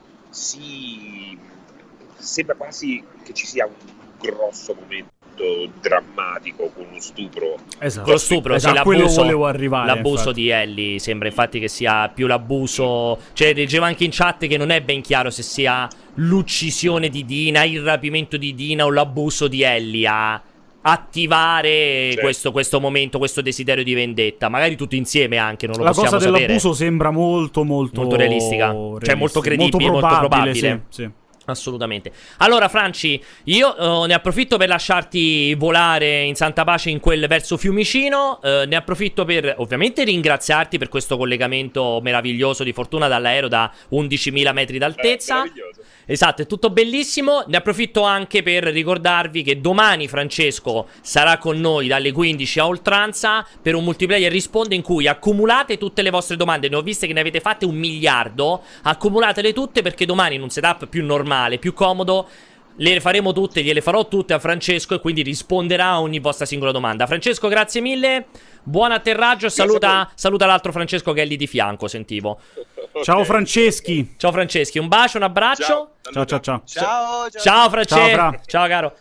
si sembra quasi che ci sia un grosso momento drammatico con uno stupro. Esatto. Con lo stupro, esatto, sì, a quello l'abuso, volevo arrivare, l'abuso infatti. di Ellie. Sembra infatti che sia più l'abuso. Cioè, leggevo anche in chat che non è ben chiaro se sia l'uccisione di Dina, il rapimento di Dina o l'abuso di Ellie a attivare certo. questo, questo momento, questo desiderio di vendetta. Magari tutti insieme anche, non lo la possiamo sapere. La cosa dell'abuso sembra molto molto molto realistica, realistica. Cioè molto credibile, molto probabile, molto probabile. Sì, sì. Assolutamente. Allora Franci, io uh, ne approfitto per lasciarti volare in santa pace in quel verso Fiumicino. uh, Ne approfitto per ovviamente ringraziarti per questo collegamento meraviglioso di fortuna dall'aereo da undicimila metri d'altezza. Eh, esatto, è tutto bellissimo. Ne approfitto anche per ricordarvi che domani Francesco sarà con noi dalle quindici a oltranza per un multiplayer risponde in cui accumulate tutte le vostre domande. Ne ho viste che ne avete fatte un miliardo. Accumulatele tutte, perché domani in un setup più normale, più comodo, le faremo tutte, gliele farò tutte a Francesco e quindi risponderà a ogni vostra singola domanda. Francesco, grazie mille, buon atterraggio. Saluta, saluta l'altro Francesco che è lì di fianco, sentivo. Okay. Ciao Franceschi. Ciao Franceschi, un bacio, un abbraccio. Ciao ciao ciao. Ciao, ciao, ciao Francesco. Ciao, ciao caro.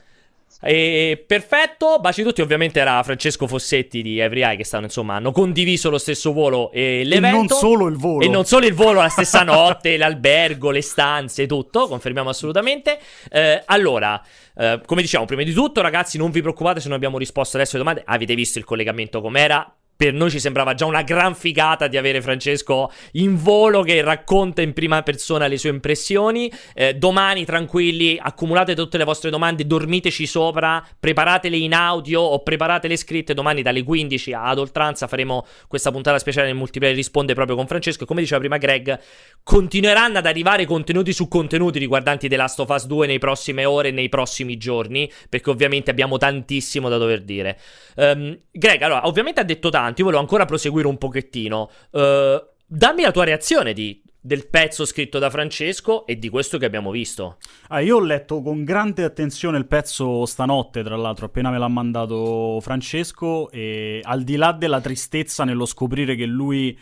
E perfetto, baci tutti. Ovviamente era Francesco Fossetti di Every Eye che stanno, insomma, hanno condiviso lo stesso volo e l'evento. E non solo il volo. E non solo il volo, la stessa notte, l'albergo, le stanze, tutto, confermiamo assolutamente. eh, Allora, eh, come diciamo, prima di tutto ragazzi, non vi preoccupate se non abbiamo risposto adesso alle domande. Avete visto il collegamento com'era? Per noi ci sembrava già una gran figata di avere Francesco in volo che racconta in prima persona le sue impressioni. eh, Domani tranquilli, accumulate tutte le vostre domande, dormiteci sopra, preparatele in audio o preparatele scritte. Domani dalle quindici ad oltranza faremo questa puntata speciale nel multiplayer risponde proprio con Francesco. E come diceva prima Greg, continueranno ad arrivare contenuti su contenuti riguardanti The Last of Us due nei prossime ore e nei prossimi giorni, perché ovviamente abbiamo tantissimo da dover dire. um, Greg, allora, ovviamente ha detto tanto. Io volevo ancora proseguire un pochettino. uh, Dammi la tua reazione di, del pezzo scritto da Francesco e di questo che abbiamo visto. Ah, io ho letto con grande attenzione il pezzo stanotte, tra l'altro, appena me l'ha mandato Francesco, e al di là della tristezza nello scoprire che lui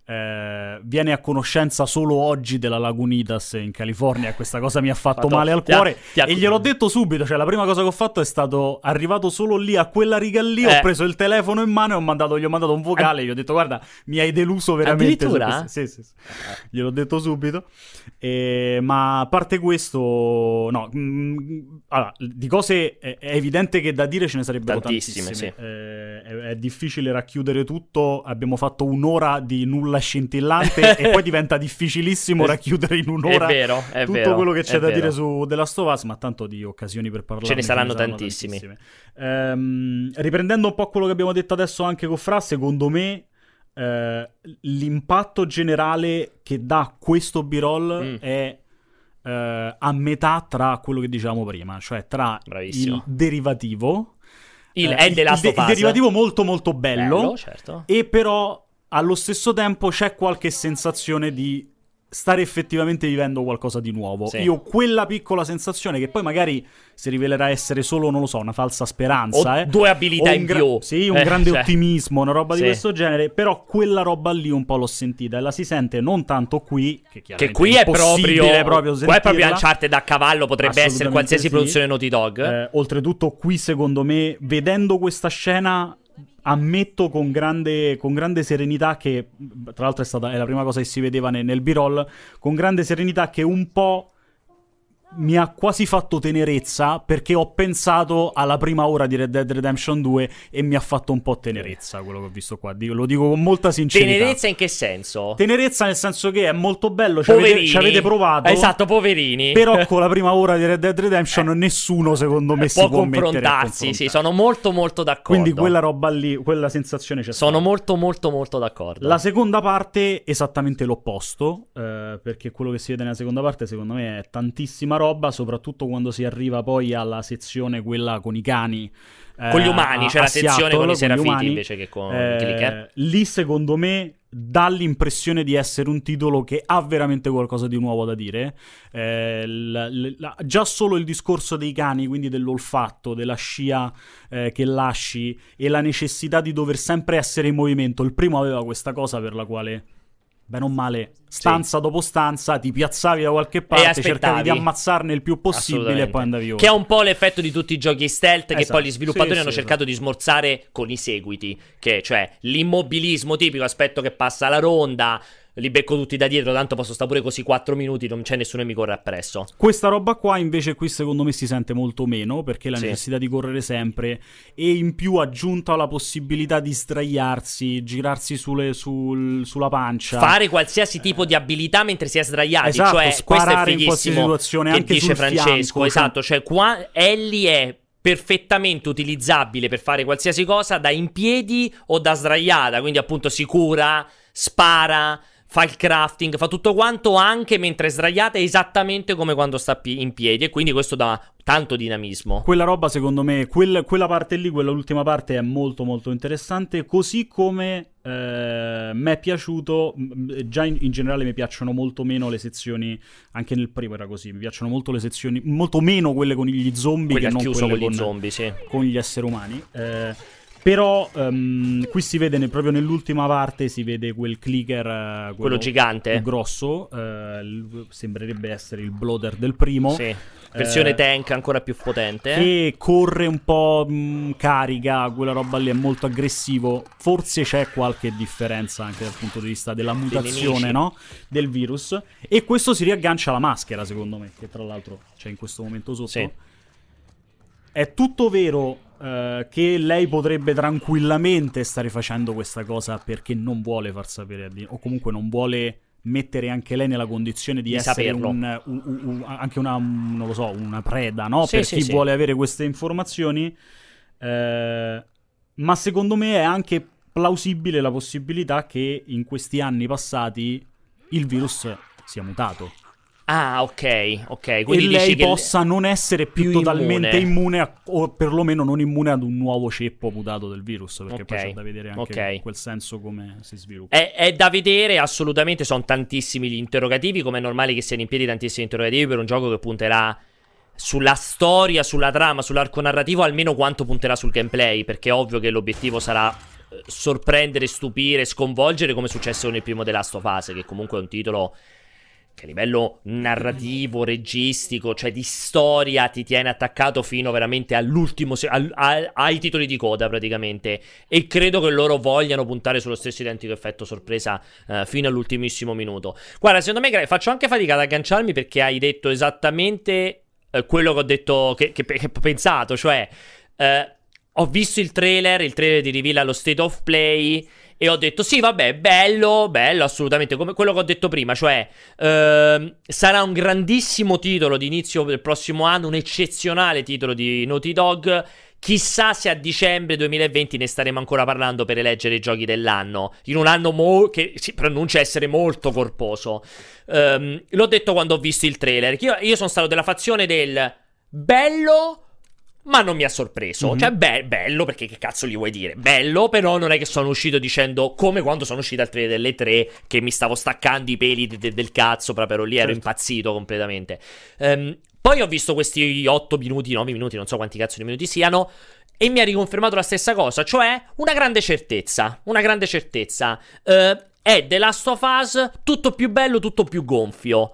eh, viene a conoscenza solo oggi della Lagunitas in California, questa cosa mi ha fatto Fatto, male al ti ha- cuore, ti ha- e gliel'ho detto subito. Cioè, la prima cosa che ho fatto è stato arrivato solo lì a quella riga lì, Eh. ho preso il telefono in mano e ho mandato, gli ho mandato un vocale, gli ho detto guarda, mi hai deluso veramente. Addirittura? Sì, sì, sì. Gliel'ho detto subito. E, ma a parte questo, no, mh, allora, di cose è, è evidente che da dire ce ne sarebbero Tantissime, tantissime. sì. Eh, è, è difficile racchiudere tutto. Abbiamo fatto un'ora di nulla scintillante e poi diventa difficilissimo racchiudere in un'ora È vero, è tutto vero, quello che c'è è da vero. dire su The Last of Us, ma tanto di occasioni per parlare Ce ne saranno tantissimi. Ehm, riprendendo un po' quello che abbiamo detto adesso anche con Fra, secondo me eh, l'impatto generale che dà questo B-roll Mm. è eh, a metà tra quello che dicevamo prima, cioè tra Bravissimo. il derivativo, Il- eh, è il The Last de- of Us. il derivativo molto molto bello, Bello, certo. e però allo stesso tempo c'è qualche sensazione di stare effettivamente vivendo qualcosa di nuovo. Sì. Io quella piccola sensazione, che poi magari si rivelerà essere solo, non lo so, una falsa speranza, O eh. due abilità O un in gra- più. Sì, un Eh, grande cioè. ottimismo, una roba Sì. di questo genere, però quella roba lì un po' l'ho sentita e la si sente non tanto qui, che, Che qui è proprio, proprio qua è proprio sentirla. Uncharted a cavallo, potrebbe essere Assolutamente qualsiasi sì. produzione Naughty Dog. Eh, oltretutto qui secondo me, vedendo questa scena, ammetto con grande, con grande serenità che, tra l'altro è stata è la prima cosa che si vedeva nel, nel B-roll, con grande serenità che un po' mi ha quasi fatto tenerezza, perché ho pensato alla prima ora di Red Dead Redemption due e mi ha fatto un po' tenerezza quello che ho visto qua. Dico- lo dico con molta sincerità. Tenerezza in che senso? Tenerezza nel senso che è molto bello, ci avete, Poverini. ci avete provato. Esatto, poverini. Però con la prima ora di Red Dead Redemption nessuno secondo me si Può può mettere a confrontarsi, confrontare. sì, sono molto molto d'accordo. Quindi quella roba lì, quella sensazione c'è Sono stata. molto molto molto d'accordo. La seconda parte esattamente l'opposto, eh, perché quello che si vede nella seconda parte secondo me è tantissima roba, soprattutto quando si arriva poi alla sezione quella con i cani. eh, Con gli umani, a- c'è a la sezione Seattle, con i gli serafiti umani. invece che con Eh, i clicker. Lì secondo me dà l'impressione di essere un titolo che ha veramente qualcosa di nuovo da dire. Eh, la- la- già solo il discorso dei cani, quindi dell'olfatto, della scia eh, che lasci e la necessità di dover sempre essere in movimento. Il primo aveva questa cosa per la quale, bene o male, stanza dopo stanza, ti piazzavi da qualche parte, aspettavi. cercavi di ammazzarne il più possibile e Assolutamente. poi andavi Che è oltre. un po' l'effetto di tutti i giochi stealth che Esatto. poi gli sviluppatori Sì, hanno sì, cercato di smorzare con i seguiti, che cioè l'immobilismo tipico, aspetto che passa la ronda, li becco tutti da dietro, tanto posso stare pure così quattro minuti, non c'è nessuno che mi corre appresso. Questa roba qua invece qui secondo me si sente molto meno, perché la Sì. necessità di correre sempre, e in più aggiunta la possibilità di sdraiarsi, girarsi sulle- sul- sulla pancia, Fare qualsiasi tipo di abilità mentre si è sdraiati, Esatto, cioè questo è sparare in qualsiasi fighissimo situazione, che anche dice sul Francesco, fianco, esatto, cioè qua Ellie è perfettamente utilizzabile per fare qualsiasi cosa da in piedi o da sdraiata, quindi appunto si cura, spara, fa il crafting, fa tutto quanto anche mentre è sdraiata, esattamente come quando sta pi- in piedi, e quindi questo dà tanto dinamismo. Quella roba secondo me, quel- quella parte lì, quella ultima parte è molto molto interessante, così come eh, mi è piaciuto, mh, già in, in generale mi piacciono molto meno le sezioni, anche nel primo era così, mi piacciono molto le sezioni, molto meno quelle con gli zombie Quelle che al non chiuso quelle con gli con, zombie, sì. con gli esseri umani. Eh, però ehm, qui si vede ne- proprio nell'ultima parte si vede quel clicker, eh, quello, Quello gigante. più grosso, eh, il- sembrerebbe essere il bloater del primo. Sì. Versione Eh, tank ancora più potente. che corre un po', mh, carica, quella roba lì è molto aggressivo. Forse c'è qualche differenza anche dal punto di vista della mutazione, nemici. no? Del virus. E questo si riaggancia alla maschera, secondo me, che tra l'altro c'è in questo momento sotto. Sì. È tutto vero eh, che lei potrebbe tranquillamente stare facendo questa cosa perché non vuole far sapere a Dino, o comunque non vuole mettere anche lei nella condizione di, Di essere saperlo. un, un- un- un- anche una, non lo so, una preda, no? Sì, Per sì, chi sì. vuole avere queste informazioni. Eh, ma secondo me è anche plausibile la possibilità che in questi anni passati il virus sia mutato. Ah, ok, ok. Quindi E dici lei che possa non essere più, più totalmente immune. immune, a- o perlomeno non immune ad un nuovo ceppo mutato del virus, perché poi Ok, c'è da vedere anche ok. in quel senso come si sviluppa. È, è da vedere, assolutamente, sono tantissimi gli interrogativi, come è normale che siano in piedi tantissimi interrogativi per un gioco che punterà sulla storia, sulla trama, sull'arco narrativo, almeno quanto punterà sul gameplay, perché è ovvio che l'obiettivo sarà eh, sorprendere, stupire, sconvolgere, come è successo con il primo The Last of Us, che comunque è un titolo che a livello narrativo, registico, cioè di storia, ti tiene attaccato fino veramente all'ultimo, se- al- al- ai titoli di coda praticamente, e credo che loro vogliano puntare sullo stesso identico effetto sorpresa eh, fino all'ultimissimo minuto. Guarda, secondo me Greg, faccio anche fatica ad agganciarmi perché hai detto esattamente eh, quello che ho detto, che, che- che ho pensato, cioè eh, ho visto il trailer, il trailer di reveal allo State of Play, e ho detto sì, vabbè, bello, bello, assolutamente, come quello che ho detto prima, cioè ehm, sarà un grandissimo titolo di inizio del prossimo anno, un eccezionale titolo di Naughty Dog. Chissà se a dicembre duemilaventi ne staremo ancora parlando per eleggere i giochi dell'anno, in un anno mo- che si pronuncia essere molto corposo. Ehm, l'ho detto quando ho visto il trailer, che io, io sono stato della fazione del bello, ma non mi ha sorpreso. Mm-hmm. Cioè, be- bello, perché che cazzo gli vuoi dire? Bello, però non è che sono uscito dicendo, come quando sono uscito al trailer delle tre, che mi stavo staccando i peli de- de- del cazzo, proprio ero lì, certo. Ero impazzito completamente. Um, poi ho visto questi otto minuti, nove minuti, non so quanti cazzo di minuti siano, e mi ha riconfermato la stessa cosa, cioè una grande certezza, una grande certezza. Uh, è The Last of Us, tutto più bello, tutto più gonfio.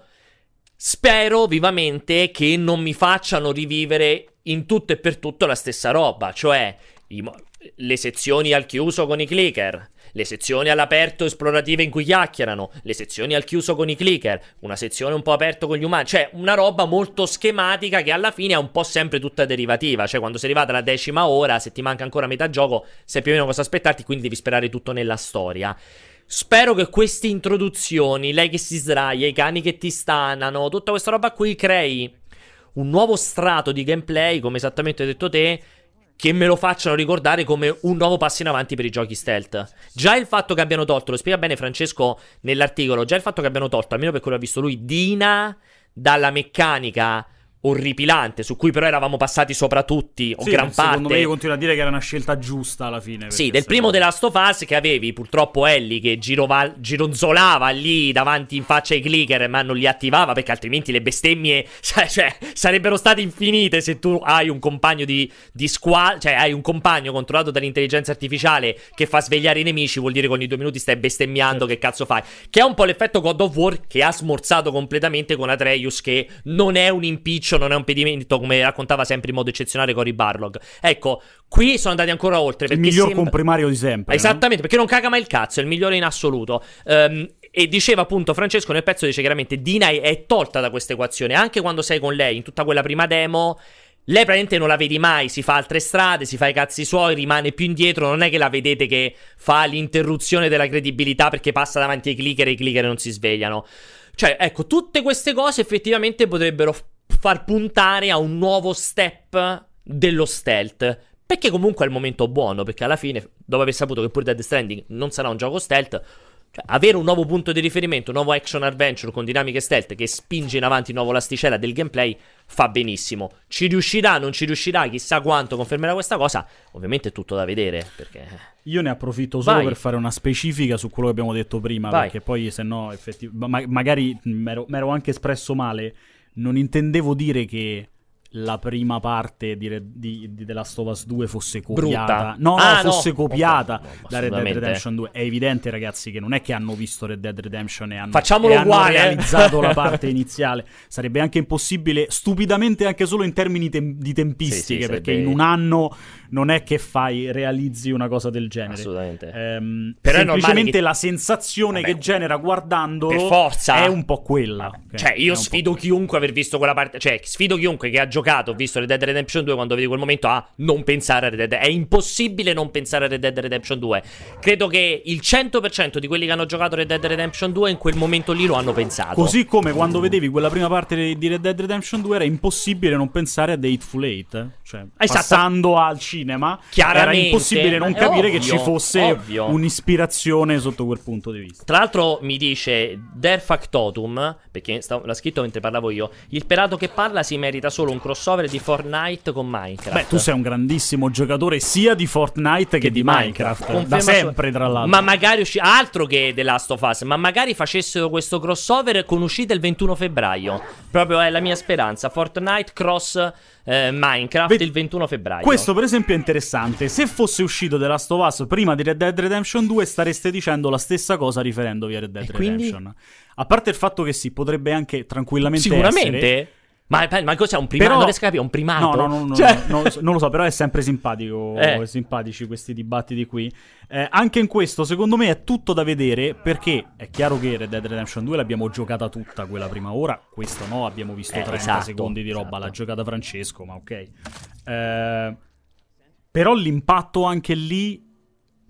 Spero vivamente che non mi facciano rivivere in tutto e per tutto la stessa roba, cioè i mo- le sezioni al chiuso con i clicker, le sezioni all'aperto esplorative in cui chiacchierano, le sezioni al chiuso con i clicker, una sezione un po' aperto con gli umani, cioè una roba molto schematica che alla fine è un po' sempre tutta derivativa, cioè quando sei arrivata alla decima ora, se ti manca ancora metà gioco, sai più o meno cosa aspettarti, quindi devi sperare tutto nella storia. Spero che queste introduzioni, lei che si sdraia, i cani che ti stanano, tutta questa roba qui crei un nuovo strato di gameplay, come esattamente hai detto te, che me lo facciano ricordare come un nuovo passo in avanti per i giochi stealth. Già il fatto che abbiano tolto, lo spiega bene Francesco nell'articolo, già il fatto che abbiano tolto, almeno per quello che ha visto lui, Dina dalla meccanica orripilante, su cui però eravamo passati sopra tutti, o sì, gran parte. Secondo me io continuo a dire che era una scelta giusta alla fine. Sì, del primo The Last of Us, che avevi purtroppo Ellie che girova, gironzolava lì davanti in faccia ai clicker, ma non li attivava perché altrimenti le bestemmie cioè, sarebbero state infinite. Se tu hai un compagno di, di squadra, cioè hai un compagno controllato dall'intelligenza artificiale che fa svegliare i nemici, vuol dire che ogni due minuti stai bestemmiando, certo. Che cazzo fai? Che è un po' l'effetto God of War, che ha smorzato completamente con Atreus, che non è un impiccio, non è un pedimento, come raccontava sempre in modo eccezionale Cory Barlog. Ecco, qui sono andati ancora oltre. Il miglior sembra... comprimario di sempre. Esattamente, no? Perché non caga mai il cazzo, è il migliore in assoluto. Um, e diceva appunto Francesco nel pezzo, dice chiaramente Dina è tolta da questa equazione. Anche quando sei con lei in tutta quella prima demo, lei praticamente non la vedi mai, si fa altre strade, si fa i cazzi suoi, rimane più indietro, non è che la vedete che fa l'interruzione della credibilità perché passa davanti ai clicker e i clicker non si svegliano. Cioè, ecco, tutte queste cose effettivamente potrebbero far puntare a un nuovo step dello stealth, perché comunque è il momento buono, perché alla fine, dopo aver saputo che pure Death Stranding non sarà un gioco stealth, cioè avere un nuovo punto di riferimento, un nuovo action adventure con dinamiche stealth che spinge in avanti il nuovo l'asticella del gameplay, fa benissimo. Ci riuscirà, non ci riuscirà, chissà quanto confermerà questa cosa, ovviamente è tutto da vedere, perché... Io ne approfitto solo Vai. per fare una specifica su quello che abbiamo detto prima, Vai. Perché poi se no effettivamente ma- magari mi ero anche espresso male. Non intendevo dire che la prima parte di, di, di The Last of Us due fosse copiata. Brutta. No, ah, fosse no. copiata okay, no, da Red Dead Redemption due. È evidente, ragazzi, che non è che hanno visto Red Dead Redemption e hanno, Facciamolo e hanno uguale, realizzato eh. la parte iniziale. Sarebbe anche impossibile, stupidamente anche solo in termini tem- di tempistiche, sì, sì, perché sarebbe... in un anno non è che fai, realizzi una cosa del genere. Assolutamente. Ehm, Però semplicemente che... la sensazione Vabbè, che genera guardandolo per forza è un po' quella. Okay? Cioè, io sfido chiunque aver visto quella parte. Cioè, sfido chiunque che ha giocato, ho visto Red Dead Redemption due, quando vedi quel momento, a non pensare a Red Dead. È impossibile non pensare a Red Dead Redemption due. Credo che il cento per cento di quelli che hanno giocato Red Dead Redemption due in quel momento lì lo hanno pensato. Così come quando vedevi quella prima parte di Red Dead Redemption due era impossibile non pensare a The Hateful Eight. Cioè, esatto. Passando al cinema, era impossibile non capire ovvio, che ci fosse ovvio. un'ispirazione sotto quel punto di vista. Tra l'altro mi dice Der Factotum, perché l'ha scritto mentre parlavo io, il pelato che parla si merita solo un crossover di Fortnite con Minecraft. Beh, tu sei un grandissimo giocatore sia di Fortnite che, che di Minecraft, Minecraft. Da sempre tra l'altro. Ma magari usci- altro che The Last of Us, ma magari facessero questo crossover con uscita il ventuno febbraio. Proprio è la mia speranza. Fortnite cross eh, Minecraft Beh, il ventuno febbraio. Questo per esempio è interessante. Se fosse uscito The Last of Us prima di Red Dead Redemption due, stareste dicendo la stessa cosa riferendovi a Red Dead e Redemption. Quindi? A parte il fatto che sì, potrebbe anche tranquillamente sicuramente essere. Ma, ma cos'è un primato? Però... Non riesco a capire, un primato? No, no, no, cioè... no, no non lo so, però è sempre simpatico, eh. simpatici questi dibattiti qui. Eh, anche in questo, secondo me, è tutto da vedere, perché è chiaro che Red Dead Redemption due l'abbiamo giocata tutta quella prima ora, questo no, abbiamo visto eh, trenta esatto, secondi di roba, esatto. l'ha giocata Francesco, ma ok. Eh, però l'impatto anche lì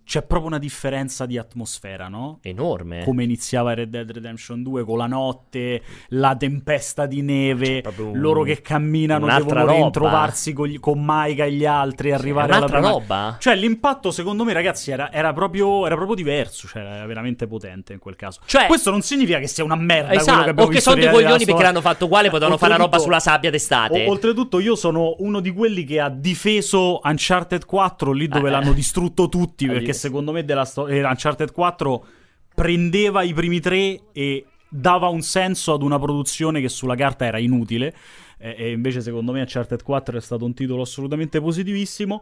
c'è proprio una differenza di atmosfera, no? Enorme. Come iniziava Red Dead Redemption due, con la notte, la tempesta di neve, un, loro che camminano, devono roba. ritrovarsi con, gli, con Maika e gli altri, arrivare alla un'altra prima... roba. Cioè l'impatto secondo me, ragazzi, era, era, proprio, era proprio diverso, cioè era veramente potente in quel caso. Cioè, questo non significa che sia una merda, esatto, quello che abbiamo o che visto sono dei di coglioni Last perché of Us. l'hanno fatto uguale, potevano fare una roba sulla sabbia d'estate. O, oltretutto io sono uno di quelli che ha difeso Uncharted quattro lì dove eh. l'hanno distrutto tutti, eh, perché io. secondo me della sto- eh, Uncharted quattro prendeva i primi tre e dava un senso ad una produzione che sulla carta era inutile, eh, e invece secondo me Uncharted quattro è stato un titolo assolutamente positivissimo.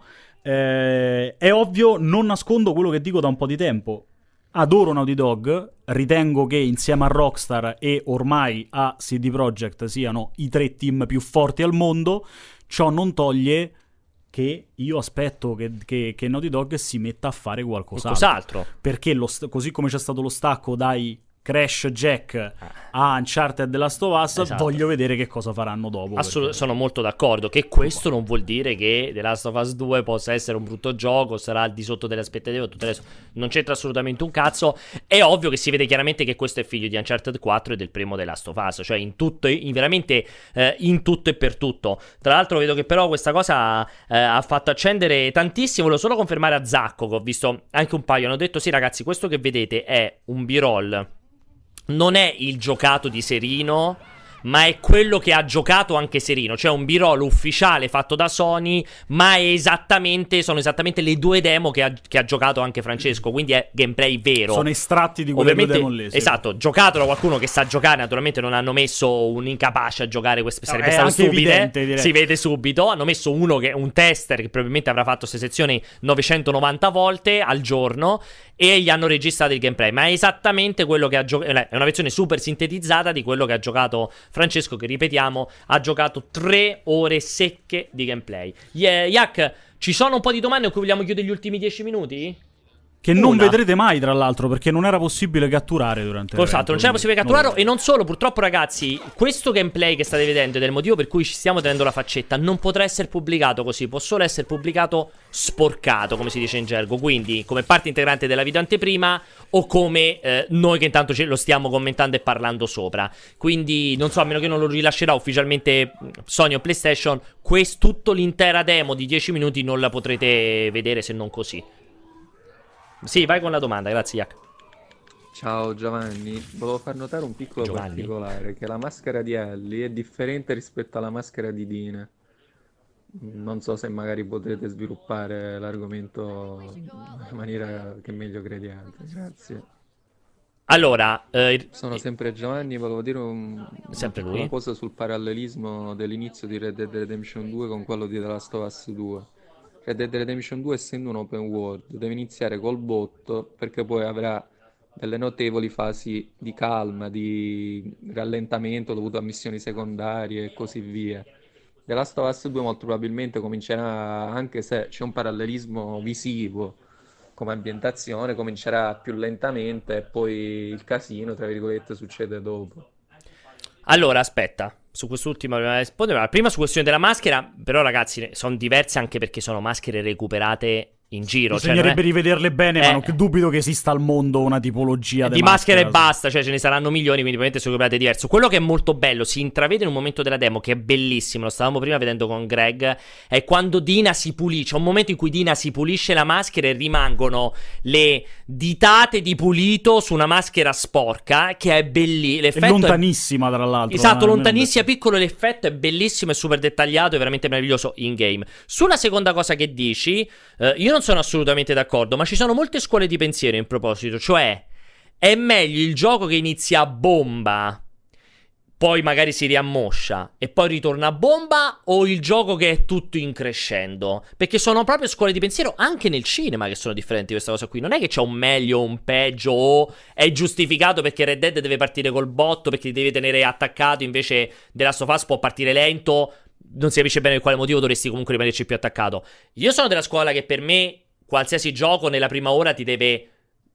Eh, è ovvio, non nascondo quello che dico da un po' di tempo. Adoro Naughty Dog, ritengo che insieme a Rockstar e ormai a C D Projekt siano i tre team più forti al mondo. Ciò non toglie che io aspetto che, che, che Naughty Dog si metta a fare qualcos'altro. Qualcos'altro. Perché lo st- così come c'è stato lo stacco dai Crash Jack a Uncharted The Last of Us, Esatto. voglio vedere che cosa faranno dopo. Assolut- perché... Sono molto d'accordo. Che questo non vuol dire che The Last of Us due possa essere un brutto gioco, sarà al di sotto delle aspettative, tutto adesso non c'entra assolutamente un cazzo. È ovvio che si vede chiaramente che questo è figlio di Uncharted quattro e del primo The Last of Us, cioè in tutto, in veramente eh, in tutto e per tutto. Tra l'altro vedo che però questa cosa eh, ha fatto accendere tantissimo. Volevo solo confermare a Zacco, che ho visto anche un paio, hanno detto sì ragazzi, questo che vedete è un B-roll, non è il giocato di Serino, ma è quello che ha giocato anche Serino, cioè un B-roll ufficiale fatto da Sony, ma è esattamente, sono esattamente le due demo che ha, che ha giocato anche Francesco, quindi è gameplay vero. Sono estratti di quelle Ovviamente, due demo lì, sì. Esatto, giocato da qualcuno che sa giocare, naturalmente non hanno messo un incapace a giocare, queste sarebbe è stato anche stupide, evidente, direi. si vede subito, hanno messo uno che un tester che probabilmente avrà fatto queste sezioni novecentonovanta volte al giorno e gli hanno registrato il gameplay, ma è esattamente quello che ha giocato, è una versione super sintetizzata di quello che ha giocato Francesco, che ripetiamo ha giocato tre ore secche di gameplay. Yeah, Yak, ci sono un po' di domande a cui vogliamo chiudere gli ultimi dieci minuti? Che non Una. vedrete mai, tra l'altro, perché non era possibile catturare durante Esatto, non c'era possibile catturarlo. non... E non solo, purtroppo ragazzi, questo gameplay che state vedendo ed è il motivo per cui ci stiamo tenendo la faccetta, non potrà essere pubblicato così, può solo essere pubblicato sporcato, come si dice in gergo, quindi come parte integrante della video anteprima o come eh, noi che intanto ce lo stiamo commentando e parlando sopra. Quindi non so, a meno che non lo rilascerà ufficialmente Sony o PlayStation, quest- tutto l'intera demo di dieci minuti non la potrete vedere se non così. Sì, vai con la domanda, grazie Yak. Ciao Giovanni, volevo far notare un piccolo Giovanni. particolare, che la maschera di Ellie è differente rispetto alla maschera di Dine. Non so se magari potrete sviluppare l'argomento in maniera che meglio crediate. Grazie. Allora, eh, Sono sempre Giovanni, volevo dire un, Sempre una lui? piccola cosa sul parallelismo dell'inizio di Red Dead Redemption due con quello di The Last of Us due. Red Dead Redemption due, essendo un open world, deve iniziare col botto perché poi avrà delle notevoli fasi di calma, di rallentamento dovuto a missioni secondarie e così via. The Last of Us due molto probabilmente comincerà, anche se c'è un parallelismo visivo come ambientazione, comincerà più lentamente e poi il casino, tra virgolette, succede dopo. allora aspetta, su quest'ultima prima di rispondere. La prima su questione della maschera, però ragazzi, sono diverse anche perché sono maschere recuperate in giro. Cioè, non è- Bisognerebbe rivederle bene, Eh. ma non che dubito che esista al mondo una tipologia di maschere e basta, cioè ce ne saranno milioni, quindi probabilmente sono recuperate diverse. Quello che è molto bello, si intravede in un momento della demo che è bellissimo, lo stavamo prima vedendo con Greg, è quando Dina si pulisce. C'è un momento in cui Dina si pulisce la maschera e rimangono le ditate di pulito su una maschera sporca, che è bellissimo. È lontanissima, tra l'altro. Esatto, eh, lontanissima, piccolo, l'effetto è bellissimo e super dettagliato, è veramente meraviglioso in game. Sulla seconda cosa che dici, eh, io non sono assolutamente d'accordo, ma ci sono molte scuole di pensiero in proposito, cioè è meglio il gioco che inizia a bomba, poi magari si riammoscia e poi ritorna a bomba, o il gioco che è tutto in crescendo? Perché sono proprio scuole di pensiero anche nel cinema che sono differenti questa cosa qui. Non è che c'è un meglio o un peggio, o è giustificato perché Red Dead deve partire col botto perché ti devi tenere attaccato, invece The Last of Us può partire lento, non si capisce bene per quale motivo dovresti comunque rimanerci più attaccato. Io sono della scuola che per me qualsiasi gioco nella prima ora ti deve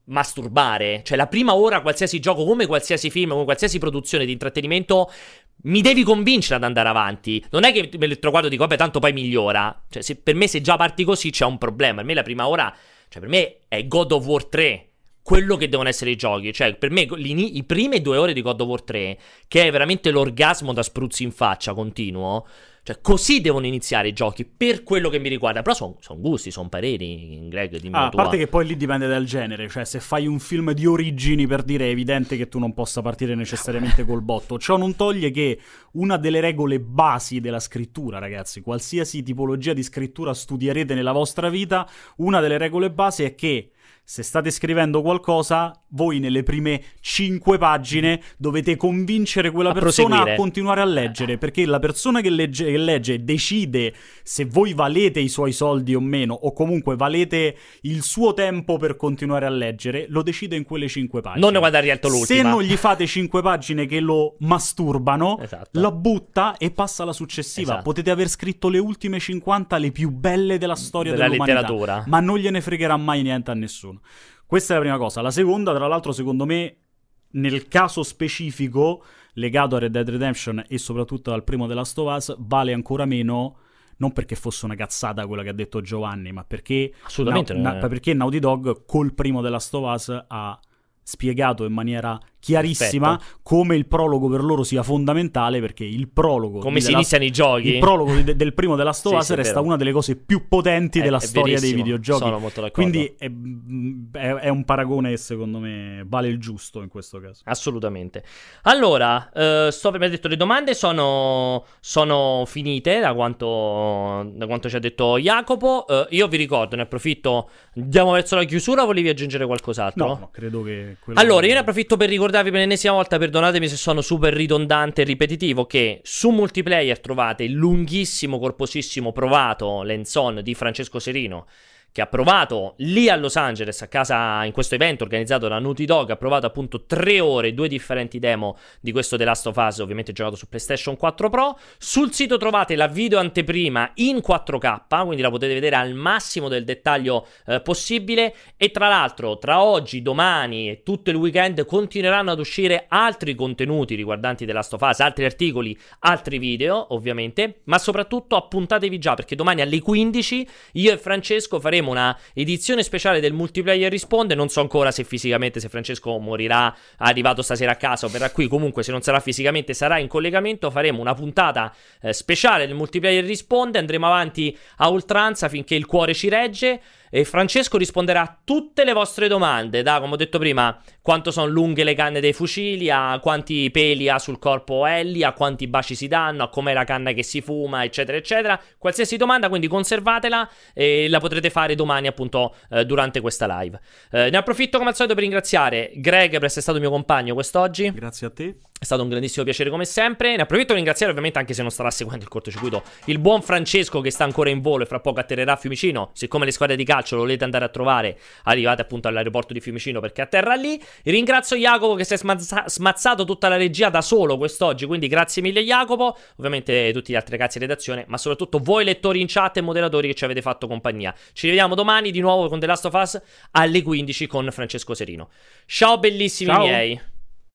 masturbare. Cioè la prima ora qualsiasi gioco, come qualsiasi film, come qualsiasi produzione di intrattenimento, mi devi convincere ad andare avanti. Non è che me lo guardo e dico vabbè tanto poi migliora. Cioè se, per me se già parti così c'è un problema. Per me la prima ora, cioè per me è God of War tre quello che devono essere i giochi. Cioè per me i prime due ore di God of War tre, che è veramente l'orgasmo da spruzzi in faccia continuo, cioè così devono iniziare i giochi per quello che mi riguarda. Però sono son gusti, sono pareri, Greg, dimmi ah, la tua. A parte che poi lì dipende dal genere. Cioè se fai un film di origini, per dire, è evidente che tu non possa partire necessariamente col botto. Ciò non toglie che una delle regole basi della scrittura, ragazzi, qualsiasi tipologia di scrittura studierete nella vostra vita, una delle regole basi è che se state scrivendo qualcosa, voi nelle prime cinque pagine dovete convincere quella a persona proseguire. a continuare a leggere, perché la persona che legge, che legge decide se voi valete i suoi soldi o meno, o comunque valete il suo tempo per continuare a leggere, lo decide in quelle cinque pagine. Non ne guardare rialto l'ultima. Se non gli fate cinque pagine che lo masturbano, esatto. la butta e passa alla successiva. Esatto. Potete aver scritto le ultime cinquanta, le più belle della storia della dell'umanità, letteratura, ma non gliene fregherà mai niente a nessuno. Questa è la prima cosa. La seconda, tra l'altro, secondo me, nel caso specifico legato a Red Dead Redemption e soprattutto al primo The Last of Us, vale ancora meno, non perché fosse una cazzata quella che ha detto Giovanni, ma perché, assolutamente na- na- perché Naughty Dog col primo The Last of Us ha spiegato in maniera chiarissima Perfetto. come il prologo per loro sia fondamentale, perché il prologo come di si The Last- iniziano i giochi, il prologo di- del primo The Last of Sì, Us sì, è resta vero. una delle cose più potenti È- della è storia dei verissimo. videogiochi. Sono molto d'accordo. Quindi è, è- è un paragone che secondo me vale il giusto in questo caso. assolutamente. Allora, eh, sto per aver detto le domande sono, sono finite da quanto, da quanto ci ha detto Jacopo. Eh, io vi ricordo, ne approfitto, andiamo verso la chiusura o volevi aggiungere qualcos'altro? No, no, credo che quello Allora, io ne approfitto per ricordarvi per l'ennesima volta, perdonatemi se sono super ridondante e ripetitivo, che su Multiplayer trovate il lunghissimo, corposissimo provato Lenzon di Francesco Serino, che ha provato lì a Los Angeles, a casa, in questo evento organizzato da Naughty Dog, ha provato appunto tre ore, due differenti demo di questo The Last of Us, ovviamente giocato su PlayStation quattro Pro. Sul sito trovate la video anteprima in quattro K, quindi la potete vedere al massimo del dettaglio eh, possibile, e tra l'altro tra oggi, domani e tutto il weekend continueranno ad uscire altri contenuti riguardanti The Last of Us, altri articoli, altri video ovviamente, ma soprattutto appuntatevi già, perché domani alle quindici io e Francesco faremo una edizione speciale del Multiplayer Risponde. Non so ancora se fisicamente, se Francesco morirà arrivato stasera a casa o verrà qui, comunque se non sarà fisicamente sarà in collegamento. Faremo una puntata eh, speciale del Multiplayer Risponde, andremo avanti a oltranza finché il cuore ci regge, e Francesco risponderà a tutte le vostre domande, da, come ho detto prima, quanto sono lunghe le canne dei fucili, a quanti peli ha sul corpo Ellie, a quanti baci si danno, a com'è la canna che si fuma, eccetera eccetera. Qualsiasi domanda, quindi conservatela e la potrete fare domani appunto eh, durante questa live. Eh, ne approfitto come al solito per ringraziare Greg per essere stato mio compagno quest'oggi. Grazie a te. È stato un grandissimo piacere come sempre. Ne approfitto per ringraziare, ovviamente, anche se non starà seguendo il cortocircuito, il buon Francesco che sta ancora in volo e fra poco atterrerà a Fiumicino. Siccome le squadre di calcio lo volete andare a trovare, arrivate appunto all'aeroporto di Fiumicino perché atterra lì. Ringrazio Jacopo che si è smazza- smazzato tutta la regia da solo quest'oggi, quindi grazie mille Jacopo. Ovviamente tutti gli altri ragazzi di redazione, ma soprattutto voi lettori in chat e moderatori che ci avete fatto compagnia. Ci rivediamo domani di nuovo con The Last of Us alle quindici con Francesco Serino. Ciao bellissimi Ciao. miei.